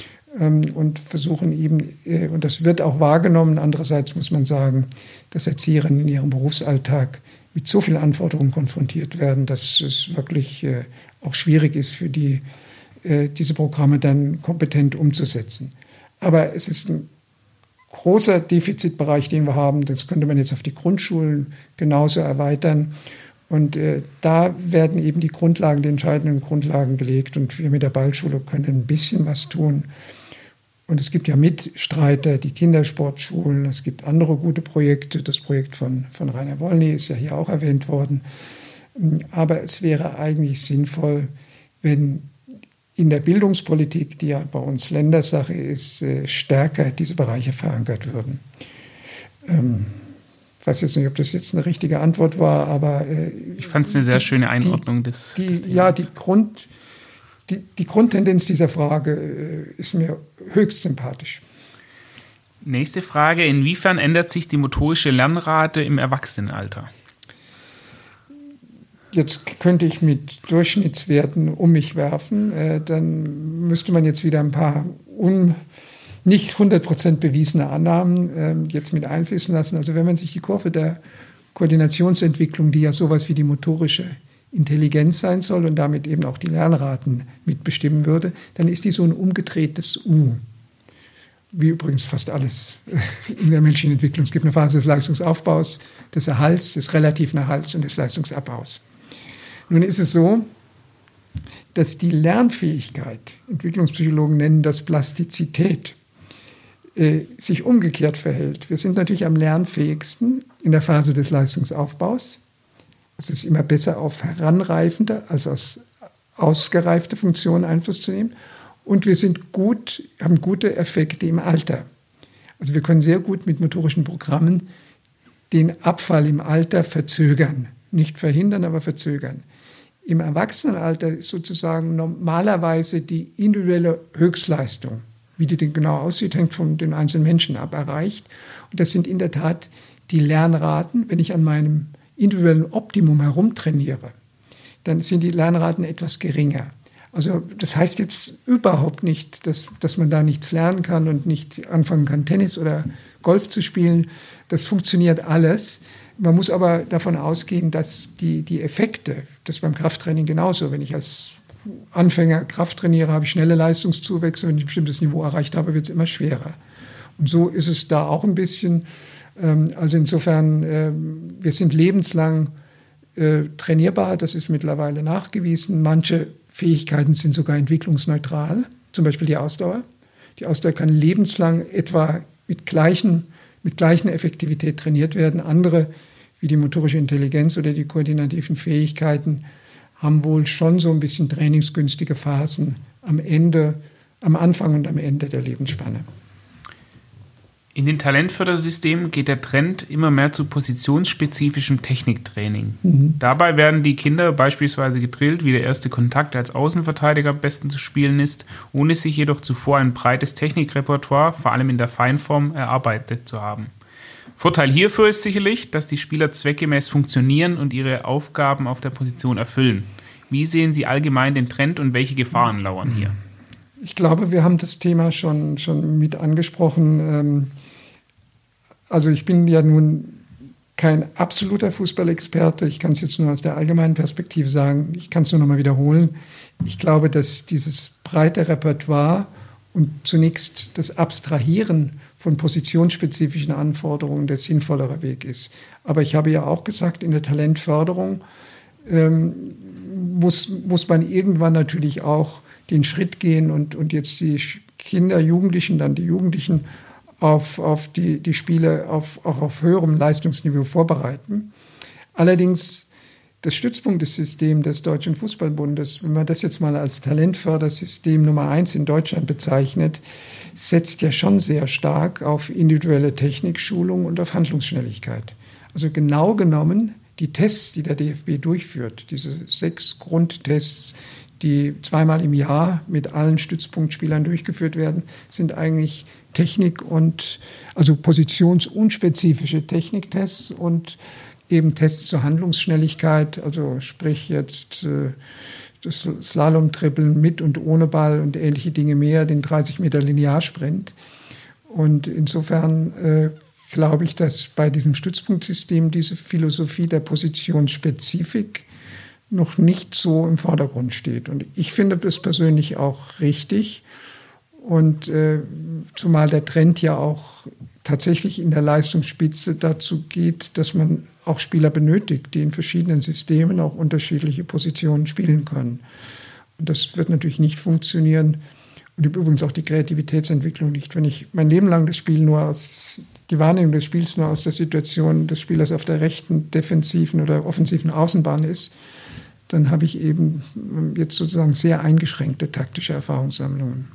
und versuchen eben, und das wird auch wahrgenommen, andererseits muss man sagen, dass Erzieherinnen in ihrem Berufsalltag mit so vielen Anforderungen konfrontiert werden, dass es wirklich auch schwierig ist für die, diese Programme dann kompetent umzusetzen. Aber es ist ein großer Defizitbereich, den wir haben. Das könnte man jetzt auf die Grundschulen genauso erweitern. Und da werden eben die Grundlagen, die entscheidenden Grundlagen gelegt. Und wir mit der Ballschule können ein bisschen was tun. Und es gibt ja Mitstreiter, die Kindersportschulen. Es gibt andere gute Projekte. Das Projekt von Rainer Wollny ist ja hier auch erwähnt worden. Aber es wäre eigentlich sinnvoll, wenn in der Bildungspolitik, die ja bei uns Ländersache ist, stärker diese Bereiche verankert würden. Ich weiß jetzt nicht, ob das jetzt eine richtige Antwort war, aber ich fand es eine sehr schöne Einordnung des ja, die Grundtendenz dieser Frage ist mir höchst sympathisch. Nächste Frage: Inwiefern ändert sich die motorische Lernrate im Erwachsenenalter? Jetzt könnte ich mit Durchschnittswerten um mich werfen, dann müsste man jetzt wieder ein paar nicht 100% bewiesene Annahmen jetzt mit einfließen lassen. Also wenn man sich die Kurve der Koordinationsentwicklung, die ja sowas wie die motorische Intelligenz sein soll und damit eben auch die Lernraten mitbestimmen würde, dann ist die so ein umgedrehtes U. Wie übrigens fast alles in der menschlichen Entwicklung. Es gibt eine Phase des Leistungsaufbaus, des Erhalts, des relativen Erhalts und des Leistungsabbaus. Nun ist es so, dass die Lernfähigkeit, Entwicklungspsychologen nennen das Plastizität, sich umgekehrt verhält. Wir sind natürlich am lernfähigsten in der Phase des Leistungsaufbaus. Es ist immer besser, auf heranreifende als auf ausgereifte Funktionen Einfluss zu nehmen. Und wir sind haben gute Effekte im Alter. Also wir können sehr gut mit motorischen Programmen den Abfall im Alter verzögern. Nicht verhindern, aber verzögern. Im Erwachsenenalter ist sozusagen normalerweise die individuelle Höchstleistung, wie die denn genau aussieht, hängt von den einzelnen Menschen ab, erreicht. Und das sind in der Tat die Lernraten. Wenn ich an meinem individuellen Optimum herumtrainiere, dann sind die Lernraten etwas geringer. Also das heißt jetzt überhaupt nicht, dass man da nichts lernen kann und nicht anfangen kann, Tennis oder Golf zu spielen. Das funktioniert alles. Man muss aber davon ausgehen, dass die Effekte, das ist beim Krafttraining genauso, wenn ich als Anfänger Kraft trainiere, habe ich schnelle Leistungszuwächse. Wenn ich ein bestimmtes Niveau erreicht habe, wird es immer schwerer. Und so ist es da auch ein bisschen. Also insofern, wir sind lebenslang trainierbar, das ist mittlerweile nachgewiesen. Manche Fähigkeiten sind sogar entwicklungsneutral, zum Beispiel die Ausdauer. Die Ausdauer kann lebenslang etwa mit gleicher Effektivität trainiert werden. Andere, wie die motorische Intelligenz oder die koordinativen Fähigkeiten, haben wohl schon so ein bisschen trainingsgünstige Phasen am Anfang und am Ende der Lebensspanne. In den Talentfördersystemen geht der Trend immer mehr zu positionsspezifischem Techniktraining. Dabei werden die Kinder beispielsweise gedrillt, wie der erste Kontakt als Außenverteidiger am besten zu spielen ist, ohne sich jedoch zuvor ein breites Technikrepertoire, vor allem in der Feinform, erarbeitet zu haben. Vorteil hierfür ist sicherlich, dass die Spieler zweckgemäß funktionieren und ihre Aufgaben auf der Position erfüllen. Wie sehen Sie allgemein den Trend und welche Gefahren lauern hier? Ich glaube, wir haben das Thema schon mit angesprochen. Also ich bin ja nun kein absoluter Fußballexperte. Ich kann es jetzt nur aus der allgemeinen Perspektive sagen. Ich kann es nur noch mal wiederholen. Ich glaube, dass dieses breite Repertoire und zunächst das Abstrahieren von positionsspezifischen Anforderungen der sinnvollere Weg ist. Aber ich habe ja auch gesagt, in der Talentförderung muss man irgendwann natürlich auch den Schritt gehen und jetzt die Kinder, Jugendlichen, dann die Jugendlichen auf die Spiele auch auf höherem Leistungsniveau vorbereiten. Allerdings das Stützpunktesystem des Deutschen Fußballbundes, wenn man das jetzt mal als Talentfördersystem Nummer 1 in Deutschland bezeichnet, setzt ja schon sehr stark auf individuelle Technikschulung und auf Handlungsschnelligkeit. Also genau genommen die Tests, die der DFB durchführt, diese 6 Grundtests, die zweimal im Jahr mit allen Stützpunktspielern durchgeführt werden, sind eigentlich also positionsunspezifische Techniktests und eben Tests zur Handlungsschnelligkeit, also sprich jetzt das Slalom-Trippeln mit und ohne Ball und ähnliche Dinge mehr, den 30 Meter Linearsprint. Und insofern glaube ich, dass bei diesem Stützpunktsystem diese Philosophie der Positionsspezifik noch nicht so im Vordergrund steht. Und ich finde das persönlich auch richtig. Und zumal der Trend ja auch tatsächlich in der Leistungsspitze dazu geht, dass man auch Spieler benötigt, die in verschiedenen Systemen auch unterschiedliche Positionen spielen können. Und das wird natürlich nicht funktionieren. Und übrigens auch die Kreativitätsentwicklung nicht. Wenn ich mein Leben lang die Wahrnehmung des Spiels nur aus der Situation des Spielers auf der rechten, defensiven oder offensiven Außenbahn ist, dann habe ich eben jetzt sozusagen sehr eingeschränkte taktische Erfahrungssammlungen.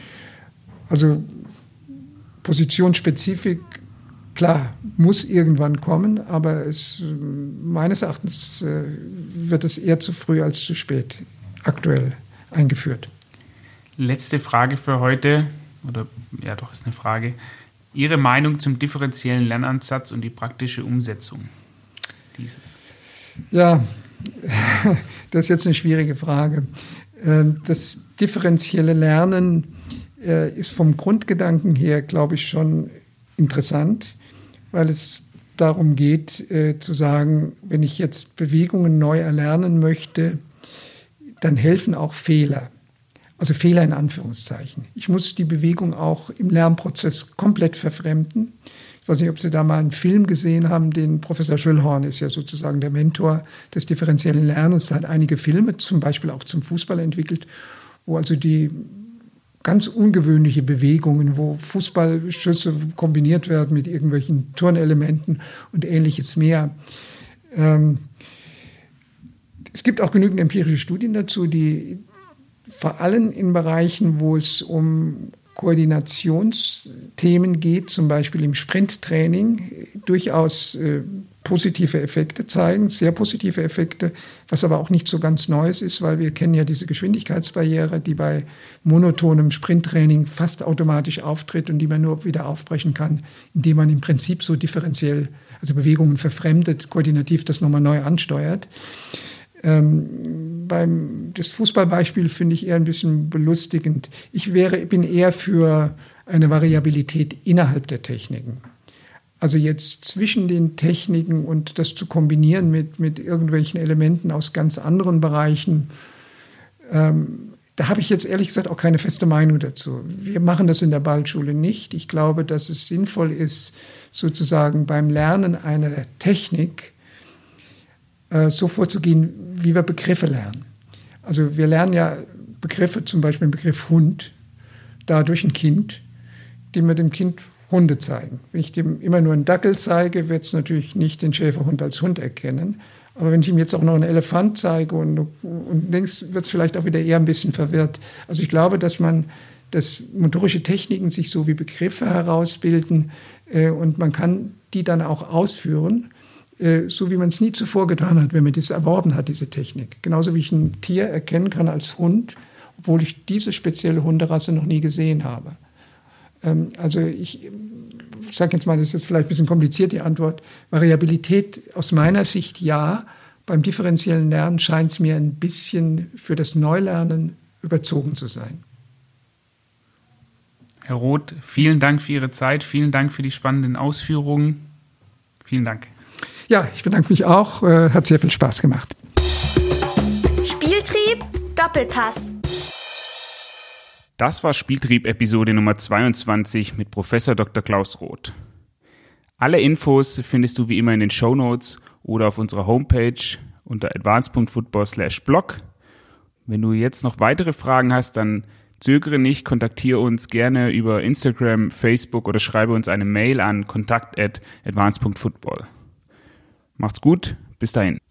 Also Positionsspezifik, klar, muss irgendwann kommen, aber meines Erachtens wird es eher zu früh als zu spät aktuell eingeführt. Letzte Frage für heute, ist eine Frage. Ihre Meinung zum differenziellen Lernansatz und die praktische Umsetzung dieses? Ja, das ist jetzt eine schwierige Frage. Das differenzielle Lernen ist vom Grundgedanken her, glaube ich, schon interessant, weil es darum geht, zu sagen, wenn ich jetzt Bewegungen neu erlernen möchte, dann helfen auch Fehler. Also Fehler in Anführungszeichen. Ich muss die Bewegung auch im Lernprozess komplett verfremden. Ich weiß nicht, ob Sie da mal einen Film gesehen haben, den Professor Schöllhorn ist ja sozusagen der Mentor des differenziellen Lernens. Der hat einige Filme, zum Beispiel auch zum Fußball entwickelt, wo also die ganz ungewöhnliche Bewegungen, wo Fußballschüsse kombiniert werden mit irgendwelchen Turnelementen und ähnliches mehr. Es gibt auch genügend empirische Studien dazu, die vor allem in Bereichen, wo es um Koordinationsthemen geht, zum Beispiel im Sprinttraining, durchaus positive Effekte zeigen, sehr positive Effekte, was aber auch nicht so ganz Neues ist, weil wir kennen ja diese Geschwindigkeitsbarriere, die bei monotonem Sprinttraining fast automatisch auftritt und die man nur wieder aufbrechen kann, indem man im Prinzip so differenziell, also Bewegungen verfremdet, koordinativ das nochmal neu ansteuert. Das Fußballbeispiel finde ich eher ein bisschen belustigend. Ich bin eher für eine Variabilität innerhalb der Techniken. Also jetzt zwischen den Techniken und das zu kombinieren mit irgendwelchen Elementen aus ganz anderen Bereichen, da habe ich jetzt ehrlich gesagt auch keine feste Meinung dazu. Wir machen das in der Ballschule nicht. Ich glaube, dass es sinnvoll ist, sozusagen beim Lernen einer Technik so vorzugehen, wie wir Begriffe lernen. Also wir lernen ja Begriffe, zum Beispiel den Begriff Hund, dadurch ein Kind, dem wir dem Kind Hunde zeigen. Wenn ich dem immer nur einen Dackel zeige, wird es natürlich nicht den Schäferhund als Hund erkennen. Aber wenn ich ihm jetzt auch noch einen Elefant zeige und links wird es vielleicht auch wieder eher ein bisschen verwirrt. Also ich glaube, dass motorische Techniken sich so wie Begriffe herausbilden und man kann die dann auch ausführen, so wie man es nie zuvor getan hat, wenn man das erworben hat, diese Technik. Genauso wie ich ein Tier erkennen kann als Hund, obwohl ich diese spezielle Hunderasse noch nie gesehen habe. Also ich sage jetzt mal, das ist jetzt vielleicht ein bisschen kompliziert, die Antwort. Variabilität aus meiner Sicht ja. Beim differenziellen Lernen scheint es mir ein bisschen für das Neulernen überzogen zu sein. Herr Roth, vielen Dank für Ihre Zeit, vielen Dank für die spannenden Ausführungen. Vielen Dank. Ja, ich bedanke mich auch. Hat sehr viel Spaß gemacht. Spieltrieb, Doppelpass. Das war Spieltrieb Episode Nummer 22 mit Professor Dr. Klaus Roth. Alle Infos findest du wie immer in den Shownotes oder auf unserer Homepage unter advance.football/blog. Wenn du jetzt noch weitere Fragen hast, dann zögere nicht, kontaktiere uns gerne über Instagram, Facebook oder schreibe uns eine Mail an kontakt@advance.football. Macht's gut, bis dahin.